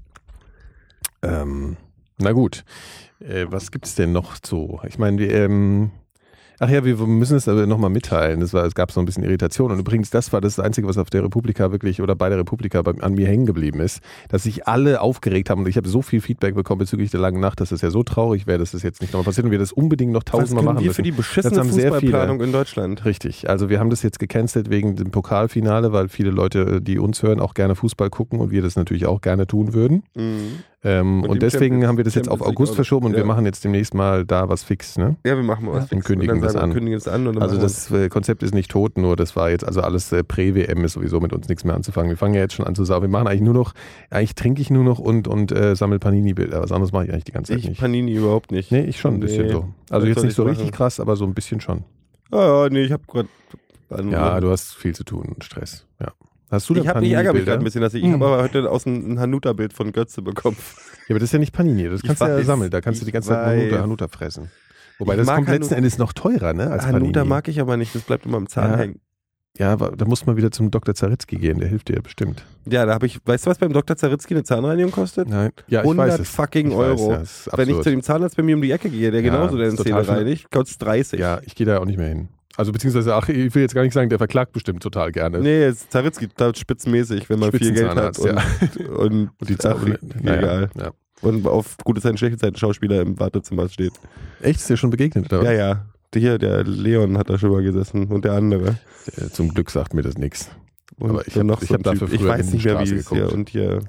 Ähm, na gut. Äh, was gibt's denn noch so? Ich meine, wir, ähm, ach ja, wir müssen es aber nochmal mitteilen. Das war, es gab so ein bisschen Irritation. Und übrigens, das war das Einzige, was auf der Republika wirklich oder bei der Republika bei, an mir hängen geblieben ist, dass sich alle aufgeregt haben. Und ich habe so viel Feedback bekommen bezüglich der langen Nacht, dass es ja so traurig wäre, dass das jetzt nicht nochmal passiert und wir das unbedingt noch Was tausendmal können machen wir müssen. für die beschissene Das haben sehr viele. Fußballplanung in Deutschland? Richtig. Also wir haben das jetzt gecancelt wegen dem Pokalfinale, weil viele Leute, die uns hören, auch gerne Fußball gucken und wir das natürlich auch gerne tun würden. Mhm. Ähm, Und und dem deswegen Champions- haben wir das jetzt auf Champions League August auch noch. verschoben und Ja. wir machen jetzt demnächst mal da was fix. Ne? Ja, wir machen mal was. Und fix. kündigen und dann das sagen wir, an. kündigen es an. Und dann Also machen wir das äh, Konzept ist nicht tot, nur das war jetzt also alles äh, Prä-W M ist sowieso mit uns nichts mehr anzufangen. Wir fangen ja jetzt schon an zu sagen, wir machen eigentlich nur noch, eigentlich trinke ich nur noch und, und äh, sammel Panini-Bilder. Was anderes mache ich eigentlich die ganze Zeit ich nicht. Panini überhaupt nicht. Nee, ich schon ein bisschen Nee. so. Also Was jetzt soll nicht ich so machen? richtig krass, aber so ein bisschen schon. Ah, ja, nee, ich habe gerade. Ja, du hast viel zu tun und Stress. Ja. Hast du denn Ich, hab, ich ärgere mich gerade Panini-Bilder? ein bisschen, dass ich, ich Hm. habe aber heute aus ein, ein Hanuta-Bild von Götze bekommen. Ja, aber das ist ja nicht Panini, das Ich kannst du ja weiß, sammeln, da kannst du die ich ganze Zeit weiß. Hanuta, Hanuta fressen. Wobei Ich das mag kommt letzten Hanuta- Endes noch teurer, ne, als Hanuta Panini. mag ich aber nicht, das bleibt immer am Zahn Ja. hängen. Ja, aber da muss man wieder zum Doktor Zaritzky gehen, der hilft dir bestimmt. Ja, da habe ich, weißt du, was beim Doktor Zaritzky eine Zahnreinigung kostet? Nein, ja, ich hundert weiß es. fucking Ich weiß, Euro. ja, es ist Wenn ich absurd. zu dem Zahnarzt bei mir um die Ecke gehe, der Ja, genauso deine ist total Zähne viel. reinigt, kostet dreißig. Ja, ich gehe da auch nicht mehr hin. Also beziehungsweise, ach, ich will jetzt gar nicht sagen, der verklagt bestimmt total gerne. Nee, es ist Zaritzky total spitzenmäßig, wenn man viel Geld hat. Spitzenzahnarzt, Und, und, Und die ach, Zauber, egal. Ja. Und auf gute Zeiten, schlechte Zeiten Schauspieler im Wartezimmer steht. Echt, ist dir schon begegnet, oder? Ja, ja. Hier, der Leon hat da schon mal gesessen und der andere. Äh, Zum Glück sagt mir das nichts. Und Aber ich dann hab- ich hab ein dafür Typ. Ich früher weiß nicht mehr, wie Lindenstraße es hier geguckt. und hier,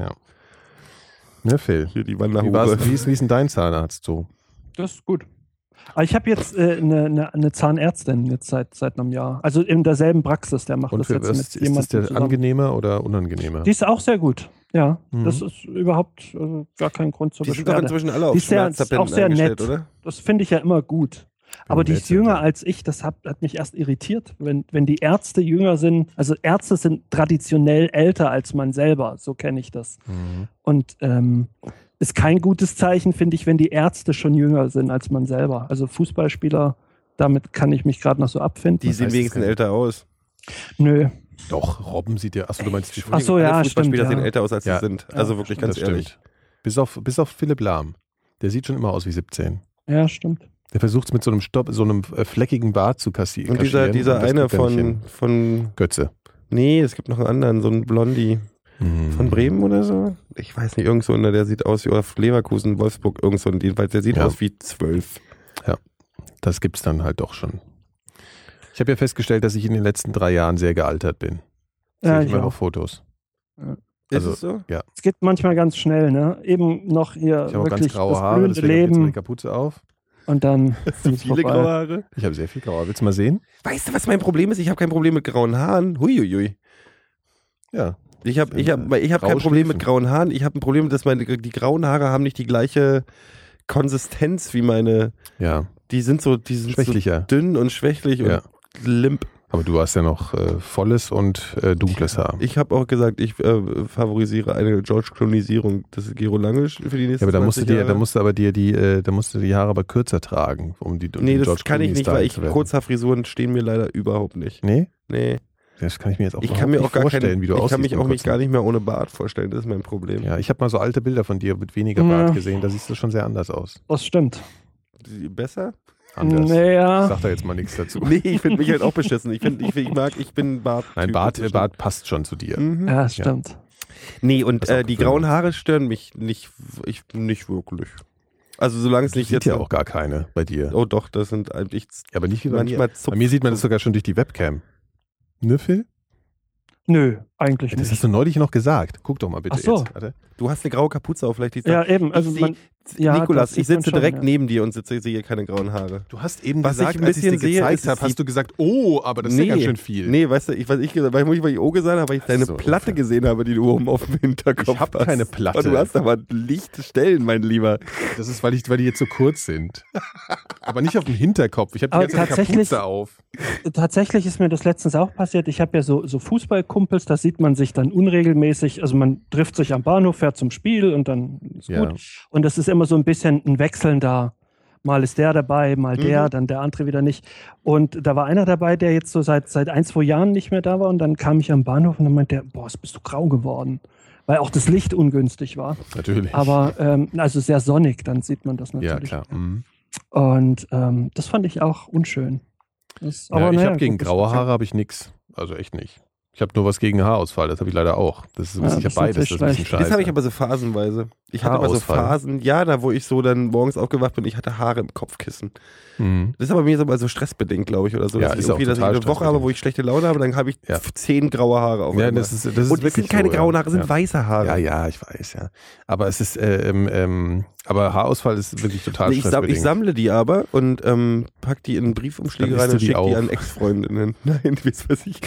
Ne, Phil? hier die Wie, war's, Wanderhure. wie, ist, wie ist denn dein Zahnarzt so? Das ist gut. Aber ich habe jetzt eine äh, ne, ne, eine Zahnärztin jetzt seit, seit einem Jahr. Also in derselben Praxis, der macht Und das für, jetzt was, mit ist das jemandem der zusammen. angenehmer oder unangenehmer? Die ist auch sehr gut. Ja, Mhm. das ist überhaupt äh, gar kein Grund zur Die sind doch Beschwerde. inzwischen alle auf Die ist sehr- Schmerztabletten auch sehr eingestellt, nett. oder? Das finde ich ja immer gut. Aber die nett ist sind jünger die. als ich, das hat, hat mich erst irritiert. Wenn, wenn die Ärzte jünger sind, also Ärzte sind traditionell älter als man selber, so kenne ich das. Mhm. Und ähm, ist kein gutes Zeichen, finde ich, wenn die Ärzte schon jünger sind als man selber. Also Fußballspieler, damit kann ich mich gerade noch so abfinden. Die sehen heißt wenigstens das denn? älter aus. Nö. Doch, Robben sieht ja. Achso, du meinst die Ach so, Alle ja, Fußballspieler stimmt, sehen ja. älter aus, als Ja. sie sind. Also wirklich ganz das ehrlich. stimmt. Bis auf, bis auf Philipp Lahm. Der sieht schon immer aus wie siebzehn. Ja, stimmt. Der versucht es mit so einem Stopp, so einem äh, fleckigen Bart zu kassi- kaschieren. Und dieser, dieser und das eine kriegt er nicht hin. von, von, Götze. nee, es gibt noch einen anderen, so einen Blondie. Von Bremen oder so? Ich weiß nicht, irgend so einer, der sieht aus wie auf Leverkusen, Wolfsburg, irgend so ein, jedenfalls der sieht Ja. aus wie zwölf. das gibt's dann halt doch schon. Ich habe ja festgestellt, dass ich in den letzten drei Jahren sehr gealtert bin. Ja, Sehe ich ich mal auch. auf Fotos. Ist Also, es so? ja. Es geht manchmal ganz schnell, ne? Eben noch hier Ich habe auch ganz wirklich graue das Haare, blühende deswegen habe ich jetzt so eine Leben Kapuze auf. und dann So ist viele vorbei. graue Haare? Ich habe sehr viel graue. Willst du mal sehen? Weißt du, was mein Problem ist? Ich habe kein Problem mit grauen Haaren. Huiuiui. Ja. Ich habe ich hab, ich hab kein Graue Problem mit Schläfen. grauen Haaren. Ich habe ein Problem, dass meine die grauen Haare haben nicht die gleiche Konsistenz wie meine. Ja. Die sind so, die sind Schwächlicher. so dünn und schwächlich Ja. und limp. Aber du hast ja noch äh, volles und äh, dunkles Haar. Ich habe auch gesagt, ich äh, favorisiere eine George Clooneyisierung des Gero Lange für die nächsten Ja, aber da musst du zwanzig dir, Jahre. da musst du aber dir die, äh, da musst du die Haare aber kürzer tragen, um die um Nee, den das George kann ich nicht, Clooney-Style weil ich zu werden. Kurzhaarfrisuren stehen mir leider überhaupt nicht. Nee? Nee. Das kann ich mir jetzt auch Ich überhaupt kann mir nicht auch gar vorstellen, kein, wie du ich aussiehst. kann mich mit auch mich kurzen- gar nicht mehr ohne Bart vorstellen, das ist mein Problem. Ja, ich habe mal so alte Bilder von dir mit weniger Ja. Bart gesehen, da siehst du schon sehr anders aus. Das stimmt. Besser? Anders. Naja, Sag da jetzt mal nichts dazu. Nee, ich finde mich halt auch beschissen. Ich finde, ich, ich mag, ich bin Bart. Nein, Bart, äh, Bart passt schon zu dir. Mhm. ja, das stimmt. Nee, und Das ist auch äh, die schön. grauen Haare stören mich nicht, ich, nicht wirklich. Also solange es Ich nicht sieht jetzt... ja auch gar keine bei dir. Oh doch, das sind eigentlich... Ja, aber nicht wie bei mir. manchmal Zupf, Bei mir sieht man das sogar schon durch die Webcam. Ne, Phil? Nö, eigentlich Das nicht. hast du neulich noch gesagt. Guck doch mal bitte Ach so. jetzt. Warte. Du hast eine graue Kapuze auf, vielleicht die Ja, eben. Also ich seh- man, ja, Nikolas, das ich sieht man sitze schon, direkt ja. neben dir und sitze, sehe keine grauen Haare. Du hast eben Was gesagt, ich ein als ich bisschen dir sehe, gezeigt ist, habe, dass hast du gesagt, oh, aber das ist ja ganz schön viel. Nee, weißt du, ich, was ich gesagt habe, weil ich, weil ich O gesagt habe, weil ich deine so, Platte okay. gesehen habe, die du oben auf dem Hinterkopf Ich hab hast. keine Platte. Oh, du hast aber lichte Stellen, mein Lieber. Das ist, weil, ich, weil die jetzt so kurz sind. Aber nicht auf dem Hinterkopf. Ich habe die Aber ganze Zeit eine tatsächlich- Kapuze auf. Tatsächlich ist mir das letztens auch passiert. Ich habe ja so, so Fußballkumpels, da sieht man sich dann unregelmäßig. Also man trifft sich am Bahnhof, fährt zum Spiel und dann ist Ja. gut. Und das ist immer so ein bisschen ein Wechseln da. Mal ist der dabei, mal der, Mhm. dann der andere wieder nicht. Und da war einer dabei, der jetzt so seit, seit ein, zwei Jahren nicht mehr da war. Und dann kam ich am Bahnhof und dann meinte der, boah, was bist du grau geworden. Weil auch das Licht ungünstig war. Natürlich. Aber ähm, also sehr sonnig, dann sieht man das ja, natürlich. klar. Mhm. Und ähm, das fand ich auch unschön. Das, Ja, aber ich naja, habe gegen gut, das- graue Haare habe ich nix. Also echt nicht. Ich habe nur was gegen Haarausfall, das habe ich leider auch. Das ist, Ja, ich das habe ist beides, das ist ein bisschen natürlich scheiße. Das habe ich aber so phasenweise. Ich hatte aber so Haarausfall. Phasen, ja, da wo ich so dann morgens aufgewacht bin, ich hatte Haare im Kopfkissen. Mhm. Das ist aber bei mir so mal so stressbedingt, glaube ich, oder so. Ja, dass ich ist auch irgendwie, dass ich total eine Woche habe, wo ich schlechte Laune habe, dann habe ich Ja. zehn graue Haare auf Ja, einmal. das ist, das ist Und es wirklich sind keine so, grauen ja. Haare, es sind ja. weiße Haare. Ja, ja, ich weiß, ja. Aber es ist, äh, ähm, ähm, aber Haarausfall ist wirklich total Nee, ich, sam stressbedingt. ich sammle die aber und ähm, pack die in Briefumschläge Dann rein isst du und die schicke die auf. an Ex-Freundinnen. Nein, weiß was ich.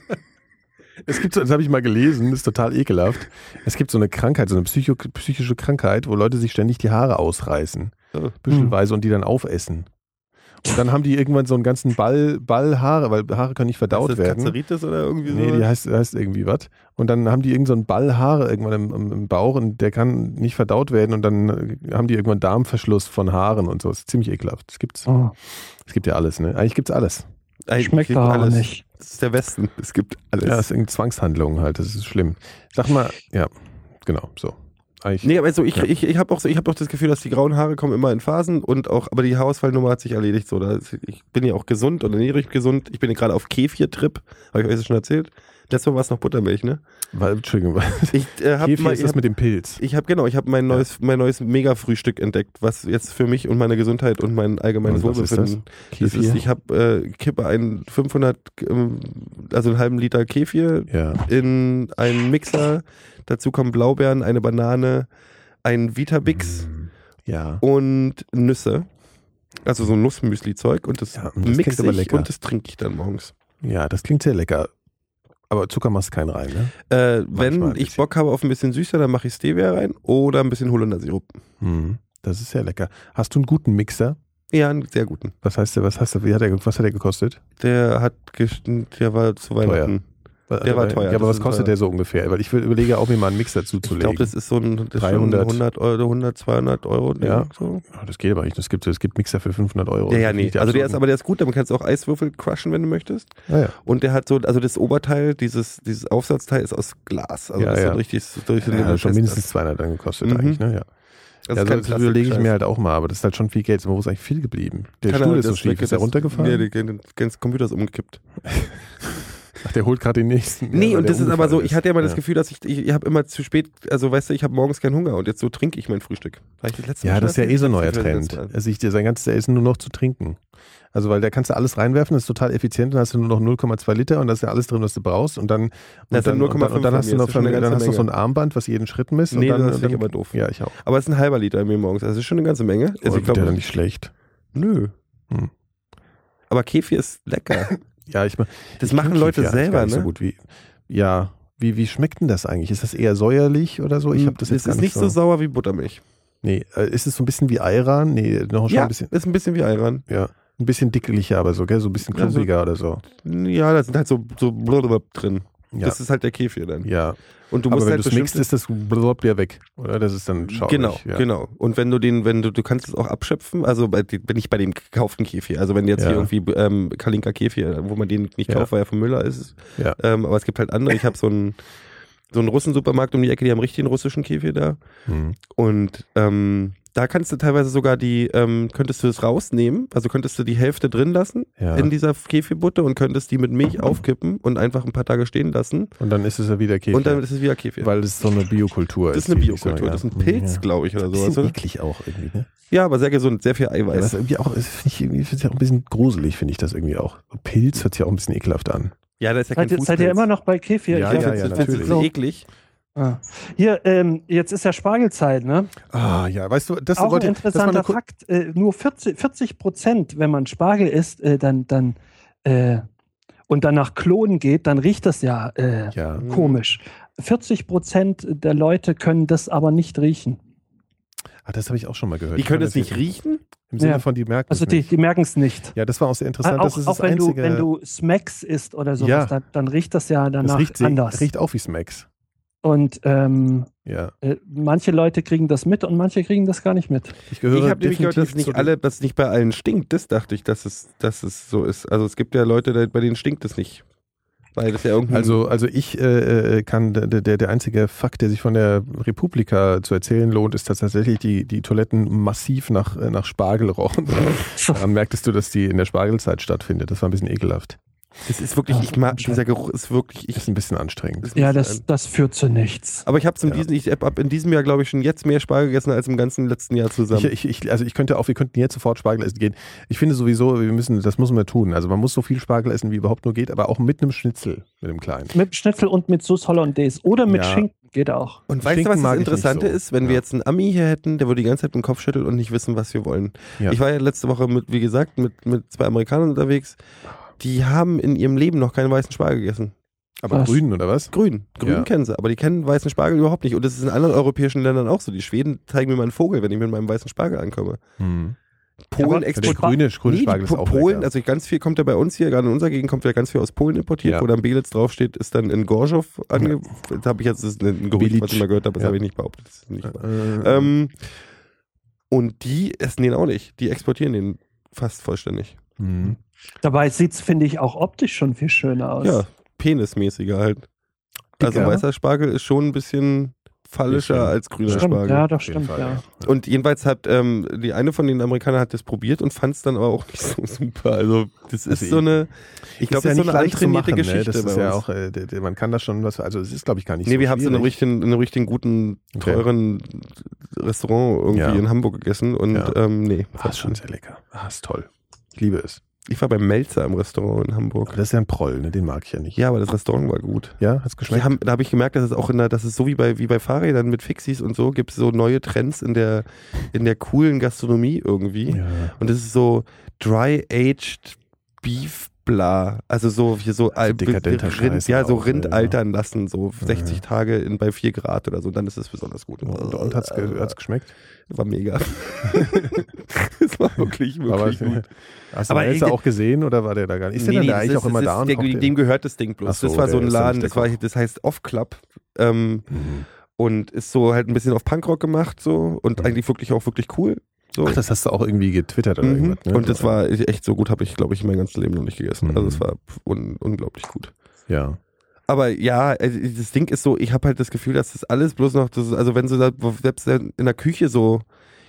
Es gibt so, das habe ich mal gelesen, das ist total ekelhaft. Es gibt so eine Krankheit, so eine Psycho psychische Krankheit, wo Leute sich ständig die Haare ausreißen, Oh. büschelweise, und die dann aufessen. Und dann haben die irgendwann so einen ganzen Ball, Ball Haare, weil Haare können nicht verdaut Ist das werden. Katzeritis oder irgendwie so? Nee, die heißt, heißt irgendwie was. Und dann haben die irgend so einen Ball Haare irgendwann im, im, im Bauch und der kann nicht verdaut werden und dann äh, haben die irgendwann Darmverschluss von Haaren und so. Das ist ziemlich ekelhaft. Es gibt's. Oh, Es gibt ja alles, ne? Eigentlich gibt's alles. Eigentlich schmeckt gibt aber alles. nicht. Das ist der Westen. Es gibt alles. Ja, das ist irgendeine Zwangshandlung halt. Das ist schlimm. Sag mal, ja, genau, so. Eigentlich, Nee, aber also ich, Ja. ich, ich habe auch, so, ich hab auch das Gefühl, dass die grauen Haare kommen immer in Phasen und auch, aber die Haarausfallnummer hat sich erledigt. So, da ist, ich bin ja auch gesund oder niedrig gesund. Ich bin ja gerade auf Kefir-Trip. Habe ich euch das schon erzählt? Letztes Mal war es noch Buttermilch, ne? weil, Entschuldigung, Ich äh, habe Kefir mal, ist ich das hab, mit dem Pilz. ich habe genau, ich habe mein neues, mein neues Mega-Frühstück entdeckt, was jetzt für mich und meine Gesundheit und mein allgemeines Und was ist Wohlbefinden. Das ist, ich habe äh, kippe einen fünfhundert, ähm, also einen halben Liter Kefir Ja. in einen Mixer. Dazu kommen Blaubeeren, eine Banane, ein Vitabix Ja. und Nüsse. Also so Nussmüsli-Zeug und das, Ja, und das mix klingt aber ich lecker. und das trinke ich dann morgens. Ja, das klingt sehr lecker. Aber Zucker machst du keinen rein, ne? Äh, Manchmal wenn ein ich bisschen. Bock habe auf ein bisschen süßer, dann mache ich Stevia rein oder ein bisschen Holundersirup. Hm, das ist sehr lecker. Hast du einen guten Mixer? Ja, einen sehr guten. Was heißt der, was hast du, wie hat der, was hat der gekostet? Der hat, gest- der war zu Weihnachten. Der war teuer, Ja, aber das was ist kostet teuer. der so ungefähr? Weil ich will, überlege auch, mir mal einen Mixer Ich zuzulegen. glaube, das ist so ein das ist schon dreihundert. hundert Euro, hundert, zweihundert Euro. Ding, Ja. So. Ja, das geht aber nicht. Es gibt, es gibt Mixer für fünfhundert Euro. Ja, ja, Das nee. liegt Also der absolut- ist, aber der ist gut, damit kannst du auch Eiswürfel crushen, wenn du möchtest. Ja, ja. Und der hat so, also das Oberteil, dieses, dieses Aufsatzteil ist aus Glas. Also Ja, das ist ja. so ein richtig, durch Ja, hat schon mindestens zweihundert dann gekostet Mhm. eigentlich, ne? Ja. Das Ja, ist also kein das überlege ich Plastikscheiß. mir halt auch mal, aber das ist halt schon viel Geld. Wo ist eigentlich viel geblieben? Der Keine Stuhl Ahnung, ist so das schief. weg- Ist der das- runtergefallen? Nee, der, der ganze Computer ist umgekippt. Ach, der holt gerade den nächsten. Nee, ja, und das ist aber so, ich hatte ja mal ja. das Gefühl, dass ich, ich, ich habe immer zu spät, also weißt du, ich habe morgens keinen Hunger und jetzt so trinke ich mein Frühstück. War ich das letzte Ja, Mal das ist ja schon eh so ein neuer erzählt? Ich weiß nicht, Trend. das Also ich, sein ganzes Essen nur noch zu trinken. Also weil da kannst du alles reinwerfen, das ist total effizient, dann hast du nur noch null Komma zwei Liter und da ist ja alles drin, was du brauchst und dann, und Das sind dann, und dann, und dann null Komma fünf hast du von mir, noch, das ist schon eine dann ganze hast du noch so ein Menge. Armband, was jeden Schritt misst. Nee, und dann, das finde dann, ich aber doof. Ja, ich auch. Aber es ist ein halber Liter mir morgens, also das ist schon eine ganze Menge. Also Also ich glaube, dann nicht schlecht. nö. Hm. Aber Kefir ist lecker. Ja, ich meine, Das machen Leute selber, nicht ne? so gut wie, ja, wie, wie schmeckt denn das eigentlich? Ist das eher säuerlich oder so? Ich habe das jetzt es gar ist nicht nicht so sauer wie Buttermilch. Nee, äh, ist es so ein bisschen wie Ayran? Nee, noch schon Ja, ein bisschen. ist ein bisschen wie Ayran. Ja, ein bisschen dickeliger, aber so, gell, so ein bisschen Ja, so- klubiger oder so. Ja, da sind halt so, so blablabla drin. Ja. Das ist halt der Kefir dann. Ja, Und du aber musst wenn halt du es mixt, bestimmte- ist das blablabla ja weg, oder? Das ist dann schaurig. Genau, ja. genau. Und wenn du den, wenn du, du kannst es auch abschöpfen, also bei, bin ich bei dem gekauften Kefir, also wenn jetzt Ja. hier irgendwie ähm, Kalinka Kefir, wo man den nicht Ja. kauft, weil er von Müller ist, Ja. ähm, aber es gibt halt andere. Ich habe so einen so einen Russensupermarkt um die Ecke, die haben richtigen russischen Kefir da Hm. und ähm, da kannst du teilweise sogar die, ähm, könntest du es rausnehmen, also könntest du die Hälfte drin lassen Ja. in dieser Kefirbutter und könntest die mit Milch aufkippen und einfach ein paar Tage stehen lassen Und dann ist es ja wieder Kefir. und dann ist es wieder Kefir. weil es so eine Biokultur das ist. ist eine die ich so, Biokultur, ja. das ist ein Pilz, Ja. glaube ich, oder Bisschen sowas. Oder? eklig auch irgendwie, ne? Ja, aber sehr gesund, sehr viel Ja, das Eiweiß. ist irgendwie auch, das finde ich irgendwie, finde ich auch ein bisschen gruselig, finde ich das irgendwie auch. Pilz hört sich auch ein bisschen ekelhaft an. Ja, da ist ja kein Seid, ihr- seid ihr immer noch bei Kefir? Ja, Ich ja, hab- ja, Findest du natürlich. so eklig? Ah. Hier, ähm, jetzt ist ja Spargelzeit, ne? Ah, ja, weißt du, das Auch wollte ein ich- das war interessanter eine Ku- Fakt. Äh, nur vierzig, vierzig Prozent, wenn man Spargel isst, äh, dann, dann äh, und dann nach Klonen geht, dann riecht das ja, äh, Ja. komisch. vierzig Prozent der Leute können das aber nicht riechen. Ah, das habe ich auch schon mal gehört. Die Ich können kann es nicht jetzt riechen? Im Sinne Ja. von, die merken Also es die, nicht. die merken es nicht. Ja, das war auch sehr interessant. auch das ist auch das wenn, du, einzige, wenn du Smacks isst oder sowas, Ja. dann, dann riecht das ja das danach riecht, sehr- anders. riecht auch wie Smacks. Und ähm, Ja. äh, manche Leute kriegen das mit und manche kriegen das gar nicht mit. Ich gehöre Ich habe nämlich gehört, dass definitiv nicht zu den- alle, dass nicht bei allen stinkt. Das dachte ich, dass es, dass es so ist. Also es gibt ja Leute, bei denen stinkt es nicht. Weil das ja irgendwie. Also, also ich äh, äh, kann, der, der, der einzige Fakt, der sich von der Republika zu erzählen lohnt, ist, dass tatsächlich die, die Toiletten massiv nach, äh, nach Spargel rochen. Daran merktest du, dass die in der Spargelzeit stattfindet. Das war ein bisschen ekelhaft. das ist wirklich, ich mag, dieser Geruch ist wirklich, ich, Ist ein bisschen anstrengend. ist Ja, nicht das, ein- das führt zu nichts. aber ich habe in, Ja. diesem, ich hab in diesem Jahr, glaube ich, schon jetzt mehr Spargel gegessen als im ganzen letzten Jahr zusammen. Ich, ich, ich, also ich könnte auch, wir könnten jetzt sofort Spargel essen gehen. Ich finde sowieso, wir müssen, das müssen wir tun. Also man muss so viel Spargel essen, wie überhaupt nur geht, aber auch mit einem Schnitzel, mit einem kleinen. Mit Schnitzel und mit Sauce Hollandaise oder mit Ja. Schinken geht auch. Und weißt du, Schinken was das mag ich nicht Interessante so. ist? Wenn wir Ja. jetzt einen Ami hier hätten, der würde die ganze Zeit mit dem Kopf schütteln und nicht wissen, was wir wollen. Ja. Ich war ja letzte Woche mit, wie gesagt, mit, mit zwei Amerikanern unterwegs. Die haben in ihrem Leben noch keinen weißen Spargel gegessen. Aber Was? grünen oder was? Grün. Grün Ja. kennen sie, aber die kennen weißen Spargel überhaupt nicht. Und das ist in anderen europäischen Ländern auch so. Die Schweden zeigen mir mal einen Vogel, wenn ich mit meinem weißen Spargel ankomme. Hm. Polen Aber Der exportiert. grüne, grüne Nee, Spargel die ist auch Polen, lecker. also ganz viel kommt ja bei uns hier, gerade in unserer Gegend kommt ja ganz viel aus Polen importiert, Ja. wo dann Belitz draufsteht, ist dann in Gorzów ange... Da habe ich jetzt das ist ein Gerücht, Belic. was ich mal gehört habe, das Ja. habe ich nicht behauptet. Das ist nicht wahr. Äh, Ähm, und die essen den auch nicht. Die exportieren den fast vollständig. hm. Dabei sieht es, finde ich, auch optisch schon viel schöner aus. Ja, penismäßiger halt. Also Dicker. weißer Spargel ist schon ein bisschen phallischer Bisschen. als grüner Stimmt, Spargel. ja, das Auf jeden stimmt, Fall, ja. Und jedenfalls hat ähm, die eine von den Amerikanern hat das probiert und fand es dann aber auch nicht so super. Also das ist Also so eine, ich glaube, das ist so eine leicht zu antrainierte machen, Geschichte ne? Das ist bei ja uns. auch, äh, der, der, man kann das schon was, also es ist glaube ich gar nicht Nee, so wir haben es in einem schwierig. richtigen, in einem richtigen guten, Okay. teuren Restaurant irgendwie Ja. in Hamburg gegessen und Ja. ähm, nee. Ah, ist schon sehr lecker. Ah, ist toll. Ich liebe es. Ich war beim Melzer im Restaurant in Hamburg. Aber das ist ja ein Proll, ne? Den mag ich ja nicht. Ja, aber das Restaurant war gut. Ja, hat's Die geschmeckt? haben, da habe ich gemerkt, dass es auch in der, dass es so wie bei, wie bei Fahrrädern mit Fixies und so, gibt es so neue Trends in der, in der coolen Gastronomie irgendwie. Ja. Und das ist so Dry-Aged Beef Bla. Also so, hier so, al- dekadenter Rind, Scheiß ja, so auch, Rind ja. altern lassen, so sechzig Tage in, bei vier Grad oder so. Und dann ist es besonders gut. Und, und hat's, ge hat's geschmeckt? War mega. Es war wirklich, wirklich Aber, gut. hast du Aber den Melzer ey, auch gesehen oder war der da gar nicht? Ist der Nee, denn da das eigentlich ist- auch immer das da? ist Und der, kocht den? dem gehört das Ding bloß. Ach so, das war so der ein ist ja Laden, nicht der das, war, Koch. das heißt Off Club. Ähm, Mhm. und ist so halt ein bisschen auf Punkrock gemacht so und Mhm. eigentlich wirklich auch wirklich cool. So. Ach, das hast du auch irgendwie getwittert oder Mhm. irgendwas, ne? Und das war echt so gut, habe ich, glaube ich, mein ganzes Leben noch nicht gegessen. Mhm. Also es war un unglaublich gut. Ja. Aber ja, also das Ding ist so, ich habe halt das Gefühl, dass das alles bloß noch, das ist, also wenn so da, selbst in der Küche so,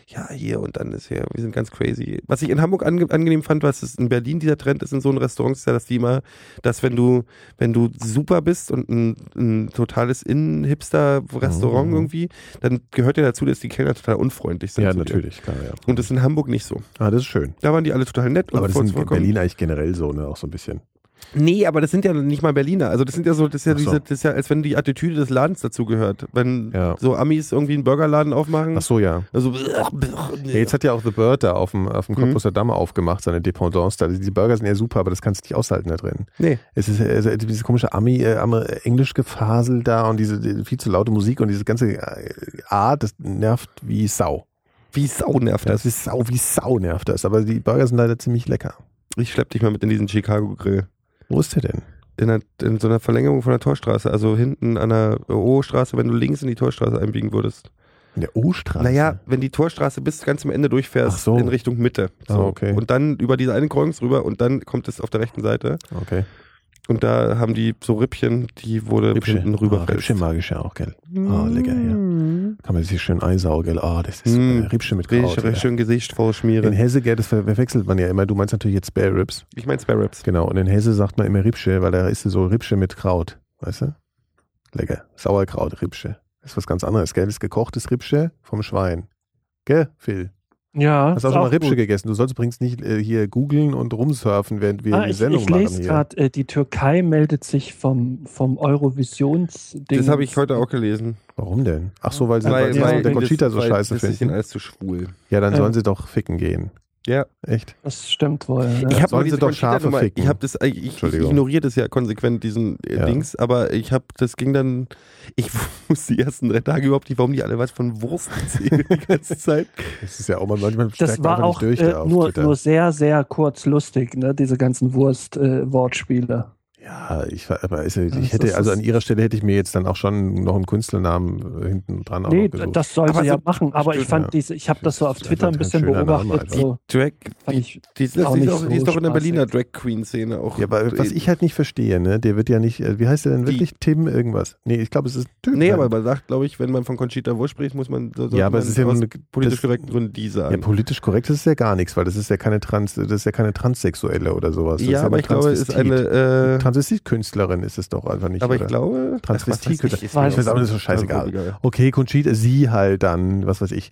ja, hier und dann ist hier, wir sind ganz crazy. Was ich in Hamburg ange- angenehm fand, was es in Berlin dieser Trend ist in so einem Restaurant, ist ja, dass die immer, dass wenn du, wenn du super bist und ein, ein totales Innen-Hipster-Restaurant Mhm. irgendwie, dann gehört ja dazu, dass die Kellner total unfreundlich sind. Ja, zu dir. natürlich, klar, ja. Und das ist in Hamburg nicht so. Ah, das ist schön. Da waren die alle total nett. Aber und das ist in vollkommen- Berlin eigentlich generell so, ne, auch so ein bisschen. Nee, aber das sind ja nicht mal Berliner. Also das sind ja so, das ist ja Ach so. diese, das ist ja, als wenn die Attitüde des Ladens dazu gehört. Wenn Ja. so Amis irgendwie einen Burgerladen aufmachen. Ach so, ja. Also, Ja, jetzt hat ja auch The Bird da auf dem, auf dem Mhm. Cottbusser Damm aufgemacht, seine Dependance da. Die Burger sind ja super, aber das kannst du nicht aushalten da drin. nee. Es ist also diese komische Ami, äh, Amer- Englisch-Gefasel da und diese die, viel zu laute Musik und diese ganze äh, Art, das nervt wie Sau. Wie Sau nervt Das das. ist Sau, wie Sau nervt das. Aber die Burger sind leider ziemlich lecker. Ich schlepp dich mal mit in diesen Chicago-Grill. Wo ist der denn? In, einer, in so einer Verlängerung von der Torstraße, also hinten an der O-Straße, wenn du links in die Torstraße einbiegen würdest. In der O-Straße? Naja, wenn die Torstraße bis ganz zum Ende durchfährst, Ach so. in Richtung Mitte. So. Ah, okay. Und dann über diese eine Kreuzung rüber und dann kommt es auf der rechten Seite. Okay. Und da haben die so Rippchen, die wurde Rippchen. hinten Ah, rüber. Rippchen mag ich ja auch, gell. Ah, lecker, ja. Kann man sich schön einsaugen, gell. Ah, das ist Mm. mm. Rippchen mit Richtig, Kraut. richtig Ja. schön Gesicht voll In schmieren. Hesse, gell, das ver- verwechselt man ja immer. Du meinst natürlich jetzt Spare Ribs. Ich meine Spare Ribs. Genau, und in Hesse sagt man immer Rippsche, weil da ist so Rippsche mit Kraut, weißt du? Lecker. Sauerkraut, Rippsche. Das ist was ganz anderes, gell? Das ist gekochtes Rippsche vom Schwein. Gell, Phil? Ja, Hast du auch ist schon mal Rippsche gut. gegessen? Du sollst übrigens nicht äh, hier googeln und rumsurfen, während wir Ah, die ich Sendung ich machen lese hier. gerade, äh, die Türkei meldet sich vom, vom Eurovisions-Ding. Das habe ich heute auch gelesen. Warum denn? Ach so, weil sie Weil- weil, sie weil- der das- Conchita so weil scheiße das ist ihnen finden. alles zu schwul. Ja, dann Ja. sollen sie doch ficken gehen. Ja. Echt? Das stimmt wohl. Ja. Ich habe Sollen mal diese sie doch Conchita Schafe Nummer, ficken? ich habe das, ich, ich Entschuldigung. ignoriere das ja konsequent, diesen äh, Ja. Dings, aber ich habe, das ging dann, ich wusste die ersten drei Tage überhaupt nicht, warum die alle was von Wurst erzählen die ganze Zeit. Das ist ja auch mal manchmal Das stärkt man war einfach auch nicht durch äh, da auf nur, Twitter. nur sehr, sehr kurz lustig, ne? Diese ganzen Wurst-Wortspiele. Ja, ich, war- aber ist, ja- Das ich hätte, ist- also an ihrer Stelle hätte ich mir jetzt dann auch schon noch einen Künstlernamen äh, hinten dran auch nee, noch gesucht. das soll Aber sie ja so- machen. Aber ich stimmt, fand ja. diese, ich habe das so auf Das ist Twitter ein einfach bisschen ein schöner Name beobachtet. einfach. So, Drag, fand ich, die, ist, auch die, ist, nicht auch, die ist so doch in der spaßig. Berliner Drag Queen Szene auch. Ja, aber was äh, ich halt nicht verstehe, ne, der wird ja nicht, äh, wie heißt der denn Die- wirklich? Tim irgendwas? Nee, ich glaube, es ist ein Typ. Nee, ne? aber man sagt, glaube ich, wenn man von Conchita Wurst spricht, muss man so Ja, aber es ist ja aus eine- politisch das- korrekten Gründen die ja, sagen. politisch korrekt ist es ja gar nichts, weil das ist ja keine Trans, das ist ja keine Transsexuelle oder sowas. Das Ja, ist aber eine ich glaube, es ist eine, Transvestit. äh, Transvestit-Künstlerin ist es doch einfach nicht. aber ich oder? glaube, Transvestit- ach, was weiß ich, ist weiß mir es auch nicht so also scheißegal. egal. Okay, Conchita, sie halt dann, was weiß ich.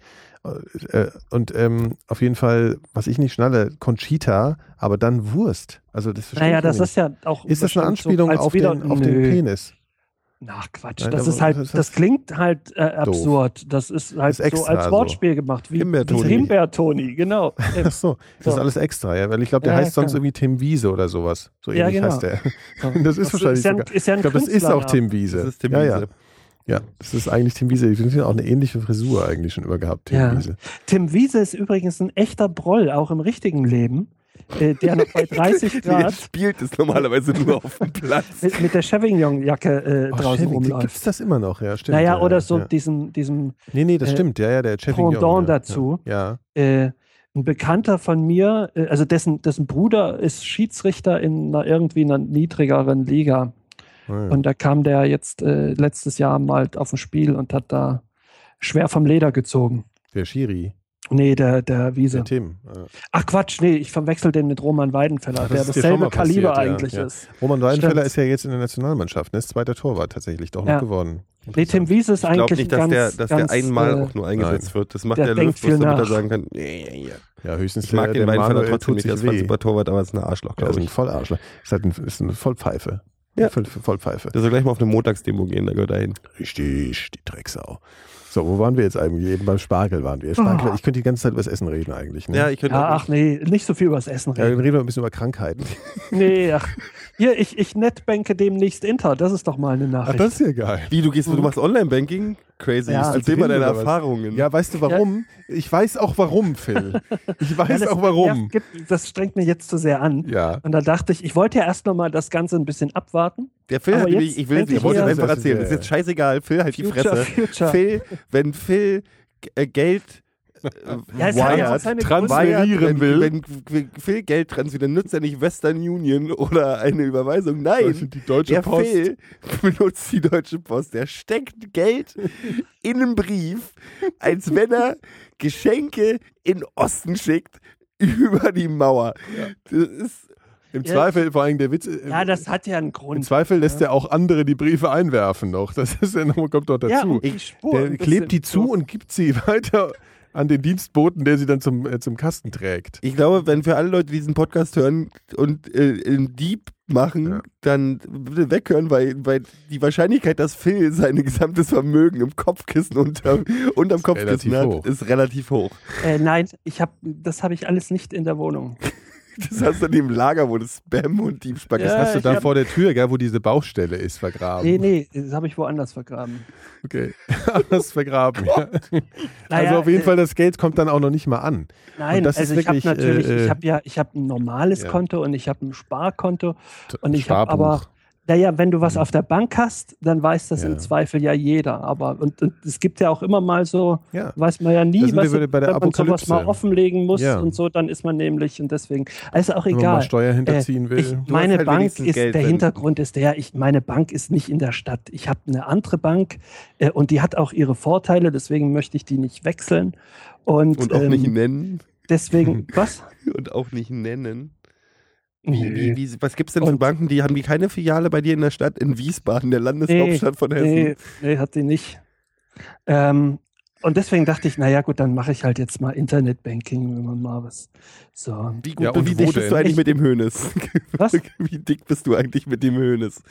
Äh, Und ähm, auf jeden Fall, was ich nicht schnalle, Conchita, aber dann Wurst. Also das verstehe naja, ich das nicht. ist ja auch. Ist das eine bestimmt so Anspielung als auf, wieder, den, auf den Nö. Penis? Ach Quatsch, Nein, das aber ist halt, was ist das das? klingt halt äh, absurd. Das ist halt Das ist extra so als so. Wortspiel gemacht, wie Himbeertoni. wie Himbeertoni, genau. Äh, Ach so, das So. ist alles extra, ja, weil ich glaube, der Ja, heißt sonst klar. irgendwie Tim Wiese oder sowas. So Ja, ähnlich genau. heißt der. so. Das ist wahrscheinlich ja ein, sogar- ist ja ein Ich glaube, das ist auch Künstlername. Tim Wiese. Das ist Tim ja, ja. Wiese. Ja, das ist eigentlich Tim Wiese. Ich finde auch eine ähnliche Frisur eigentlich schon immer gehabt, Tim Ja. Wiese. Tim Wiese ist übrigens ein echter Broll, auch im richtigen Leben, äh, der noch bei dreißig Der Grad spielt es normalerweise nur auf dem Platz. mit, mit der Chevignon-Jacke äh, Oh, draußen Chevy, rumläuft. gibt's das immer noch? Ja, stimmt. Naja, ja, oder ja, so ja. diesem, diesem Nee, nee, das äh, stimmt. Ja, ja, der Chevignon. Pendant ja. dazu. Ja. äh, ein Bekannter von mir, äh, also dessen, dessen Bruder ist Schiedsrichter in einer irgendwie einer niedrigeren Liga. ja. ja. Und da kam der jetzt äh, letztes Jahr mal auf ein Spiel und hat da schwer vom Leder gezogen. Der Schiri, Nee, der, der Wiese. der Tim. Ja. Ach Quatsch, nee, ich verwechsel den mit Roman Weidenfeller, Ach, das der ist dir schon dasselbe mal passiert, Kaliber ja, eigentlich ja. ist. Roman Weidenfeller Stimmt. ist ja jetzt in der Nationalmannschaft, ne? Ist zweiter Torwart tatsächlich doch noch Ja. geworden. Nee, Tim Wiese ist Ich glaube eigentlich nicht, dass, ganz, der, dass ganz, der einmal äh, auch nur eingesetzt nein. wird. Das macht der der, denkt Löw bloß, viel damit er nach. sagen kann, nee, nee, nee. Ja, höchstens Ich mag der, den der Weidenfeller Manuel trotzdem tut nicht sich als weh. super Torwart, aber ist ein Arschloch, Ja, glaube ist ein ich. Vollarschler. Ist halt ein, ist eine Vollpfeife. Ja. Voll, Vollpfeife. Der soll gleich mal auf eine Montagsdemo gehen, da gehört er hin. Richtig, die Drecksau. So, wo waren wir jetzt eigentlich? Eben beim Spargel waren wir. Spargel, ich könnte die ganze Zeit über das Essen reden eigentlich. Ne? Ja, ich könnte Ja, auch ach nee, nicht so viel über das Essen Ja, dann reden. reden wir ein bisschen über Krankheiten. Nee, ach. Hier, ich, ich netbanke demnächst Inter, das ist doch mal eine Ach, Nachricht. das ist ja geil. Wie, du gehst, du machst Online-Banking? Crazy. Ja. Erzähl mal Als deine Kind oder was? Erfahrungen. Ja, weißt du warum? Ich weiß auch warum, Phil. Ich weiß Ja, das auch warum. nervt- gibt- Das strengt mich jetzt zu sehr an. Ja. Und da dachte ich, ich wollte ja erst noch mal das Ganze ein bisschen abwarten. Der Phil Aber hat nämlich, jetzt ich will es denke ich wollte ich es mir- einfach erzählen. Das ist jetzt scheißegal. Phil, halt die Future, Fresse. Future. Phil, wenn Phil äh, Geld Ja, es hat ja auch Wired seine transferieren Wired, will. Wenn, wenn Phil Geld transferiert, dann nutzt er nicht Western Union oder eine Überweisung. Das Nein, sind die Deutsche der Post. Phil benutzt die Deutsche Post. Der steckt Geld in einen Brief, als wenn er Geschenke in den Osten schickt über die Mauer. Das ist Im Ja. Zweifel, vor allem der Witz, äh, Ja, das hat ja einen im Grund. Zweifel lässt er auch andere die Briefe einwerfen noch. Das ist ja noch, kommt doch Ja, dazu. und die Spur Der ein bisschen klebt die zu so. und gibt sie weiter an den Dienstboten, der sie dann zum, äh, zum Kasten trägt. Ich glaube, wenn für alle Leute die diesen Podcast hören und äh, einen Dieb machen, Ja. dann bitte weghören, weil, weil die Wahrscheinlichkeit, dass Phil sein gesamtes Vermögen im Kopfkissen unter, unterm Kopfkissen relativ hat, hoch. ist relativ hoch. Äh, nein, ich hab, das habe ich alles nicht in der Wohnung. Das hast du in dem Lager, wo das Spam und Diebstahl Ja, ist. Hast du ich da hab- vor der Tür, gell, wo diese Baustelle ist, vergraben? Nee, nee, das habe ich woanders vergraben. Okay, alles vergraben. Ja. Also Naja, auf jeden äh, Fall, das Geld kommt dann auch noch nicht mal an. Nein, Und das also ist ich habe wirklich, natürlich, äh, ich habe ja, ich habe ein normales ja. Konto und ich habe ein Sparkonto und ich habe Sparbuch. aber, naja, wenn du was auf der Bank hast, dann weiß das Ja. im Zweifel ja jeder. Aber und, und es gibt ja auch immer mal so, Ja. weiß man ja Da nie, sind wir was, wieder bei der wenn man sowas Apokalypse. mal offenlegen muss Ja. und so, dann ist man nämlich und deswegen, also auch Wenn man mal egal. Steuer hinterziehen will. Ich, Du meine hast halt Bank wenigstens ist, Geld, der wenn- Hintergrund ist der, ich, meine Bank ist nicht in der Stadt. Ich habe eine andere Bank äh, und die hat auch ihre Vorteile, deswegen möchte ich die nicht wechseln. Und, Und auch ähm, nicht nennen. deswegen, was? Und auch nicht nennen. Wie, Nee. wie, wie, was gibt es denn für Und- Banken, die haben die keine Filiale bei dir in der Stadt, in Wiesbaden, der Landeshauptstadt von Hessen? Nee, nee, hat die nicht. Ähm, und deswegen dachte ich, naja gut, dann mache ich halt jetzt mal Internetbanking, wenn man mal was so. Wie gut Ja, und wie wo dick bist denn? du eigentlich Ich- mit dem Hönes? Was? Wie dick bist du eigentlich mit dem Hönes?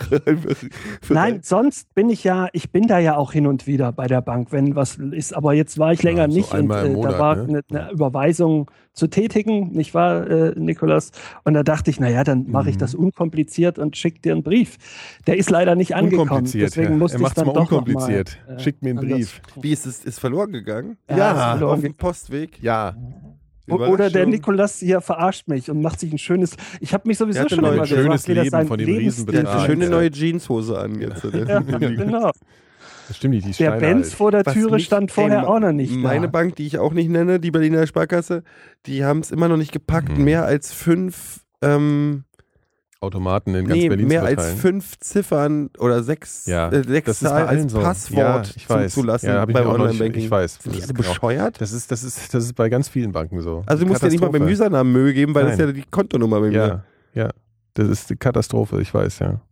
Nein, sonst bin ich ja, ich bin da ja auch hin und wieder bei der Bank, wenn was ist, aber jetzt war ich länger Ja, so nicht und einmal im äh, Monat, da war ne? eine, eine Überweisung zu tätigen, nicht wahr, äh, Nikolas? Und da dachte ich, naja, dann mache ich Mhm. das unkompliziert und schicke dir einen Brief. Der ist leider nicht angekommen, Unkompliziert. deswegen ja. musste Er ich macht's dann mal doch unkompliziert. Noch mal, äh, Schickt mir einen anders- Brief. Wie ist es? Ist verloren gegangen? Ja, Ja, ist verloren auf ge- dem Postweg. Ja. O- Oder der Überraschung. Nikolas hier verarscht mich und macht sich ein schönes. Ich habe mich Der sowieso hatte schon ein immer schönes gefragt, wie das Leben sein von dem Lebensstil Der hat Riesenbetrag. eine schöne Ja. neue Jeanshose an jetzt. Ja, genau. Das stimmt nicht, die ist Der Steine Benz alt. vor der Was Türe mich- stand vorher ey, auch noch nicht Meine da. Bank, die ich auch nicht nenne, die Berliner Sparkasse, die haben es immer noch nicht gepackt, Mhm. mehr als fünf, ähm, Automaten in ganz nee, Berlin mehr zu als verteilen. fünf Ziffern oder sechs, Ja, äh, sechs Das ist bei Zahlen allen als so. Passwort ja, ich weiß. zuzulassen Ja, hab ich beim mir auch noch nicht- Online-Banking. Ich weiß. Sind die Das alle ist genau- bescheuert? Das ist, das, ist, das ist bei ganz vielen Banken so. Also du musst ja nicht mal beim Katastrophe. Usernamen Mühe geben, weil das Nein. ist ja die Kontonummer bei mir. Ja, ja. Das ist die Katastrophe, ich weiß, ja.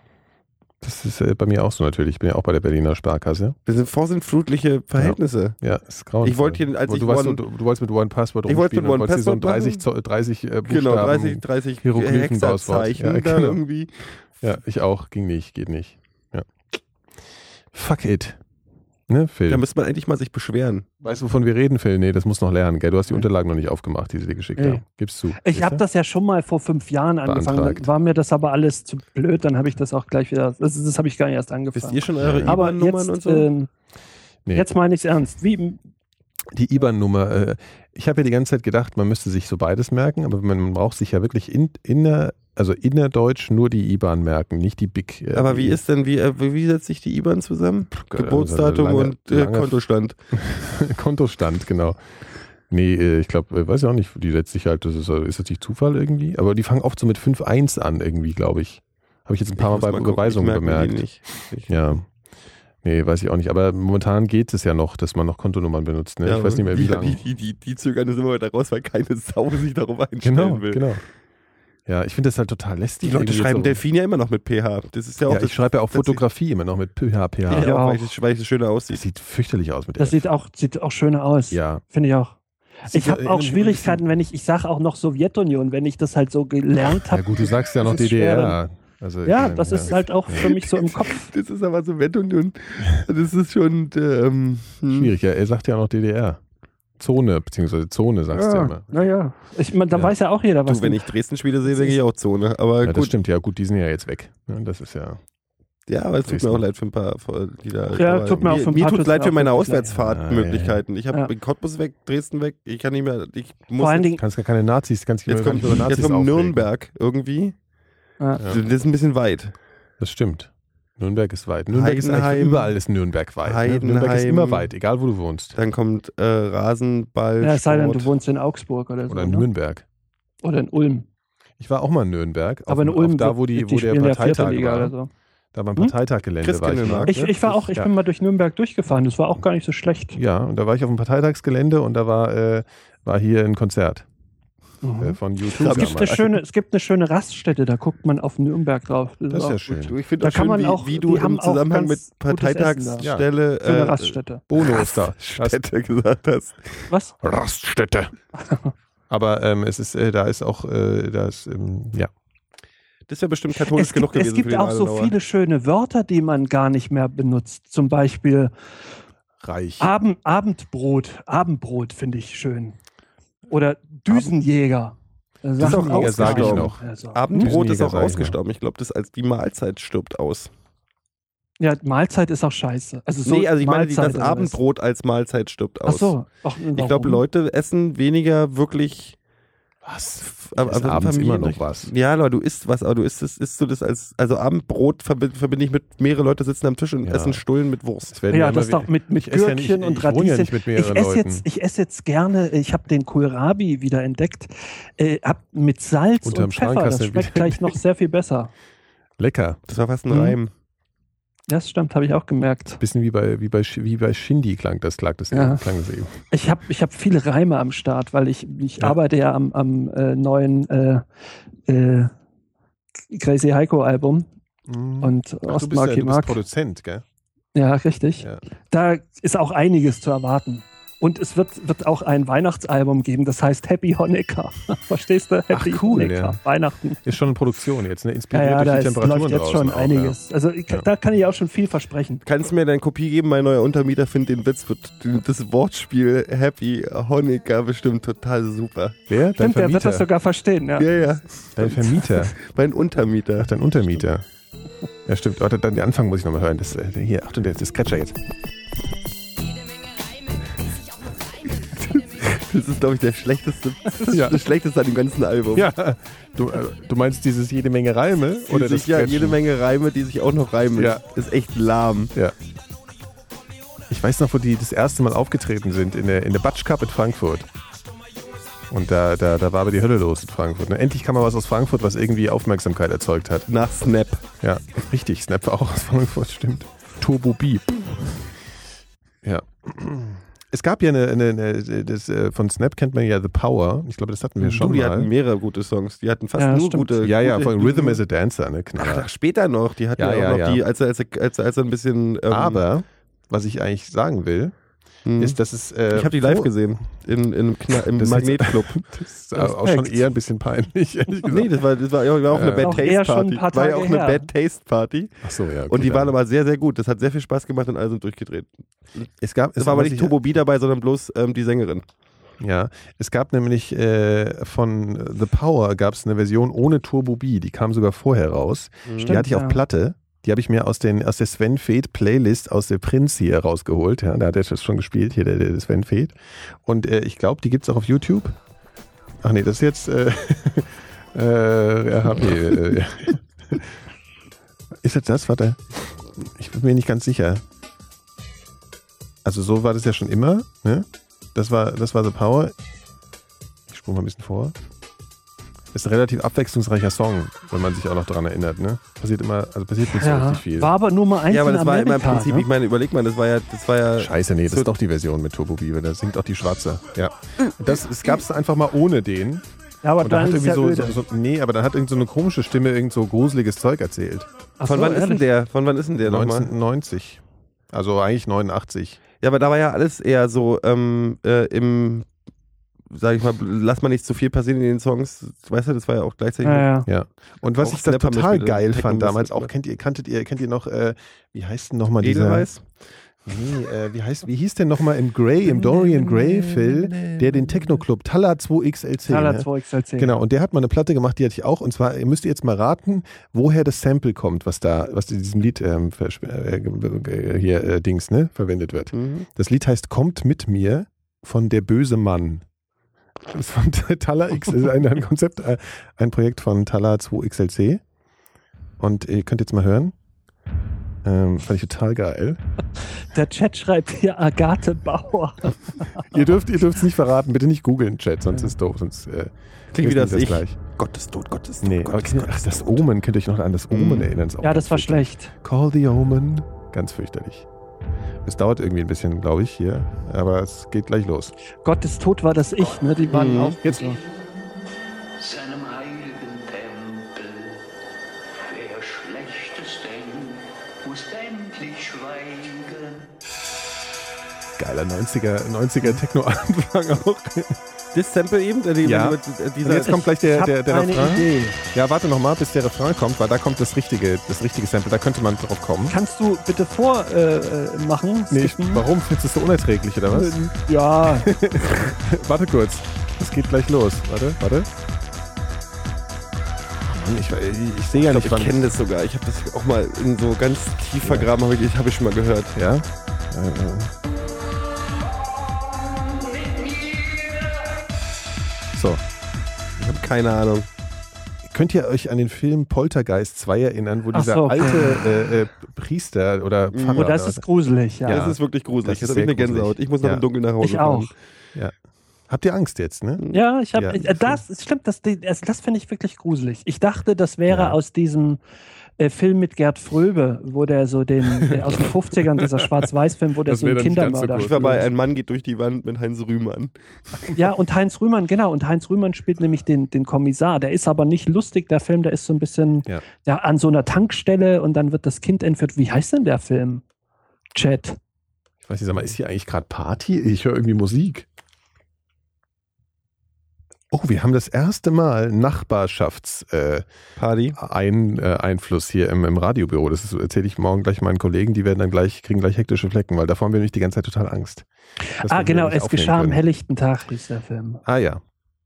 Das ist äh, bei mir auch so natürlich. Ich bin ja auch bei der Berliner Sparkasse. Das sind vorsintflutliche Verhältnisse. Ja, ist grauenvoll. Ich wollte hier, als du, ich weißt, One- du, du wolltest mit One Password Ich wollte rumspielen mit und One wolltest dir so ein Password dreißig, Zo- dreißig äh, Buchstaben. Genau, dreißig, dreißig Hieroglyphen draus raus. Hexerzeichen Ja, da genau. irgendwie. Ja, ich auch. Ging nicht, geht nicht. Ja. Fuck it. Ne, Phil? Da müsste man eigentlich mal sich beschweren. Weißt du, wovon wir reden, Phil? Nee, das muss noch lernen, gell? Du hast die Unterlagen noch nicht aufgemacht, die sie dir geschickt Nee. haben. Gibst du. Ich Siehst habe du? das ja schon mal vor fünf Jahren angefangen. Beantragt. Dann war mir das aber alles zu blöd. Dann habe ich das auch gleich wieder. Das, das habe ich gar nicht erst Wisst angefangen. ihr schon eure aber I B A N-Nummern jetzt, und so? ähm, Nee. jetzt meine ich es ernst. Wie, Die I B A N-Nummer. Äh, ich habe ja die ganze Zeit gedacht, man müsste sich so beides merken, aber man, man braucht sich ja wirklich in, inner, also innerdeutsch nur die I B A N merken, nicht die Big. Äh, Aber wie die- ist denn, wie, äh, wie setzt sich die I B A N zusammen? äh, Geburtsdatum lange- und äh, lange- Kontostand. Kontostand, genau. Nee, äh, ich glaube, weiß ich auch nicht, die setzt sich halt, das ist, äh, ist das nicht Zufall irgendwie? Aber die fangen oft so mit fünf eins an irgendwie, glaube ich. Habe ich jetzt ein paar Ich Mal muss bei gucken, Überweisungen ich merke mir die bemerkt. Nicht. Ich, Ja. Nee, weiß ich auch nicht. Aber momentan geht es ja noch, dass man noch Kontonummern benutzt. Ne? Ja, ich weiß nicht mehr, wie die, lange. Die, die, die, die zögern das immer weiter raus, weil keine Sau sich darauf einstellen Genau, will. genau. Ja, ich finde das halt total lästig. Die Leute irgendwie schreiben so. Delfin ja immer noch mit P H. Das ist ja auch Ja, das, ich schreibe ja auch das Fotografie immer noch mit P H P H. sieht, Ja, ja, auch. weil, es, weil es schöner Das aussieht. sieht fürchterlich aus mit das F. sieht auch, sieht auch schöner aus. Ja. Finde ich auch. Das Ich sieht habe ja auch irgendwie Schwierigkeiten, ein wenn ich, ich sage auch noch Sowjetunion, wenn ich das halt so gelernt bisschen- habe. Ja gut, du sagst ja noch Das ist D D R. schwer. Also, ich Ja, meine, das ist halt auch für mich so im Kopf. Das ist aber so Sowjetunion. Das ist schon ähm, hm. schwierig. Ja, er sagt ja auch noch D D R. Zone, beziehungsweise Zone sagst du ja immer. Naja, ich mein, da Ja. weiß ja auch jeder, was. Du, wenn ich Dresden-Spiele sehe, denke ich auch Zone. Aber Ja, das gut. stimmt, ja gut, die sind ja jetzt weg. Ja, das ist ja. Ja, aber es tut mir Dresden. auch leid für ein paar, die da. Ja, aber tut mir auch für ein Mir paar tut tut's leid mir für auch meine wirklich leid. Auswärtsfahrtmöglichkeiten. Ich habe Ja. Cottbus weg, Dresden weg. Ich kann nicht mehr. Ich muss Vor allen jetzt, Dingen, Du kannst gar keine Nazis, kannst dich jetzt gar kommt, nicht über Nazis jetzt kommt aufregen. Nürnberg irgendwie. Ja. Das ist ein bisschen weit. Das stimmt. Nürnberg ist weit. Nürnberg ist eigentlich Heidenheim. überall ist Nürnberg weit. Ne? Nürnberg ist Heidenheim. immer weit, egal wo du wohnst. Dann kommt äh, Rasenball. Ja, es sei denn, du Sport. wohnst in Augsburg oder so. Oder in ne? Nürnberg. Oder in Ulm. Ich war auch mal in Nürnberg. Aber in auf, Ulm, auf da wo, die, die wo der spielen ja Parteitag vierte Liga war. oder so. Da war ein Hm? Parteitaggelände. War ich, Christkindlmarkt. mal. Ich, ich war auch, ich Ja. bin mal durch Nürnberg durchgefahren. Das war auch gar nicht so schlecht. Ja, und da war ich auf dem Parteitagsgelände und da war, äh, war hier ein Konzert Mhm. äh, von YouTube. Es gibt, eine damals. schöne, es gibt eine schöne Raststätte, da guckt man auf Nürnberg drauf. Das ist auch ja gut. schön. Du, Ich finde Da auch kann schön, man wie, auch- wie die du haben im auch Zusammenhang mit ganz gutes Essen Parteitagsstelle So eine äh, Raststätte. Bono ist da. Städte gesagt hast. Was? Raststätte. Aber ähm, es ist, äh, da ist auch, äh, da ist, ähm, ja. Das wäre bestimmt katholisch Es genug gibt, gewesen es gibt für den auch so Adenauer. viele schöne Wörter, die man gar nicht mehr benutzt. Zum Beispiel Reich. Abend, Abendbrot. Abendbrot finde ich schön. Oder Düsenjäger. Das ist auch Düsenjäger sage ich ausgestorben. noch. Also, Abendbrot ist Düsenjäger, auch sag ich ausgestorben. Ich glaube, das als die Mahlzeit stirbt aus. ja, Mahlzeit ist auch scheiße. Also so nee, also ich meine, die, Mahlzeit das oder was? Abendbrot als Mahlzeit stirbt aus. Ach so. Ach, Ich glaube, Leute essen weniger wirklich. Was? Aber, Ich esse abends immer noch was. Ja, aber du isst was, aber du isst es, isst du das als, also Abendbrot verbinde verbind ich mit mehrere Leute sitzen am Tisch und Ja. essen Stullen mit Wurst. Es werden Ja, immer das we- doch mit, mit Ich esse ja Gürkchen nicht- und ich wohne ja Radieschen. nicht mit mehreren ich esse Leuten. jetzt, ich esse jetzt gerne, ich habe den Kohlrabi wieder entdeckt, äh, hab mit Salz Unterm und Schrank Pfeffer, hast das du schmeckt wieder gleich noch sehr viel besser. Lecker. Das war fast ein Mhm. Reim. Das stimmt, habe ich auch gemerkt. Bisschen wie bei, wie bei, Sch- wie bei Shindy klang das, klang das, Ja. eben, klang das eben. Ich habe ich hab viele Reime am Start, weil ich, ich Ja. arbeite ja am, am äh, neuen äh, äh, Crazy Heiko Album und Ach, du bist, ja, Ostmarki du bist Mark. Produzent, gell? Ja, richtig. Ja. Da ist auch einiges zu erwarten. Und es wird, wird auch ein Weihnachtsalbum geben, das heißt Happy Honecker. Verstehst du? Happy Ach, cool, Honecker. ja. Weihnachten. Ist schon in Produktion jetzt, ne? Ja, Inspiriert ja, durch da die ist, Temperaturen läuft jetzt draußen schon auch, einiges. Also ich, Ja. da kann ich auch schon viel versprechen. Kannst du mir deine Kopie geben? Mein neuer Untermieter findet den Witz, wird das Wortspiel Happy Honecker bestimmt total super. Ja. Wer? Dein Stimmt, der wird Vermieter. das sogar verstehen. Ja. Ja, ja. Dein Vermieter. Mein Untermieter. Ach, dein Untermieter. Ja, stimmt. Warte, dann den Anfang muss ich nochmal hören. Das, äh, hier, Achtung, der, der Scratcher jetzt. Das ist, glaube ich, der schlechteste, Ja. das schlechteste an dem ganzen Album. Ja, du, äh, du meinst dieses jede Menge Reime? Die Oder sich, das ja, Scratchen? jede Menge Reime, die sich auch noch reimen. Ja. Ist echt lahm. Ja. Ich weiß noch, wo die das erste Mal aufgetreten sind, in der, in der Batsch Cup in Frankfurt. Und da, da, da war aber die Hölle los in Frankfurt. Ne? Endlich kam mal was aus Frankfurt, was irgendwie Aufmerksamkeit erzeugt hat. Nach Snap. Ja, richtig. Snap war auch aus Frankfurt, stimmt. Turbo Beep. Ja. Es gab ja eine, eine, eine das, äh, von Snap kennt man ja The Power. Ich glaube, das hatten wir schon Du, die mal. hatten mehrere gute Songs. Die hatten fast Ja, nur stimmt. gute. ja, ja, gute, von Rhythm as a Dancer, ne? Knaller. Ach, später noch. Die hatten Ja, ja, auch ja, noch ja. die, als er, als er, als er, als er ein bisschen. Ähm, Aber, was ich eigentlich sagen will, mh. ist, dass es. Äh, ich habe die live vor- gesehen. In, in, Kna- Im Das ist jetzt- Magnetclub. Das ist auch schon Respekt. eher ein bisschen peinlich, ehrlich gesagt. Nee, das war, das war ja auch eine Äh. Bad Auch Taste eher schon Party. ein paar War ja Tage auch eine her. Bad Taste Party. Ach so, ja. Und gut, die waren dann. aber sehr, sehr gut. Das hat sehr viel Spaß gemacht und alle sind durchgedreht. Es gab, Es es war aber was nicht ich- Turbo B dabei, sondern bloß ähm, die Sängerin. Ja, es gab nämlich äh, von The Power gab es eine Version ohne Turbo B, die kam sogar vorher raus. die Stimmt, hatte ich auf ja. Platte. Die habe ich mir aus, den, aus der Sven Feth Playlist aus der Prinz hier rausgeholt. Ja, da hat er das schon gespielt, hier der, der Sven Feth. Und äh, ich glaube, die gibt es auch auf YouTube. Ach nee, das ist jetzt äh, äh, R H P. Äh, ist jetzt das? Warte. Ich bin mir nicht ganz sicher. Also so war das ja schon immer. Ne? Das war, das war The Power. Ich spule mal ein bisschen vor. Ist ein relativ abwechslungsreicher Song, wenn man sich auch noch daran erinnert. Ne? Passiert immer, also passiert nicht so Ja, richtig viel. war aber nur mal eins Ja, aber in das war immer im Amerika, Prinzip, ne? ich meine, überleg mal, das war ja, das war ja. Scheiße, nee, das So- ist doch die Version mit Turbo Bibe. Da singt auch die Schwarze. Ja. Das, es gab es einfach mal ohne den. Ja, aber Und dann dann hat ist irgendwie ja so, öde. so, so, nee, aber dann hat irgend so eine komische Stimme irgend so gruseliges Zeug erzählt. Ach Von so, wann ist denn ehrlich? der? Von wann ist denn der nochmal? neunzehnhundertneunzig. Also eigentlich neunundachtzig. Ja, aber da war ja alles eher so ähm, äh, im, sag ich mal, lass mal nicht zu viel passieren in den Songs. Weißt du, das war ja auch gleichzeitig. Ja, ja. Ja. Und was Auch ich da Snap haben wir total später geil Techno fand damals Musik auch, gemacht. kennt ihr, kanntet ihr, kennt ihr noch, äh, wie heißt denn nochmal dieser? Edelweiß? Nee, äh, wie, heißt, wie hieß denn nochmal im Grey, im Dorian Gray Phil, der den Techno-Club, Talla zwei X L C. Thaler ne? zwei X L C. Genau, und der hat mal eine Platte gemacht, die hatte ich auch. Und zwar, ihr müsst jetzt mal raten, woher das Sample kommt, was da, was in diesem Lied ähm, versp- äh, hier äh, Dings, ne, verwendet wird. Mhm. Das Lied heißt Kommt mit mir von Der böse Mann. Das ist von Talla X, ist ein, ein Konzept, äh, ein Projekt von Talla zwei X L C. Und ihr könnt jetzt mal hören. Ähm, fand ich total geil. Der Chat schreibt hier Agathe Bauer. Ihr dürft ihr dürft es nicht verraten, bitte nicht googeln, Chat, sonst ist doof. Sonst, äh, Klingt wie das ich. gleich. Gottes Tod, Gottes Tod. Nee, Gottes aber kennt, Tod. ach, das Omen, könnt ihr euch noch an das Omen Mhm. erinnern? Ist auch Ja, ganz das war fürchterlich. schlecht. Call the Omen. Ganz fürchterlich. Es dauert irgendwie ein bisschen, glaube ich, hier. Aber es geht gleich los. Gottes Tod war das Ich, ne? Die waren Mhm. auch Jetzt- so. Seinem heiligen Tempel. Wer Schlechtes denkt, muss endlich schweigen. Geiler neunziger, neunziger Techno-Anfang auch. Das Sample eben, äh, die, Ja. äh, Und dieser, jetzt kommt gleich Ich der, hab der, der eine Refrain. Idee. Ja, warte nochmal, bis der Refrain kommt, weil da kommt das richtige, das richtige Sample. Da könnte man drauf kommen. Kannst du bitte vormachen? Äh, machen? Nee, ich, Skippen? warum? Findest du es so unerträglich, oder was? Ja, Warte kurz. Es geht gleich los. Warte, warte. Mann, Ich, ich, ich sehe ja ich nicht, glaube, ich wann. kenne das sogar. Ich habe das auch mal in so ganz tief vergraben, habe ich, hab ich schon mal gehört. Ja? Äh, äh. So. Ich habe keine Ahnung. Könnt ihr euch an den Film Poltergeist zwei erinnern, wo Ach dieser so, okay. alte äh, äh, Priester oder Pfarrer oh, das oder ist was- gruselig, ja. Ja. Das ist wirklich gruselig. Das Das ist ist eine sehr Gänsehaut. gruselig. Ich muss noch Ja. im Dunkeln nach Hause Ich fahren. auch. Habt ihr Angst jetzt, ne? Ja, ich habe, Ja. äh, das stimmt, das, das, das finde ich wirklich gruselig. Ich dachte, das wäre Ja. aus diesem äh, Film mit Gerd Fröbe, wo der so den, äh, aus den fünfzigern, dieser Schwarz-Weiß-Film, wo der Das so einen wäre dann nicht ganz so Kindermörder gut. Ich war bei spielt. Ein Mann geht durch die Wand mit Heinz Rühmann. Ja, und Heinz Rühmann, genau, und Heinz Rühmann spielt nämlich den, den Kommissar. Der ist aber nicht lustig, der Film, der ist so ein bisschen Ja. ja, an so einer Tankstelle und dann wird das Kind entführt. Wie heißt denn der Film? Chat. Ich weiß nicht, sag mal, ist hier eigentlich gerade Party? Ich höre irgendwie Musik. Oh, wir haben das erste Mal Nachbarschafts äh, Party. ein, äh, Einfluss hier im, im Radiobüro. Das ist- erzähle ich morgen gleich meinen Kollegen, die werden dann gleich, kriegen gleich hektische Flecken, weil davor haben wir nämlich die ganze Zeit total Angst. dass Ah, wir genau, nicht es aufnehmen geschah am können. helllichten Tag, hieß der Film. Ah ja.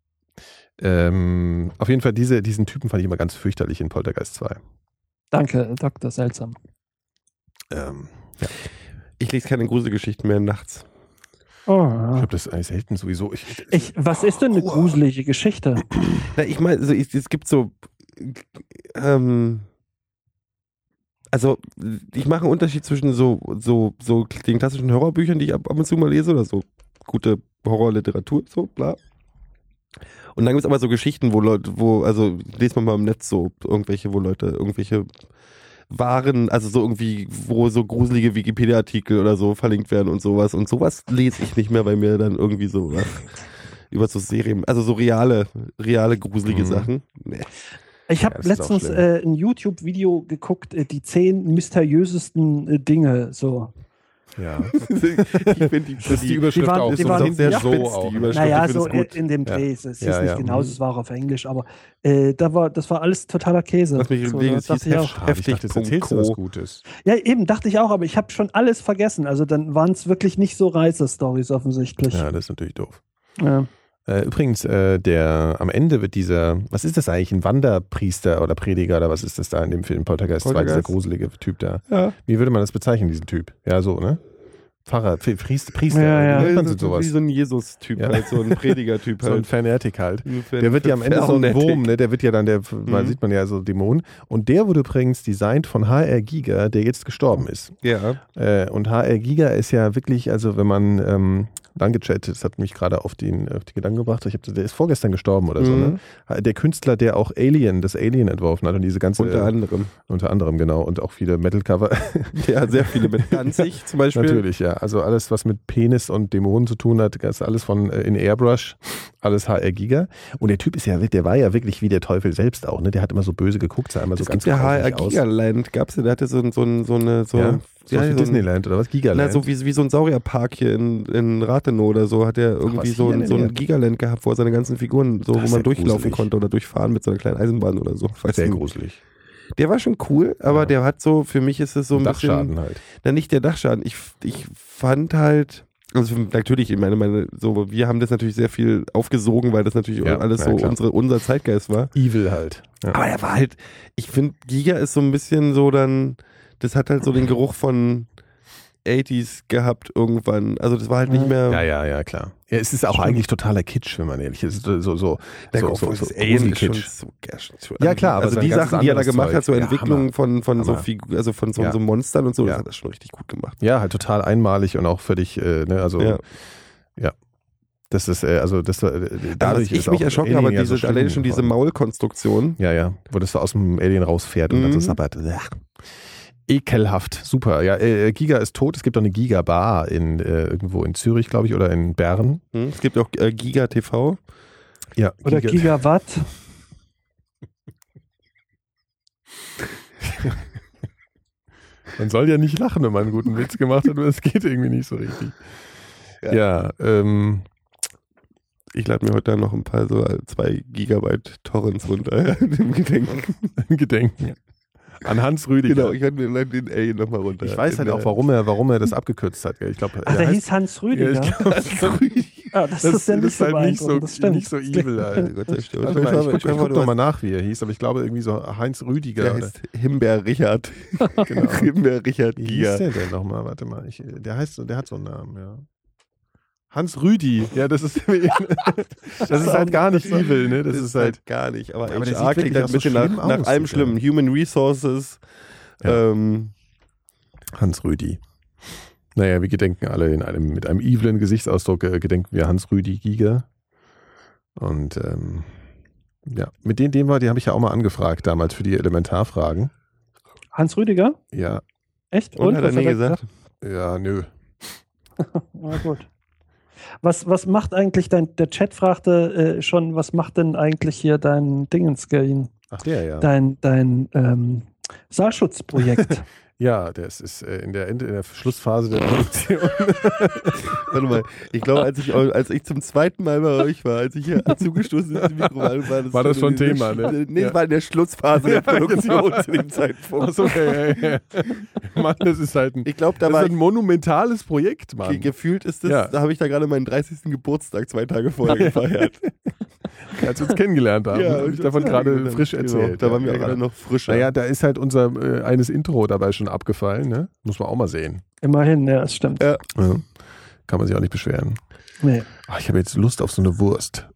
Ähm, auf jeden Fall, diese, diesen Typen fand ich immer ganz fürchterlich in Poltergeist zwei. Danke, Doktor Seltsam. Ähm, Ich lese keine Gruselgeschichten mehr nachts. Oh, ich ja. habe das eigentlich selten sowieso. Ich, Ich, was ist denn eine gruselige Geschichte? Na, ich meine, also ich, es gibt so. Ähm, also, ich mache einen Unterschied zwischen so, so, so den klassischen Horrorbüchern, die ich ab, ab und zu mal lese, oder so gute Horrorliteratur, so, bla. Und dann gibt es aber so Geschichten, wo Leute, wo, also lest man mal im Netz so irgendwelche, wo Leute irgendwelche Waren, also so irgendwie, wo so gruselige Wikipedia-Artikel oder so verlinkt werden und sowas. Und sowas lese ich nicht mehr, weil mir dann irgendwie so ach, über so Serien, also so reale, reale gruselige Mhm. Sachen. Nee. Ich habe Ja, das ist auch letztens schlimm. äh, ein YouTube-Video geguckt, äh, die zehn mysteriösesten äh, Dinge. So. ja. ich finde die, Das ist die die Überschrift Die waren- auch die so, waren- hinten sehr ja. so spitz, auch. die Überschrift. Naja, ich finde so es gut. in, in dem Ja. Dreh. Es ist Ja, nicht ja. genau, Mhm. es war auf Englisch, aber äh, da war, das war alles totaler Käse. Lass mich so, überlegen, das es hieß dachte ich auch. Heft- Schade, ich dachte, jetzt Heftig erzählst du Punkt was co. Gutes. Ja, eben, dachte ich auch, aber ich habe schon alles vergessen. Also dann waren es wirklich nicht so Reisestories offensichtlich. Ja, das ist natürlich doof. Ja. Äh, übrigens, äh, der am Ende wird dieser, was ist das eigentlich, ein Wanderpriester oder Prediger oder was ist das da in dem Film Poltergeist zwei, dieser Poltergeist. gruselige Typ da? Ja. Wie würde man das bezeichnen, diesen Typ? Ja, so, ne? Pfarrer, Pri- Priester, Priester, Ja, ja. wie nennt man so, so sowas? Wie so ein Jesus-Typ Ja. halt, so ein Prediger-Typ So ein halt. Fanatic halt. Für- Der wird ja am für Ende so ein Fanatic. Wurm, ne? Der wird ja dann, der, man Mhm. sieht man ja so Dämonen. Und der wurde übrigens designt von H R Giger, der jetzt gestorben ist. Ja. Äh, und H R Giger ist ja wirklich, also wenn man, ähm, danke Chat, das hat mich gerade auf den, auf die Gedanken gebracht, ich hab, der ist vorgestern gestorben oder so, Mhm. ne? Der Künstler, der auch Alien, das Alien entworfen hat und diese ganze, Unter anderem. unter anderem, genau, und auch viele Metal-Cover. Ja, sehr viele mit Danzig zum Beispiel. Natürlich, ja. Also alles, was mit Penis und Dämonen zu tun hat, das ist alles von äh, in Airbrush, alles H R Giga. Und der Typ ist ja, der war ja wirklich wie der Teufel selbst auch, ne? Der hat immer so böse geguckt, sah immer so Es ganz gibt ja H R grausig aus. Gigaland, gab's ja, der hatte so, ein- so, ein- so eine, so, Ja, so ja, wie so ein- Disneyland oder was? Gigaland. Na, so wie, wie so ein Saurierpark hier in, in Rathenow oder so, hat er irgendwie was so, hier ein, denn so hier? ein Gigaland gehabt, wo er seine ganzen Figuren, so, Das wo ist man ja durchlaufen gruselig. konnte oder durchfahren mit so einer kleinen Eisenbahn oder so. Ich weiß Sehr nicht. gruselig. Der war schon cool, aber Ja. der hat so, für mich ist es so ein Dachschaden bisschen, halt. na nicht der Dachschaden, ich, ich fand halt, also natürlich, ich meine, meine, so, wir haben das natürlich sehr viel aufgesogen, weil das natürlich Ja, alles ja, so klar. unsere, unser Zeitgeist war. Evil halt. Ja. Aber er war halt, ich finde, Giga ist so ein bisschen so dann, das hat halt so den Geruch von, achtziger gehabt irgendwann. Also das war halt nicht mehr... Ja, ja, ja, klar. Ja, es ist auch Stimmt. eigentlich totaler Kitsch, wenn man ehrlich ist. So, so, so, Der so, Golf so, versus so Alien ist schon Gruselkitsch. so geil. Ja, klar, aber also sein die ganzes Sachen, die er da anderes gemacht hat, so Zeug. Ja, Entwicklungen von, von so Hammer. Figu- also von so, Ja. so Monstern und so, Ja. das hat er schon richtig gut gemacht. Ja, halt total einmalig und auch völlig, äh, ne, also, Ja. ja. Das ist, äh, also, das, äh, dadurch Also was ist ich mich auch erschrocken Alien habe, ja diese, so schlimm alleine schon diese geworden. Maulkonstruktion. Ja, ja, wo das so aus dem Alien rausfährt und dann so Mhm. sabbert. Ach, ekelhaft, super. Ja, äh, Giga ist tot. Es gibt auch eine Giga-Bar in, äh, irgendwo in Zürich, glaube ich, oder in Bern. Hm, Es gibt auch äh, Giga T V. Ja, Oder Gigawatt. Man soll ja nicht lachen, wenn man einen guten Witz gemacht hat, aber es geht irgendwie nicht so richtig. Ja. Ja, ähm, Ich lade mir heute dann noch ein paar so zwei Gigabyte Torrents runter im Gedenken. im Gedenken. An Hans Rüdiger. Genau, ich lade mir dann den Alien nochmal runter. Ich weiß halt In auch, der- warum er, warum er das abgekürzt hat. gell. Ich glaube, Ach, der hieß Hans Rüdiger. Ja, ich glaub, das, Ah, das, das, ist ja das nicht ist so halt nicht so, beeindruckend, das stimmt. nicht so evil. Halt. Gott sei Dank. Warte mal, ich guck, ich einfach, guck du noch mal hast- nach, wie er hieß, aber ich glaube irgendwie so Heinz Rüdiger. Der Oder, heißt Himbeer Richard. genau. Himbeer Richard Wie Giga. hieß der denn nochmal? Warte mal, ich, der heißt, der hat so einen Namen, ja. Hans Rüdi, ja, das ist, das ist halt gar nicht evil, ne? Das ist halt, gar nicht. Aber, Aber der H R sieht klingt wirklich halt auch ein so bisschen schlimm nach, nach aus, allem Digga. Schlimmen. Human Resources. Ja. Ähm, Hans Rüdi. Naja, wir gedenken alle in einem, mit einem evilen Gesichtsausdruck, äh, gedenken wir Hans Rüdi Giga. Und ähm, ja, mit denen, den war, die habe ich ja auch mal angefragt damals für die Elementarfragen. Hans Rüdiger? Ja, Echt? und, hat er was nie gesagt? ja, nö. Na gut. Was, was macht eigentlich dein, der Chat fragte äh, schon, was macht denn eigentlich hier dein Dingenscreen, Ach, der, ja. dein, dein ähm, Saalschutzprojekt? Ja, das ist äh, in, der, in der Schlussphase der Produktion. Warte mal, ich glaube, als ich, als ich zum zweiten Mal bei euch war, als ich hier zugestoßen ins Mikro war, war das, War das schon in der- Thema, ne? Nee, Ja. es war in der Schlussphase der Ja, Produktion genau. zu dem Zeitpunkt. Achso, okay, ja, ja. Mann, das ist halt ein, Ich glaube, da das war ist ein monumentales Projekt, Mann. ge- gefühlt ist das, Ja. da habe ich da gerade meinen dreißigsten Geburtstag zwei Tage vorher gefeiert. Als wir uns kennengelernt haben, Ja, habe ich davon gerade frisch Genau, erzählt. da Ja, waren wir ja, auch alle genau. noch frischer. Naja, da ist halt unser äh, eines Intro dabei schon abgefallen, ne? Muss man auch mal sehen. Immerhin, ja, das stimmt. Ja. Ja. Kann man sich auch nicht beschweren. Nee. Ach, ich habe jetzt Lust auf so eine Wurst.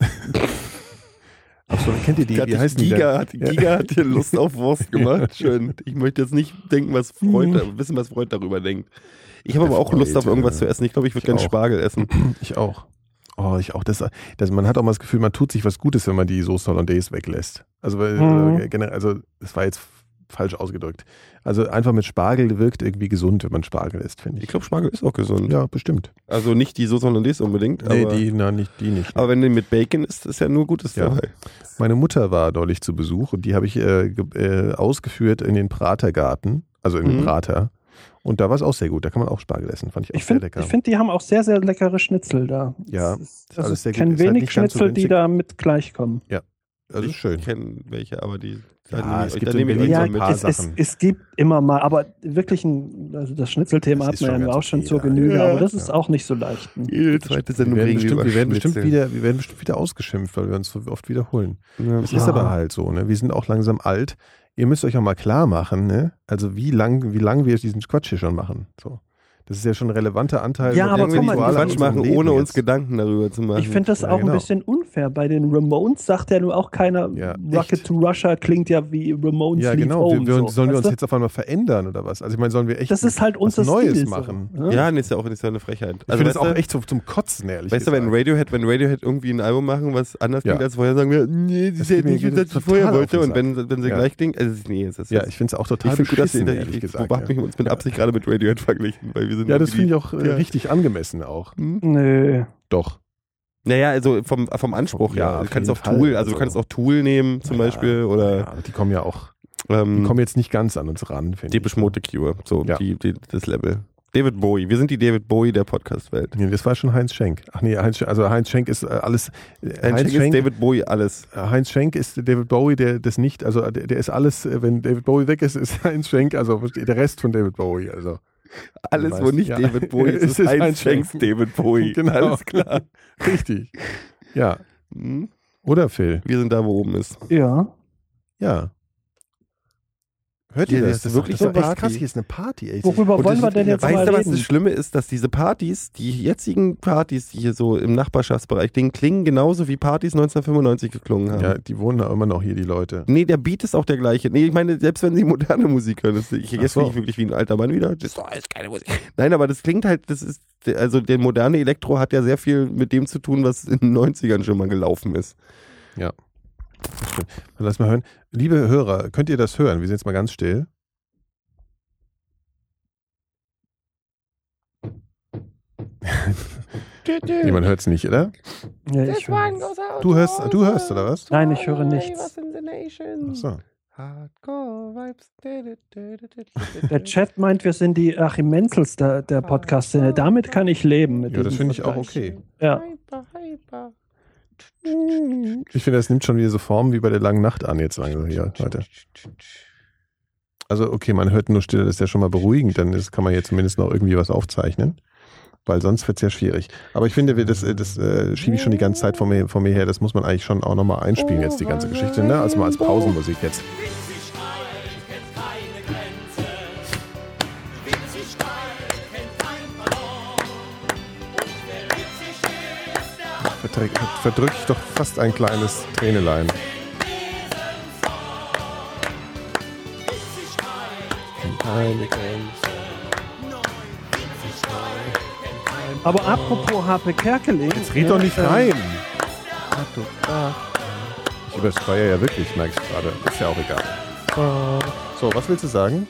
Ach so, kennt ihr die? Hat Wie heißen die Giga, denn? hat, Giga hat dir Lust auf Wurst gemacht. Schön. Ich möchte jetzt nicht denken, was Freud, Mhm. wissen, was Freud darüber denkt. Ich habe Der aber auch Lust auf Freud, irgendwas äh, zu essen. Ich glaube, ich würde ich gerne auch. Spargel essen. Ich auch. Oh, ich auch. Das, das, man hat auch mal das Gefühl, man tut sich was Gutes, wenn man die Soße Hollandaise weglässt. Also, weil, Mhm. äh, generell, also das war jetzt falsch ausgedrückt. Also einfach mit Spargel wirkt irgendwie gesund, wenn man Spargel isst, finde ich. Ich glaube, Spargel ist auch gesund. Ja, bestimmt. Also nicht die Soße Hollandaise unbedingt. Nee, aber, die, na, nicht, die nicht. aber wenn die mit Bacon ist, ist ja nur Gutes Ja. dabei. Meine Mutter war neulich zu Besuch und die habe ich äh, ge- äh, ausgeführt in den Pratergarten, also in den Mhm. Prater. Und da war es auch sehr gut. Da kann man auch Spargel essen. Fand ich auch Ich sehr finde, lecker. ich find, die haben auch sehr, sehr leckere Schnitzel da. Ja, Es ist, ist also alles sehr ich gut. kenne Ist halt wenig nicht ganz so Schnitzel, die winzig. da mit gleichkommen. das ist schön. Ich kenne welche, aber die. Ja, da nehme es ich- gibt da in nehme ich Berlin euch so Ja, ein mit. paar es, es, Sachen. es gibt immer mal, aber wirklich ein, also das Schnitzelthema Das hat ist man schon ja ganz auch schon okay, zur ja. Genüge, Ja. aber das ist Ja. auch nicht so leicht. Jede zweite Wir Sendung werden, reden bestimmt, wir, werden bestimmt Schnitzel. wieder, wir werden bestimmt wieder ausgeschimpft, weil wir uns so oft wiederholen. Ja. Das ist aber halt so, ne? Wir sind auch langsam alt. Ihr müsst euch auch mal klar machen, ne? Also wie lang, wie lang wir diesen Quatsch hier schon machen. So. Das ist ja schon ein relevanter Anteil. Ja, der aber Irgendwie guck nicht mal, Rituale an Quatsch unserem machen, Leben ohne uns jetzt. Gedanken darüber zu machen. Ich finde das Ja, auch genau. ein bisschen unfair. Bei den Ramones sagt ja nur auch keiner, Ja, Rocket echt. to Russia klingt ja wie Ramones Ja, Leave genau. Home. Wir, wir, so, sollen wir weißt uns du? jetzt auf einmal verändern oder was? Also ich meine, sollen wir echt Das ist halt was unser Neues Stil machen? So, ne? Ja, nee, ist ja auch ist ja eine Frechheit. Ich Also, finde das weißt auch du, echt so zum Kotzen, ehrlich Weißt du, gesagt. wenn Radiohead, wenn Radiohead irgendwie ein Album machen, was anders Ja. klingt als vorher, sagen wir, nee, das Das ist ja geht mir- nicht, geht wie das total vorher auf wollte. den Und Sack. wenn, wenn sie Ja. gleich klingt, also nee, es ist ja, ich finde es auch ich total finde gut, dass ihr, beschissen, ich, ehrlich ich gesagt. beobachte Ja. mich uns mit Absicht gerade mit Radiohead verglichen, weil wir sind Ja, das irgendwie finde ich auch äh, ja. richtig angemessen auch. Nö. Doch. Naja, also vom, vom Anspruch, Ja, ja. auf Du kannst jeden auch Fall. Tool, also Also- du kannst auch Tool nehmen zum Ja, Beispiel oder Ja, die kommen ja auch, ähm, die kommen jetzt nicht ganz an uns ran, finde ich. Depeche Mode The Cure, so Ja. die, die, das Level. David Bowie, wir sind die David Bowie der Podcast-Welt. Nee, das war schon Heinz Schenk. Ach nee, Heinz, Schenk- also Heinz Schenk ist äh, alles. äh, Heinz Schenk ist David Bowie alles. äh, Heinz Schenk ist David Bowie, der das nicht, also der, der ist alles, äh, wenn David Bowie weg ist, ist Heinz Schenk, also der Rest von David Bowie. Also Alles, weißt, wo nicht ja. David Bowie ist, Es ist ist Heinz Heinz Schenks Schenk. David Bowie. Genau. Alles klar. richtig. Ja. Hm? Oder Phil? Wir sind da, wo oben ist. Ja. Ja. Hört ihr Ja, das? das ist wirklich wirklich eine so echt krass. Party. Hier ist eine Party. Ey. Worüber Und wollen das- wir denn jetzt weißt mal du, was reden? das Schlimme ist, dass diese Partys, die jetzigen Partys, die hier so im Nachbarschaftsbereich klingen, klingen genauso wie Partys neunzehnhundertfünfundneunzig geklungen haben. Ja, die wohnen da immer noch hier, die Leute. Nee, der Beat ist auch der gleiche. Nee, ich meine, selbst wenn sie moderne Musik hören, das, ich, jetzt so. bin ich wirklich wie ein alter Mann wieder. Das ist doch alles keine Musik. Nein, aber das klingt halt, das ist, also der moderne Elektro hat ja sehr viel mit dem zu tun, was in den neunzigern schon mal gelaufen ist. Ja. Das stimmt. Dann lass mal hören. Liebe Hörer, könnt ihr das hören? Wir sind jetzt mal ganz still. Nee, man hört es nicht, oder? Ja, ich höre. Du hörst, du hörst, oder was? Nein, ich höre nichts. Ach so. Der Chat meint, wir sind die Achim Menzels der, der Podcast-Szene. Damit kann ich leben. Mit Ja, das diesem finde ich auch Vergleich. okay. Ja. Ich finde, das nimmt schon wieder so Formen wie bei der langen Nacht an jetzt langsam hier heute. Also okay, man hört nur Stille, das ist ja schon mal beruhigend, dann ist, kann man jetzt zumindest noch irgendwie was aufzeichnen, weil sonst wird es ja schwierig. Aber ich finde, wir- das, das äh, schiebe ich schon die ganze Zeit vor mir, vor mir her, das muss man eigentlich schon auch nochmal einspielen jetzt, die ganze Geschichte, ne? Also mal als Pausenmusik jetzt. Verdrück, verdrück ich doch fast ein kleines Tränelein. Keine Grenze. Aber apropos Harpe Kerkeling. Jetzt red doch nicht ähm, rein. Ich übersteuere ja wirklich, merke ich gerade. Ist ja auch egal. So, was willst du sagen?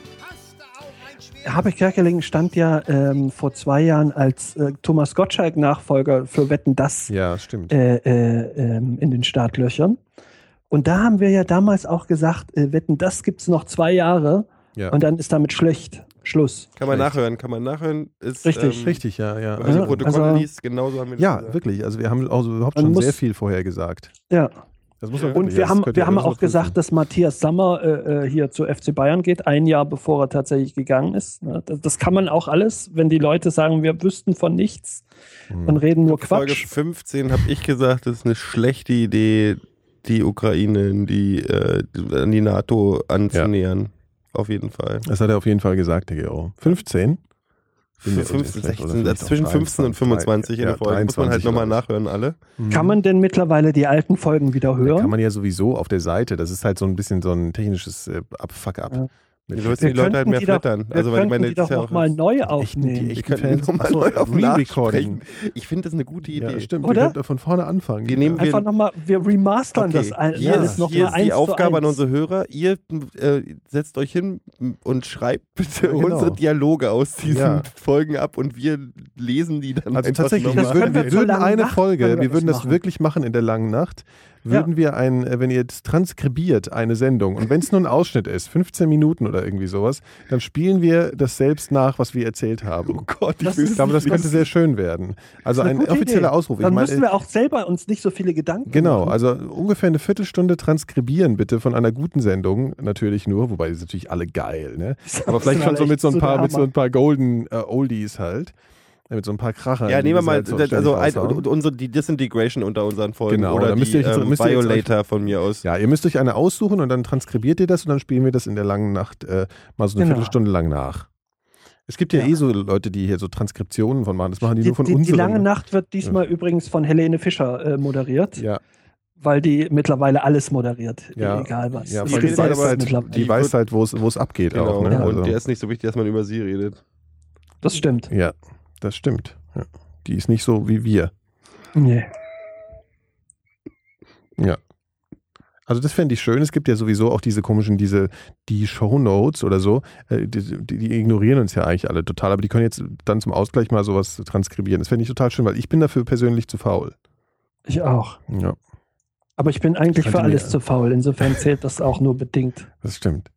Harpe Kerkeling stand ja ähm, vor zwei Jahren als äh, Thomas Gottschalk-Nachfolger für Wetten, dass Ja, stimmt. äh, äh, ähm, in den Startlöchern. Und da haben wir ja damals auch gesagt, äh, Wetten, das gibt es noch zwei Jahre Ja. und dann ist damit schlecht. Schluss. Kann man Schlecht. nachhören, kann man nachhören. Ist, Richtig. ähm, Richtig, ja, ja. Wenn man die Ja, Protokolle also- liest, genauso haben wir das Ja, gesagt. wirklich. Also wir haben auch so überhaupt Man schon muss- sehr viel vorher gesagt. Ja. Das muss man Ja. wirklich, Und wir das haben, könnt wir ihr haben alles auch überprüfen. gesagt, dass Matthias Sammer äh, äh, hier zu F C Bayern geht, ein Jahr bevor er tatsächlich gegangen ist. Ne? Das, das kann man auch alles, wenn die Leute sagen, wir wüssten von nichts und reden nur Folge Quatsch. fünfzehn habe ich gesagt, das ist eine schlechte Idee, die Ukraine in die, äh, an die NATO anzunähern. Auf jeden Fall. Das hat er auf jeden Fall gesagt, der Gero. fünfzehn? Bin mir fünfzehn, unsicher, oder sechzehn, vielleicht also zwischen auch fünfzehn und fünfundzwanzig in ja, der Folge. Muss man halt dreiundzwanzig, nochmal glaub nachhören, alle. ich. Kann man denn mittlerweile die alten Folgen wieder Da hören? kann man ja sowieso auf der Seite, das ist halt so ein bisschen so ein technisches äh, Abfuck-up. Ja. Die Mit- Leute, die Leute halt könnten mehr die doch- flattern. Wir Also, weil ich könnten meine, die das doch ist ja noch auch. mal neu echten- aufnehmen. die Die echten können Fans. nochmal Achso, neu auf Re-Recording. nachsprechen. Ich finde das eine gute Idee. Ja, stimmt. Oder? Wir könnten von vorne anfangen. Wir nehmen- Einfach nochmal, wir remastern Okay, das ein, hier alles ist, noch hier mal ist die eins zu Aufgabe an eins. unsere Hörer. Ihr äh, setzt euch hin und schreibt bitte Ja, genau. unsere Dialoge aus diesen Ja. Folgen ab und wir lesen die dann Also einfach tatsächlich, nochmal. Das wir können würden, wir wir zur würden langen eine Nacht, Folge, können wir wir würden das das machen. wirklich machen in der langen Nacht, würden wir ein, äh, wenn ihr jetzt transkribiert eine Sendung und wenn es nur ein Ausschnitt ist, fünfzehn Minuten oder irgendwie sowas, dann spielen wir das selbst nach, was wir erzählt haben. Oh Gott, ich Das will ist- Ich glaube, das nicht könnte wissen. sehr schön werden. Also Das ist ein eine gute offizieller Idee. Ausruf. Ich Dann meine, müssen wir auch selber uns nicht so viele Gedanken Genau, machen. also ungefähr eine Viertelstunde transkribieren bitte von einer guten Sendung, natürlich nur, wobei die sind natürlich alle geil, ne? Aber vielleicht schon so mit so ein paar, mit so ein paar Golden äh, Oldies halt. Ja, mit so ein paar Krachern. Ja, die nehmen wir sie mal halt so also ständig ein, raushauen. unsere, die Disintegration unter unseren Folgen Genau, oder da müsst die ihr euch jetzt- ähm, müsst ihr jetzt Violator von mir aus. Ja, ihr müsst euch eine aussuchen und dann transkribiert ihr das und dann spielen wir das in der langen Nacht äh, mal so eine Genau. Viertelstunde lang nach. Es gibt ja, Ja. eh so Leute, die hier so Transkriptionen von machen. Das machen die, Die, nur von die, die unseren. lange Nacht wird diesmal übrigens von Helene Fischer äh, moderiert, Ja, weil die mittlerweile alles moderiert, ja. egal was. Ja, Die vor allem redet die weiß aber- halt, mittlerweile. die die weiß wird- halt, wo es wo es abgeht Genau. auch. Ne? Ja. Und Also, der ist nicht so wichtig, dass man über sie redet. Das stimmt. ja, das stimmt. Ja. Die ist nicht so wie wir. Nee. Ja. Also das fände ich schön. Es gibt ja sowieso auch diese komischen, diese, die Shownotes oder so, äh, die, die, die ignorieren uns ja eigentlich alle total, aber die können jetzt dann zum Ausgleich mal sowas transkribieren. Das fände ich total schön, weil ich bin dafür persönlich zu faul. Ich auch. Ja, Aber ich bin eigentlich Könnte für alles mir- zu faul. Insofern zählt das auch nur bedingt. das stimmt.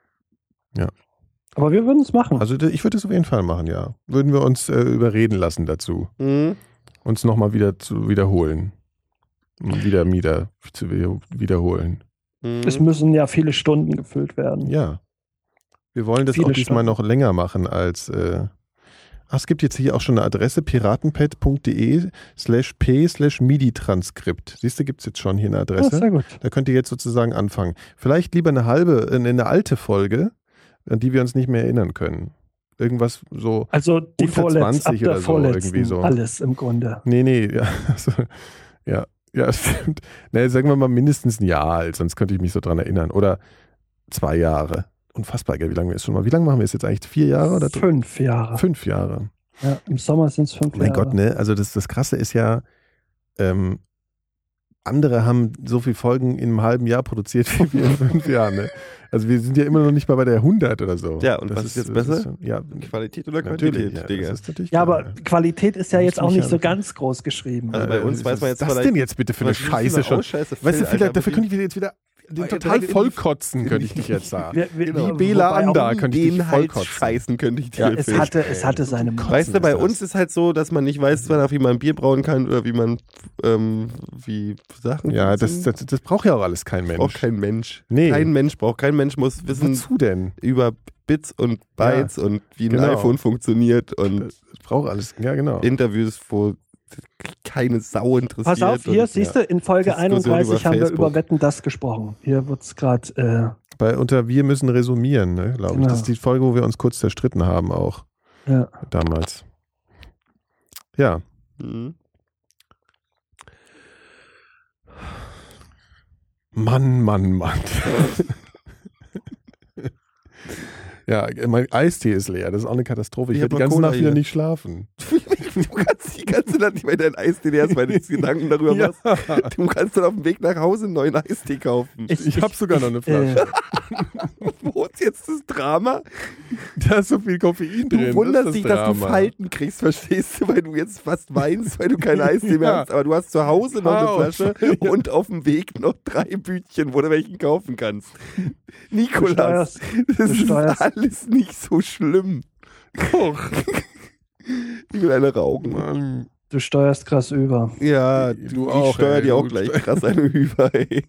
Aber wir würden es machen. Also ich würde es auf jeden Fall machen, ja. Würden wir uns äh, überreden lassen dazu. Mhm. Uns nochmal wieder zu wiederholen. Wieder, wieder zu wieder- wiederholen. Mhm. Es müssen ja viele Stunden gefüllt werden. Ja. Wir wollen das Viele auch diesmal Stunden. noch länger machen als. Äh Ach, es gibt jetzt hier auch schon eine Adresse, piratenpad.de slash p slash midi-Transkript. Siehst du, gibt es jetzt schon hier eine Ja, Adresse. sehr gut. Da könnt ihr jetzt sozusagen anfangen. Vielleicht lieber eine halbe, äh, eine alte Folge an die wir uns nicht mehr erinnern können. Irgendwas so Also die unter vorletzte, ab zwanzig der oder so, vorletzten, irgendwie so. alles im Grunde. Nee, nee, ja, also, ja, ja, stimmt. Nee, sagen wir mal mindestens ein Jahr alt, sonst könnte ich mich so dran erinnern. Oder zwei Jahre. Unfassbar, gell? Wie lange wir es schon mal? Wie lange machen wir es jetzt eigentlich? Vier Jahre oder drei? Fünf Jahre. Fünf Jahre. Ja, im Sommer sind es fünf Mein Jahre. Gott, ne? Also das, das Krasse ist ja, ähm, andere haben so viele Folgen in einem halben Jahr produziert wie wir in fünf Jahren. Ne? Also wir sind ja immer noch nicht mal bei der hundert oder so. Ja, und Das was ist jetzt das besser? schon- ja, Qualität oder Quantität, natürlich. Ja, Digga? das ist natürlich Ja, aber geil. Qualität ist ja Muss jetzt auch mich nicht ja- so ganz groß geschrieben. Also bei uns Äh, weiß was man ist jetzt das vielleicht- denn jetzt bitte für eine Was ist das für Scheiße eine schon? Ausscheiße, Weißt du, Phil, vielleicht, Alter, dafür wo könnte ich jetzt wieder den Alter, total in die- vollkotzen, könnte ich dich jetzt sagen. Wir- wir- Genau. Wie Bela wobei auch Anda könnte ich dich Den Hals vollkotzen. scheißen könnte ich dir. Ja, es Phil. hatte, es hatte seine Macht. Weißt du, bei ist das. uns ist halt so, dass man nicht weiß, zwar, wie man ein Bier brauen kann oder wie man ähm, wie Sachen. Ja, das, funktionieren. das, das braucht ja auch alles kein Mensch. braucht kein Mensch. Nee. Kein Mensch braucht. Kein Mensch muss wissen Wozu denn? über Bits und Bytes und wie ein genau. iPhone funktioniert und Das, das braucht alles. Ja, genau. Interviews, wo keine Sau interessiert. Pass auf, hier und, siehst du, in Folge Diskussion einunddreißig über haben wir Facebook. über Wetten, das gesprochen. Hier wird es gerade, Bei unter Wir müssen resümieren, ne, glaube ich. Genau. Das ist die Folge, wo wir uns kurz zerstritten haben auch äh, ja. damals. Ja. Mhm. Mann, Mann, Mann. Ja, mein Eistee ist leer. Das ist auch eine Katastrophe. Ich Ich werde hab die mal ganze Cola Nacht wieder hier. nicht schlafen. Du kannst die ganze Nacht nicht mehr deinen Eistee leer, weil du jetzt Gedanken darüber Ja. machst. Du kannst dann auf dem Weg nach Hause einen neuen Eistee kaufen. Ich habe sogar noch eine Flasche. Äh, Wo ist jetzt das Drama? Da ist so viel Koffein drin. Du wunderst das dich, ist das dass du Drama. Falten kriegst, verstehst du, weil du jetzt fast weinst, weil du keinen Eistee mehr Ja. hast. Aber du hast zu Hause noch eine Chaos. Flasche Ja. und auf dem Weg noch drei Bütchen, wo du welchen kaufen kannst. Nikolas, steuerst- das ist steuerst- alles nicht so schlimm. Ich will eine rauchen. Mann. du steuerst krass über. Ja, Du du auch, auch. Ich steuer ey, dir auch du gleich steuer- krass eine über, ey.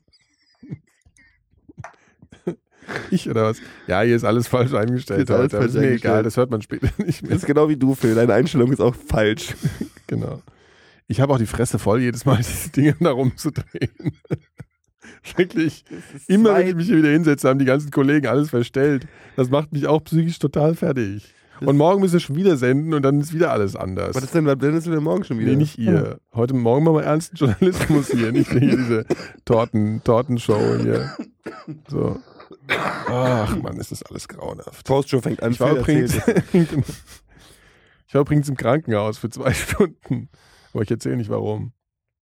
Ich oder was? Ja, hier ist alles falsch eingestellt. Hier ist alles heute. falsch ist mir eingestellt. egal, das hört man später nicht mehr. Das ist genau wie du, Phil. Deine Einstellung ist auch falsch. Genau. Ich habe auch die Fresse voll, jedes Mal diese Dinge da rumzudrehen. Wirklich. Immer wenn ich mich hier wieder hinsetze, haben die ganzen Kollegen alles verstellt. Das macht mich auch psychisch total fertig. Und morgen müssen wir schon wieder senden und dann ist wieder alles anders. Was ist denn, was ist denn morgen schon wieder? Nee, nicht ihr. Heute Morgen machen wir ernsten Journalismus hier, nicht hier diese Torten, Tortenshow hier. So. Ach Mann, ist das alles grauenhaft. Postshow fängt an. Ich war, Phil übrigens, erzählt ich war übrigens im Krankenhaus für zwei Stunden. Aber ich erzähle nicht warum.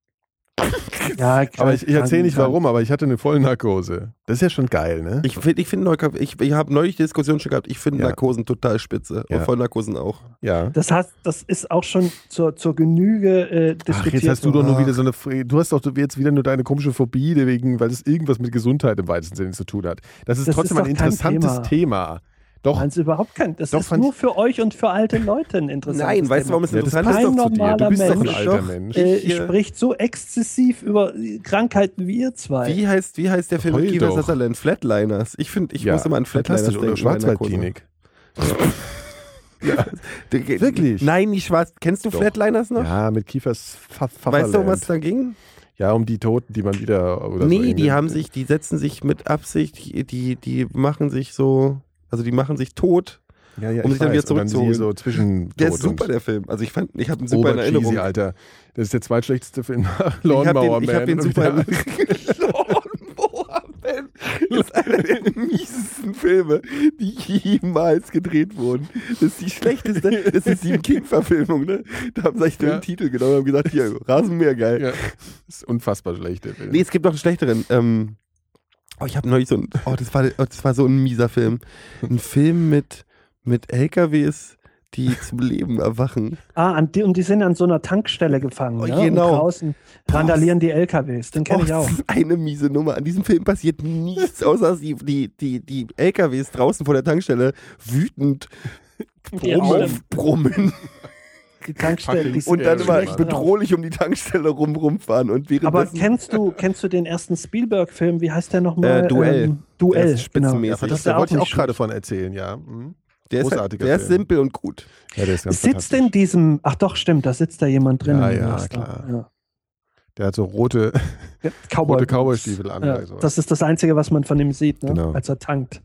Ja, Aber ich, ich erzähle nicht warum, aber ich hatte eine Vollnarkose. Das ist ja schon geil, ne? Ich finde, ich, find, ich, ich habe neulich die Diskussion schon gehabt, ich finde Ja. Narkosen total spitze. Ja. Und Vollnarkosen auch. Ja. Das heißt, das ist auch schon zur, zur Genüge äh, diskutiert. Ach, jetzt hast du doch nur worden. wieder so eine, Fre- du hast doch jetzt wieder nur deine komische Phobie, wegen, weil es irgendwas mit Gesundheit im weitesten Sinne zu tun hat. Das ist Das trotzdem ist ein doch kein interessantes Thema. Thema. Doch, Nein, es ist überhaupt kein. Das Doch, ist fand nur ich- für euch und für alte Leute ein interessantes Nein, weißt du, warum es ja, das interessant passt ist? Kein doch zu dir. Du normaler bist doch ein Mensch. alter Doch. Mensch. äh, hier- spricht so exzessiv über Krankheiten wie ihr zwei. Wie heißt, wie heißt der Film Heul mit Kiefer doch. Sutherland? Flatliners. Ich finde, ich muss immer an Flatliners fantastisch. Oder denken. bei Schwarzwaldklinik. Narkose. Ja. Wirklich? Nein, nicht schwarz. Kennst du Doch. Flatliners noch? Ja, mit Kiefers Fa- Weißt du, um was Fatherland. da ging? Ja, um die Toten, die man wieder. Oder Nee, so die irgendwie- haben sich, die setzen sich mit Absicht, die, die machen sich so, also die machen sich tot. ja, ja, um ich sich dann weiß. wieder Und dann zurückzuholen. sie so zwischen Der Tod ist super, und der Film. Also ich fand, ich habe ihn super in Obercheesy, Erinnerung. Alter. Das ist der zweitschlechteste Film nach Ich habe Lawnmower den, ich Man. hab den oder wie super. der heißt. Lawnmower Man ist einer der miesesten Filme, die jemals gedreht wurden. Das ist die schlechteste. Das ist die King-Verfilmung, ne? Da haben sie sich Ja. den Titel genommen und haben gesagt: Hier, Rasenmäher, geil. Ja, das ist unfassbar schlecht, der Film. Nee, es gibt noch einen schlechteren. Ähm, oh, ich habe neulich so ein. Oh, das war, oh, das war so ein mieser Film. Ein Film mit, mit L K Ws, die zum Leben erwachen. Ah, an die, und die sind an so einer Tankstelle gefangen. Oh, ja? genau. Und draußen randalieren die L K Ws. Den kenne Oh, ich auch. das ist eine miese Nummer. An diesem Film passiert nichts, außer dass die, die, die, die L K Ws draußen vor der Tankstelle wütend Ja, Brummen, stimmt. brummen Die Tankstelle. Die und dann sind immer schlecht drauf. bedrohlich um die Tankstelle rum rumfahren. Und Aber währenddessen kennst du, kennst du den ersten Spielberg-Film? Wie heißt der nochmal? Äh, Duell. Ähm, Duell. Der ist spitzenmäßig. Genau. das Das ist da ja auch wollte ich auch nicht gerade schlecht. von erzählen, ja. Mhm. der ist, großartiger der ist Film. simpel und gut. Ja, der ist ganz Sitzt fantastisch. in diesem, ach doch, stimmt, da sitzt da jemand drin. Ja, in dem ja, Laster. klar. Ja. Der hat so rote, Ja, Cowboy rote Cowboystiefel an. Ja, oder so. das ist das Einzige, was man von ihm sieht, ne? Genau. als er tankt.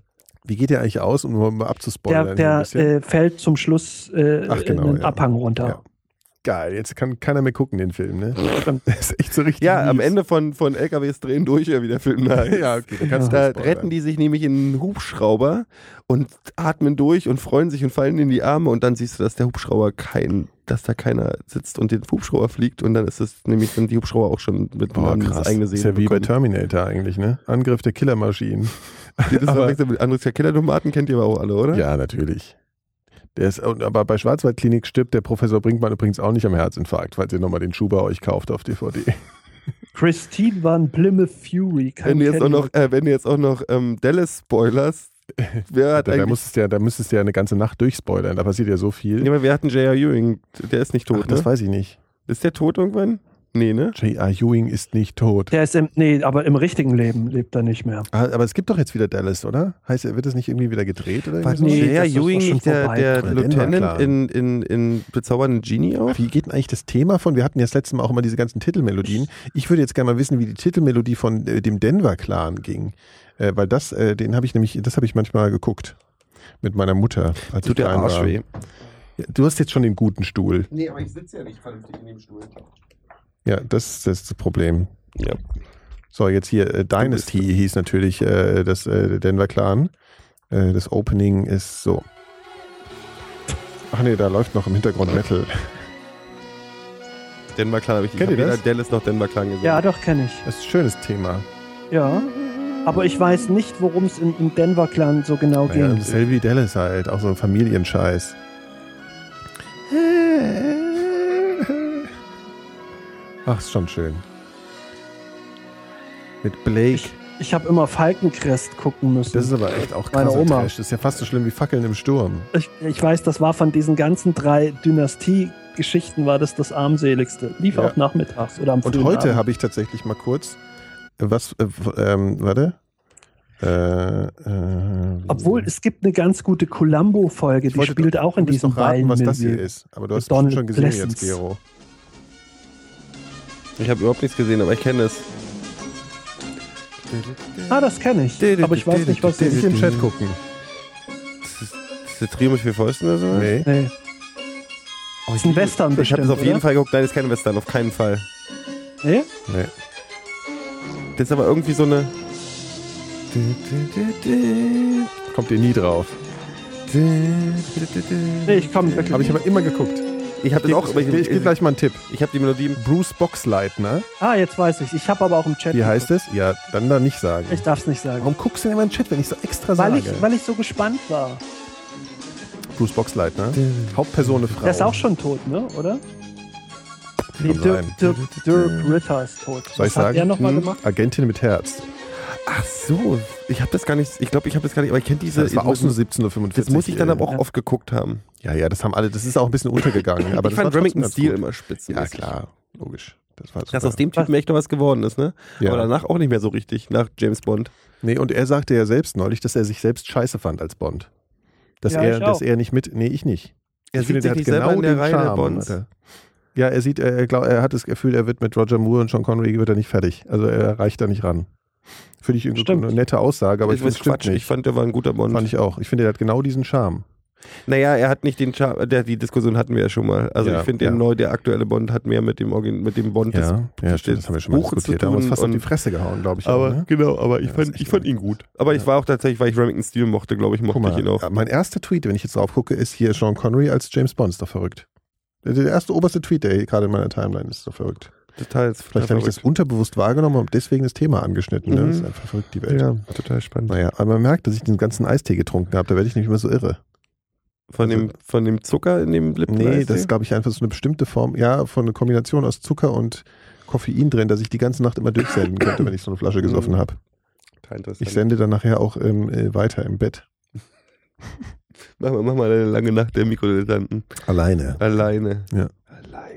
Wie geht der eigentlich aus, um mal abzuspoilern? Der, der äh, fällt zum Schluss äh, Ach, genau, einen ja. Abhang runter. Ja. Geil, jetzt kann keiner mehr gucken, den Film, ne? Das ist echt so richtig Ja, am mies. Ende von, von L K Ws drehen durch, wie der Film da heißt. Ja, okay, da kannst Da du spoilern. retten die sich nämlich in einen Hubschrauber und atmen durch und freuen sich und fallen in die Arme und dann siehst du, dass der Hubschrauber kein, dass da keiner sitzt und den Hubschrauber fliegt und dann ist es nämlich, sind die Hubschrauber auch schon mit Boah, ins krass. eigene Ist Seele ja wie bei bekommen. Terminator eigentlich, ne? Angriff der Killermaschinen. Das aber- verwechselt mit anderes Killer-Tomaten kennt ihr aber auch alle, oder? Ja, natürlich. Der ist, aber bei Schwarzwaldklinik stirbt der Professor Brinkmann übrigens auch nicht am Herzinfarkt, falls ihr nochmal den Schuh bei euch kauft auf D V D. Christine war ein Plymouth Fury. Kein Wenn du jetzt auch Cadillac. noch, äh, wenn du jetzt auch noch ähm, Dallas spoilerst, wer hat Da, da, eigentlich... musstest du ja, da müsstest du ja eine ganze Nacht durchspoilern, da passiert ja so viel. Ja, aber wir hatten J R. Ewing, der ist nicht tot, Ach, das ne? weiß ich nicht. Ist der tot irgendwann? Nee, ne? J R. Ewing ist nicht tot. Der ist im, nee, aber im richtigen Leben lebt er nicht mehr. Ah, aber es gibt doch jetzt wieder Dallas, oder? Heißt, wird das nicht irgendwie wieder gedreht? Oder War irgendwie Nee, so? J R. das ist doch Ewing schon nicht der, vorbei. der Oder Denver Lieutenant Clan. in, in, in Bezaubernden Genie auch? Wie geht denn eigentlich das Thema von, wir hatten ja das letzte Mal auch immer diese ganzen Titelmelodien. Ich würde jetzt gerne mal wissen, wie die Titelmelodie von äh, dem Denver Clan ging. Äh, weil das, äh, den habe ich nämlich, das habe ich manchmal geguckt. Mit meiner Mutter. Als Tut ich der klein Arsch war. weh. Ja, du hast jetzt schon den guten Stuhl. Nee, aber ich sitze ja nicht vernünftig in dem Stuhl. Ja, das, das ist das Problem. Ja. So, jetzt hier äh, Dynasty hieß natürlich äh, das äh, Denver Clan. Äh, das Opening ist so. Ach nee, da läuft noch im Hintergrund Metal. Denver Clan habe ich, ich Kennt hab ihr weder das? Dallas noch Denver Clan gesehen. Ja, doch, kenne ich. Das ist ein schönes Thema. Ja. Aber ich weiß nicht, worum es im, im Denver Clan so genau Naja, ging. dasselbe wie Dallas halt, auch so ein Familienscheiß. Ach, ist schon schön. Mit Blake. Ich, ich habe immer Falkencrest gucken müssen. Das ist aber echt auch Meine krasser Oma. Trash. Das ist ja fast so schlimm wie Fackeln im Sturm. Ich, ich weiß, das war von diesen ganzen drei Dynastie-Geschichten war das das armseligste. Lief Ja. auch nachmittags oder am Und frühen heute Abend. habe ich tatsächlich mal kurz äh, was, äh, w- ähm, warte. Äh, äh, Obwohl, es gibt eine ganz gute Columbo-Folge, ich die wollte spielt doch- auch in du musst diesem doch raten, was das hier Ballenmilieu. ist. Aber du hast es Donald bestimmt schon gesehen Pleasence. jetzt, Gero. Ich habe überhaupt nichts gesehen, aber ich kenne es. Ah, das kenne ich. Aber ich weiß nicht, was es Nicht ist. im Chat gucken. Das ist, das ist der Trio mit vier Fäusten oder so? Nee. Nee. Das ist ein Western Ich habe bestimmt, das auf jeden oder? Fall geguckt. Nein, das ist kein Western, auf keinen Fall. Nee? Nee. Das ist aber irgendwie so eine... Kommt ihr nie drauf. Nee, ich komme wirklich. Habe ich aber immer geguckt. Ich habe das auch... aber Ich, ich gebe gleich mal einen Tipp. Ich habe die Melodie... Bruce Boxleitner. Ah, jetzt weiß ich. Ich habe aber auch im Chat. Wie heißt es? Ja, dann da nicht sagen. Ich darf es nicht sagen. Warum guckst du denn immer in den Chat, wenn ich so extra Weil sage? ich, weil ich so gespannt war. Bruce Boxleitner. Hauptperson eine Frau. Der ist auch schon tot, ne? Oder? Nee, Kann Dirk, sein. Dirk, Dirk Ritter ist tot. Soll ich Was hat sagen? er nochmal Hm, gemacht? Agentin mit Herz. Ach so, ich habe das gar nicht... Ich glaube, ich habe das gar nicht... Aber ich kenne diese... Das war auch so siebzehn Uhr fünfundvierzig. Das muss ich dann aber auch Ja. oft geguckt haben. Ja, ja, das haben alle. Das ist auch ein bisschen untergegangen. Aber ich das fand war Remington trotzdem Steel ganz gut. immer spitze. Ja, klar. Logisch. Das war Dass super. aus dem Typen echt noch was geworden ist, ne? Ja. Aber danach auch nicht mehr so richtig, nach James Bond. Nee, und er sagte ja selbst neulich, dass er sich selbst scheiße fand als Bond. Dass, Ja, er, ich dass auch. er nicht mit. Nee, ich nicht. Er Ich sieht finde, sich der hat nicht selber in der den Reihe der Charme, Bonds. hat er. Ja, er sieht, er, glaub, er hat das Gefühl, er wird mit Roger Moore und Sean Connery wird er nicht fertig. Also er reicht da nicht ran. Finde ich irgendwie Stimmt. eine nette Aussage, aber ich ich finde weiß es stimmt Quatsch. Ich nicht. fand, der war ein guter Bond. Fand ich auch. Ich finde, er hat genau diesen Charme. Naja, er hat nicht den Charme, der, die Diskussion hatten wir ja schon mal. Also Ja, ich finde, der ja. neu, der aktuelle Bond hat mehr mit dem, Origin, mit dem Bond des, Ja, ja, stimmt, das haben wir schon mal Buches diskutiert. zu Da haben wir uns tun fast auf die und- Fresse gehauen, glaube ich. Aber auch, ne? genau, aber ich Ja, das ist fand, echt ich fand geil. ihn gut. Aber ich war auch tatsächlich, weil ich Remington Steel mochte, glaube ich, mochte Guck ich ihn mal, auch. ja, mein erster Tweet, wenn ich jetzt drauf gucke, ist hier Sean Connery als James Bond. Ist doch verrückt. Der, der erste oberste Tweet, der hier gerade in meiner Timeline ist, ist doch verrückt. Total, Vielleicht habe ich das unterbewusst wahrgenommen und deswegen das Thema angeschnitten. Ne? Mhm. Das ist einfach verrückt, die Welt. Ja, total spannend. Naja, aber man merkt, dass ich den ganzen Eistee getrunken habe. Da werde ich nicht mehr so irre. Von dem, von dem Zucker in dem Lipton. Nee, das ist, glaube ich, einfach so eine bestimmte Form, ja, von einer Kombination aus Zucker und Koffein drin, dass ich die ganze Nacht immer durchsenden könnte, wenn ich so eine Flasche gesoffen habe. Ich sende dann nachher auch ähm, äh, weiter im Bett. Mach mal, mach mal eine lange Nacht der Mikrodilettanten. Alleine. Alleine. Ja. Alleine.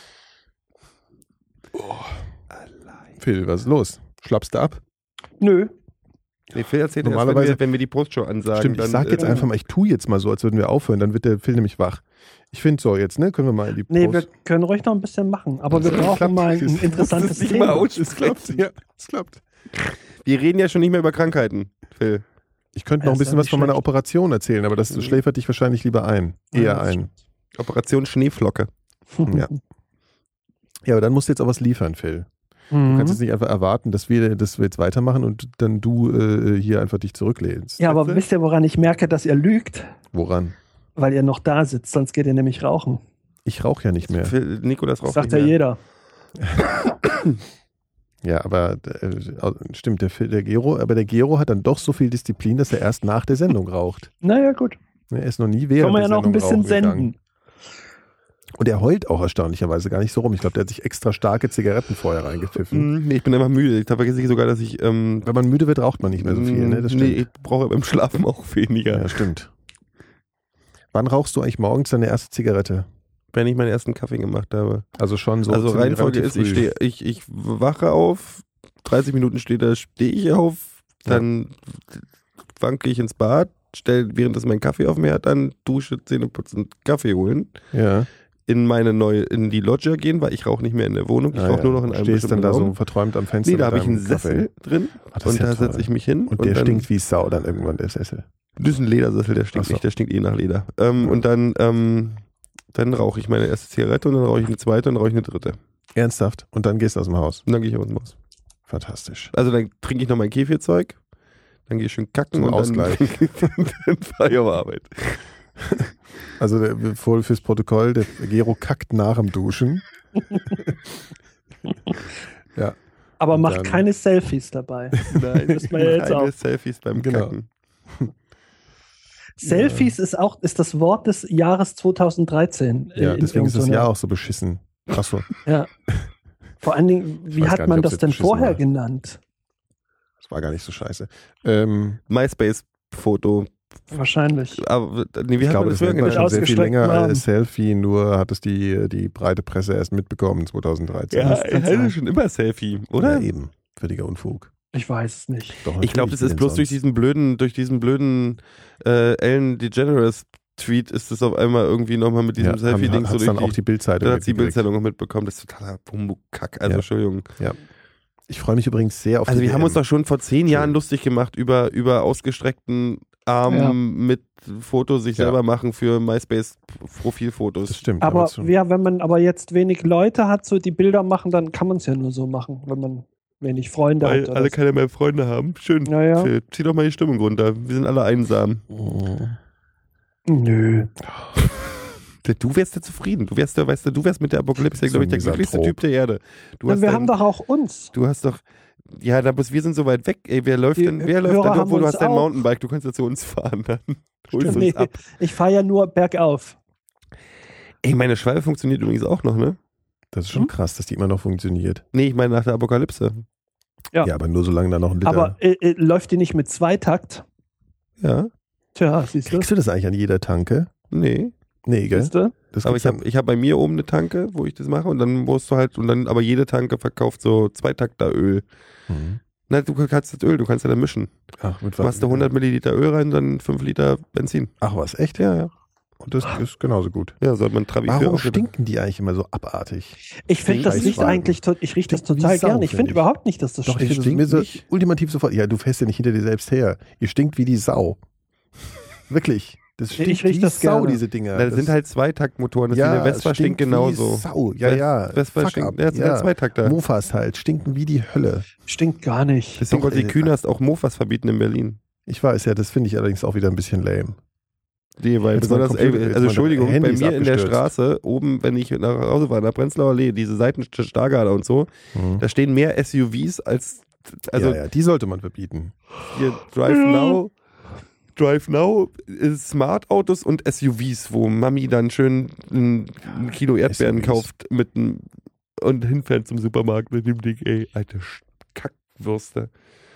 Alleine. Phil, was ist los? Schlappst du ab? Nö. Nee, Phil erzählt erst, Normalerweise- wenn wir, wenn wir die Postshow ansagen. Stimmt, ich dann, sag jetzt äh, einfach mal, ich tu jetzt mal so, als würden wir aufhören, dann wird der Phil nämlich wach. Ich finde so, jetzt, ne, können wir mal in die Nee, Post- wir können ruhig noch ein bisschen machen. Aber wir Das brauchen klappt. mal ein Das interessantes muss ich mal Thema. aus- Es klappt, ja, es klappt. Wir reden ja schon nicht mehr über Krankheiten, Phil. Ich könnte noch ein Ja, ist bisschen ja was nicht von meiner schlecht. Operation erzählen, aber das schläfert dich wahrscheinlich lieber ein. Eher Ja, das ein. Operation Schneeflocke. Ja. Ja, aber dann musst du jetzt auch was liefern, Phil. Du Mhm. kannst jetzt nicht einfach erwarten, dass wir, dass wir jetzt weitermachen und dann du äh, hier einfach dich zurücklehnst. Ja, aber Weißt du? wisst ihr, woran ich merke, dass ihr lügt? Woran? Weil ihr noch da sitzt, sonst geht ihr nämlich rauchen. Ich rauche ja nicht mehr. Phil, Nikolas Das raucht sagt nicht ja mehr. jeder. Ja, aber äh, stimmt, der, Phil- der Gero, aber der Gero hat dann doch so viel Disziplin, dass er erst nach der Sendung raucht. Naja, gut. Er ist noch nie während Kann man ja der noch ein Sendung bisschen rauchen gegangen. senden. Und er heult auch erstaunlicherweise gar nicht so rum. Ich glaube, der hat sich extra starke Zigaretten vorher reingepfiffen. Hm, nee, ich bin einfach müde. Ich vergesse ich sogar, dass ich. Ähm, Wenn man müde wird, raucht man nicht mehr so viel, ne? Das stimmt. nee, ich brauche beim Schlafen auch weniger. Ja, stimmt. Wann rauchst du eigentlich morgens deine erste Zigarette? Wenn ich meinen ersten Kaffee gemacht habe. Also schon so. also ziemlich Reihenfolge ist, relativ ich, früh. steh, ich, ich wache auf, dreißig Minuten später stehe ich auf, dann wanke ich ins Bad, stelle währenddessen meinen Kaffee auf mir, dann Dusche, Zähne putzen, Kaffee holen, Ja. in meine neue, in die Loggia gehen, weil ich rauche nicht mehr in der Wohnung, ich Ah, rauche ja. nur noch in einem Stehst dann bestimmten da so Raum. verträumt am Fenster. Nee, da mit habe ich einen deinem Kaffee. Sessel drin Ah, das ist und ja da toll. setze ich mich hin. Und der dann, stinkt wie Sau dann irgendwann, der Sessel. Das ist ein Ledersessel, der stinkt Ach so. nicht, der stinkt eh nach Leder. Ähm, Ja. Und dann, ähm, dann rauche ich meine erste Zigarette und dann rauche ich eine zweite und dann rauche ich eine dritte. Ernsthaft? Und dann gehst du aus dem Haus. Und dann gehe ich aus dem Haus. Fantastisch. Also dann trinke ich noch mein Kefirzeug, dann gehe ich schön kacken Zum und Ausgleich. dann, dann fahre ich auf Arbeit. Also der, voll fürs Protokoll, der Gero kackt nach dem Duschen. Ja, Aber Und macht dann- keine Selfies dabei. Nein, Das war ja jetzt keine auch. Selfies beim Genau. Kacken. Selfies ist auch ist das Wort des Jahres zweitausenddreizehn. äh, ja in deswegen ist das irgendeiner- Jahr auch so beschissen. Achso, Ja. Vor allen Dingen, wie weiß hat gar nicht, man ob's das jetzt denn beschissen vorher war. genannt? das war gar nicht so scheiße. Ähm, MySpace-Foto. Wahrscheinlich. Aber nee, wie ich hat glaube, man das das früher nennt man genannt? schon sehr viel Ausgestreckten länger Arm. als Selfie, nur hat es die, die breite Presse erst mitbekommen zweitausenddreizehn. Ja, das ich kann hatte sein. schon immer Selfie, oder? Ja, eben. Völliger Unfug. Ich weiß es nicht. Doch, Ich glaube, natürlich, das ist wie bloß denn durch sonst? diesen blöden, durch diesen blöden äh, Ellen DeGeneres Tweet ist das auf einmal irgendwie nochmal mit diesem ja, Selfie-Ding hat so es dann durch auch die Bildzeitung dann hat die mitgekriegt. Bildzeitung auch mitbekommen. Das ist totaler Humbug-Kack. Also, Ja. Entschuldigung. Ich freue mich übrigens sehr auf Also, die wir haben W M. uns doch schon vor zehn Jahren lustig gemacht über, über ausgestreckten Arm Ja. mit Foto sich Ja. selber machen für MySpace-Profilfotos. Das stimmt. Aber schon- ja, wenn man aber jetzt wenig Leute hat, so die Bilder machen, dann kann man es ja nur so machen, wenn man wenig Freunde Weil hat. oder alle so. keine mehr Freunde haben. Schön. Naja. Phil, zieh doch mal die Stimmung runter. Wir sind alle einsam. Nö. Du wärst ja zufrieden. Du wärst ja, weißt du, du wärst mit der Apokalypse, So glaube ich, der ein glücklichste Misanthrop. Typ der Erde. Du Na, hast wir dein- haben doch auch uns. Du hast doch. Ja, da bist, wir sind so weit weg. Ey, wer läuft Die denn? Wer läuft Hörer dann? haben Obwohl, du uns hast dein auch. Mountainbike, du kannst ja zu uns fahren. Dann holst du Nee, uns ab. ich fahre ja nur bergauf. Ey, meine Schwalbe funktioniert übrigens auch noch, ne? Das ist schon Hm? krass, dass die immer noch funktioniert. Nee, ich meine nach der Apokalypse. Ja. Ja, aber nur solange da noch ein Liter. Aber äh, äh, läuft die nicht mit Zweitakt? Ja? Tja, siehst du? Kriegst du das eigentlich an jeder Tanke? Nee. Nee, gell? Siehst du? Das Aber gibt's ich habe dann- ich hab bei mir oben eine Tanke, wo ich das mache und dann musst du halt, und dann, aber jede Tanke verkauft so Zweitakteröl. Mhm. Na, du kannst das Öl, du kannst ja dann mischen. Ach, mit Du machst da hundert Milliliter Öl rein, dann fünf Liter Benzin. Ach was, echt? Ja, ja. Und das ist genauso gut. Ja, sollte man Trabi für Warum auch wieder- stinken die eigentlich immer so abartig? Ich finde, das riecht Eisschwein. eigentlich, to- ich rieche das Stinkt wie total Sau, gerne. Ich find finde ich. überhaupt nicht, dass das Doch, ich stinkt. finde mir so nicht. ultimativ sofort. Ja, du fährst ja nicht hinter dir selbst her. Ihr stinkt wie die Sau. Wirklich. Das Ich stinkt riech wie das Sau, gerne. diese Dinger. Na, das sind halt Zweitaktmotoren, das ja, ist wie eine Vespa es stinkt wie genauso. Sau. Ja, ja. Vespa Fuck stinkt, up. ja, das sind halt Zweitakter. Mofas halt, stinken wie die Hölle. Stinkt gar nicht. Deswegen Doch, wollte die ey. Künast auch Mofas verbieten in Berlin. Ich weiß, ja, das finde ich allerdings auch wieder ein bisschen lame. Nee, weil Jetzt mein besonders, ey, Computer- jetzt also meine Entschuldigung, bei Handy mir ist in der abgestürzt. Straße, oben, wenn ich nach Hause war, in der Prenzlauer Allee, diese Seiten Stargarder und so, Mhm. da stehen mehr S U Vs als, also ja, ja, die sollte man verbieten. hier Drive Now, Drive Now, äh, Smart Autos und S U Vs, wo Mami dann schön ein, ein Kilo Erdbeeren S U Vs. kauft mit einem und hinfährt zum Supermarkt mit dem Ding, ey, alte Sch- Kackwürste.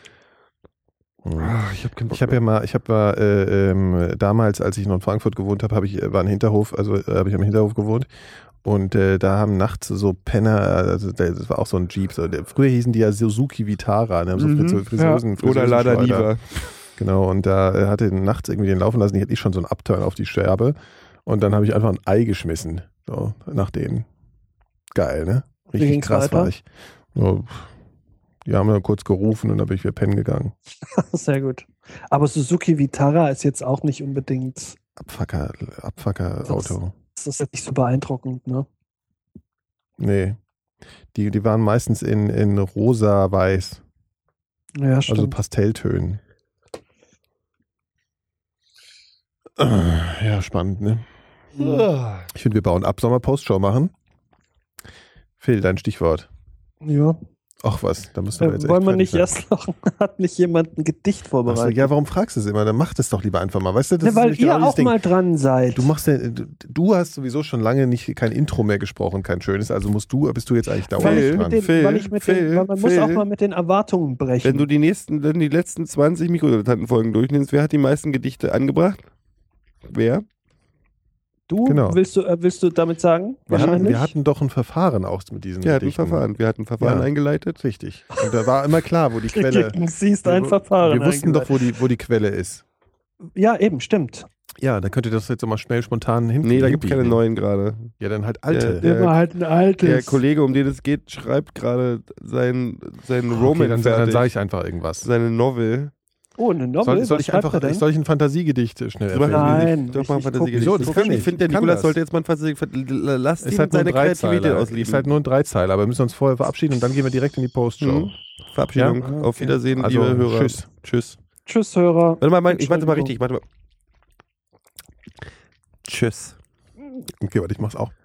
Mhm. Ah, ich hab keinen Bock Ich habe ja mehr. mal, ich habe äh, ähm, damals, als ich noch in Frankfurt gewohnt habe, habe ich äh, war ein Hinterhof, also äh, habe ich am Hinterhof gewohnt und äh, da haben nachts so Penner, also der- das war auch so ein Jeep, so, der, früher hießen die ja Suzuki Vitara, ne, haben so Mhm. Frise- Friseusen, Oder Lada Friseusenschleuder. Niva. Genau, und da äh, hatte nachts irgendwie den laufen lassen, ich hatte ich schon so einen Upturn auf die Scherbe und dann habe ich einfach ein Ei geschmissen, so nach dem. Geil, ne? Wie Richtig ging's krass weiter? war ich. So, Die haben wir kurz gerufen und dann bin ich wieder pennen gegangen. Sehr gut. Aber Suzuki Vitara ist jetzt auch nicht unbedingt. Abfucker, Abfucker-Auto. Das ist jetzt nicht so beeindruckend, ne? Nee. Die, die waren meistens in, in rosa-weiß. Ja, stimmt. Also Pastelltönen. Ja, spannend, ne? Ich finde, wir bauen ab, sollen wir Postshow machen? Phil, dein Stichwort. Ja. Ach was, da müssen wir jetzt Äh, echt wollen wir fertig nicht sein. erst noch, hat nicht jemand ein Gedicht Ach so, vorbereitet? ja, warum fragst du es immer? Dann mach das doch lieber einfach mal. Weißt du, das Ne, ist weil nämlich genau ihr dieses auch Ding. mal dran seid. Du machst ja, du, du hast sowieso schon lange nicht kein Intro mehr gesprochen, kein schönes, also musst du, bist du jetzt eigentlich dauernd weil, ich dran. mit den, Phil, weil ich mit Phil, den, weil man muss Phil. auch mal mit den Erwartungen brechen. Wenn du die nächsten, wenn die letzten zwanzig Mikrodilettanten-Folgen durchnimmst, wer hat die meisten Gedichte angebracht? Wer? du Genau. willst du, äh, willst du damit sagen? Wir hatten, Wahrscheinlich. wir hatten doch ein Verfahren auch mit diesen Wir hatten ein Gedichten. Verfahren. Wir hatten ein Verfahren Ja. eingeleitet. Richtig. Und da war immer klar, wo die Quelle. Siehst ein Verfahren. Wir wussten doch, wo die, wo die Quelle ist. Ja, eben, stimmt. Ja, dann könnt ihr das jetzt mal schnell spontan hin. Nee, da gibt es keine hinbiegen. neuen gerade. Ja, dann halt alte. Der- Immer halt ein altes. Der Kollege, um den es geht, schreibt gerade sein, sein okay, Roman dann, dann fertig. sage ich einfach irgendwas. Seine Novel. Oh, eine Novel? Soll, soll Was ich schreibt einfach er denn? soll ich ein Fantasiegedicht schnell Mach erfinden? Nein, Doch ich- mal ein ich Fantasiegedicht. guck- Wieso? Das Ich, kann find- ich ich. finde, der Ich kann Nikolas das. sollte jetzt mal ein Fantasiegedicht. Lass Ist ihn halt nur seine ein Kreativität Dreizeiler. ausleben. Ist halt nur ein Dreizeiler, aber wir müssen uns vorher verabschieden und dann gehen wir direkt in die Postshow. Mhm. Verabschiedung. Ja? Auf Wiedersehen, Also, liebe Hörer. tschüss. Tschüss. Tschüss, Hörer. Warte mal, mein, ich warte mal Entschuldigung. richtig. Warte mal. Tschüss. Okay, warte, ich mach's auch.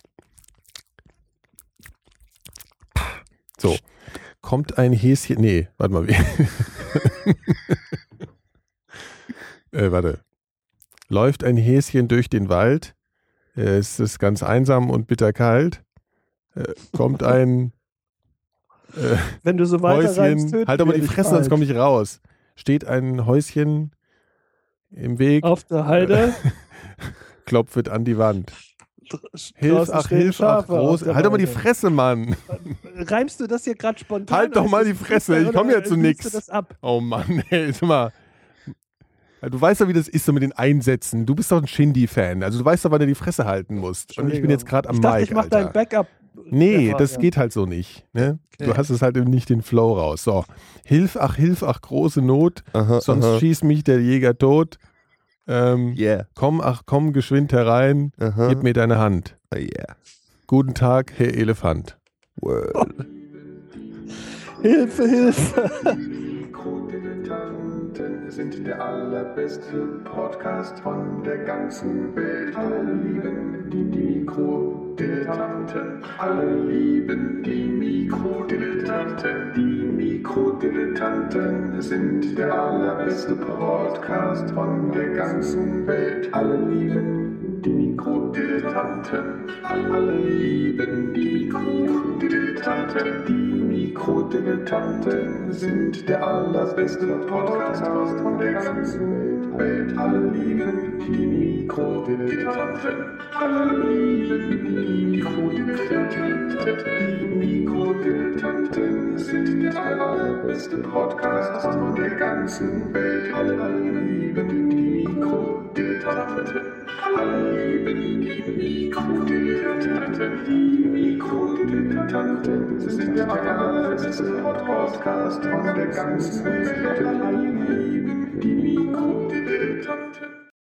So. Kommt ein Häschen. Nee, warte mal. Wie? äh, warte. Läuft ein Häschen durch den Wald. Äh, es ist ganz einsam und bitterkalt. Äh, kommt ein äh, Wenn du so weiter reimst, Häuschen. töten Halt doch mal wir die dich Fresse, sonst bald. komme ich raus. Steht ein Häuschen im Weg. Auf der Heide. Klopft an die Wand. Hilf, Draußen ach, stehen hilf, ach, Schafe groß. auf der Halt doch mal die Weide. Fresse, Mann. Reimst du das hier gerade spontan? Halt doch oder mal ist die das Fresse, Freestyle ich komm oder ja zu liest nix. Du das ab? Oh Mann, ey, sag mal. Du weißt doch, wie das ist so mit den Einsätzen. Du bist doch ein Shindy-Fan. Also du weißt doch, wann du die Fresse halten musst. Und ich bin jetzt gerade am ich dachte, Mic, ich mach Alter. dein Backup. Nee, Ja, das ja. geht halt so nicht. Ne? Du Okay. hast es halt eben nicht den Flow raus. So, Hilf, ach, Hilf, ach, große Not. Aha, Sonst aha. schießt mich der Jäger tot. Ähm, Yeah. Komm, ach, komm geschwind herein. Aha. Gib mir deine Hand. Oh, yeah. Guten Tag, Herr Elefant. Word. Hilfe, Hilfe. Mikrodilettanten sind der allerbeste Podcast von der ganzen Welt. Alle lieben die Mikrodilettanten. Alle lieben die Mikrodilettanten. Die Mikrodilettanten sind der allerbeste Podcast von der ganzen Welt. Alle lieben die Mikrodilettanten. Alle lieben die Mikrodilettanten. Die Mikrodilettanten sind der allerbeste Podcast von der ganzen Welt. Alle lieben die Mikrodilettanten. Alle lieben die Mikrodilettanten. Die Mikrodilettanten sind der allerbeste Podcast von der ganzen Welt. Alle lieben die Mikrodilettanten. Alle lieben die Mikrodilettanten. Die Mikrodilettanten sind der allerbeste Podcast von der ganzen Welt. Alle lieben die Mikrodilettanten.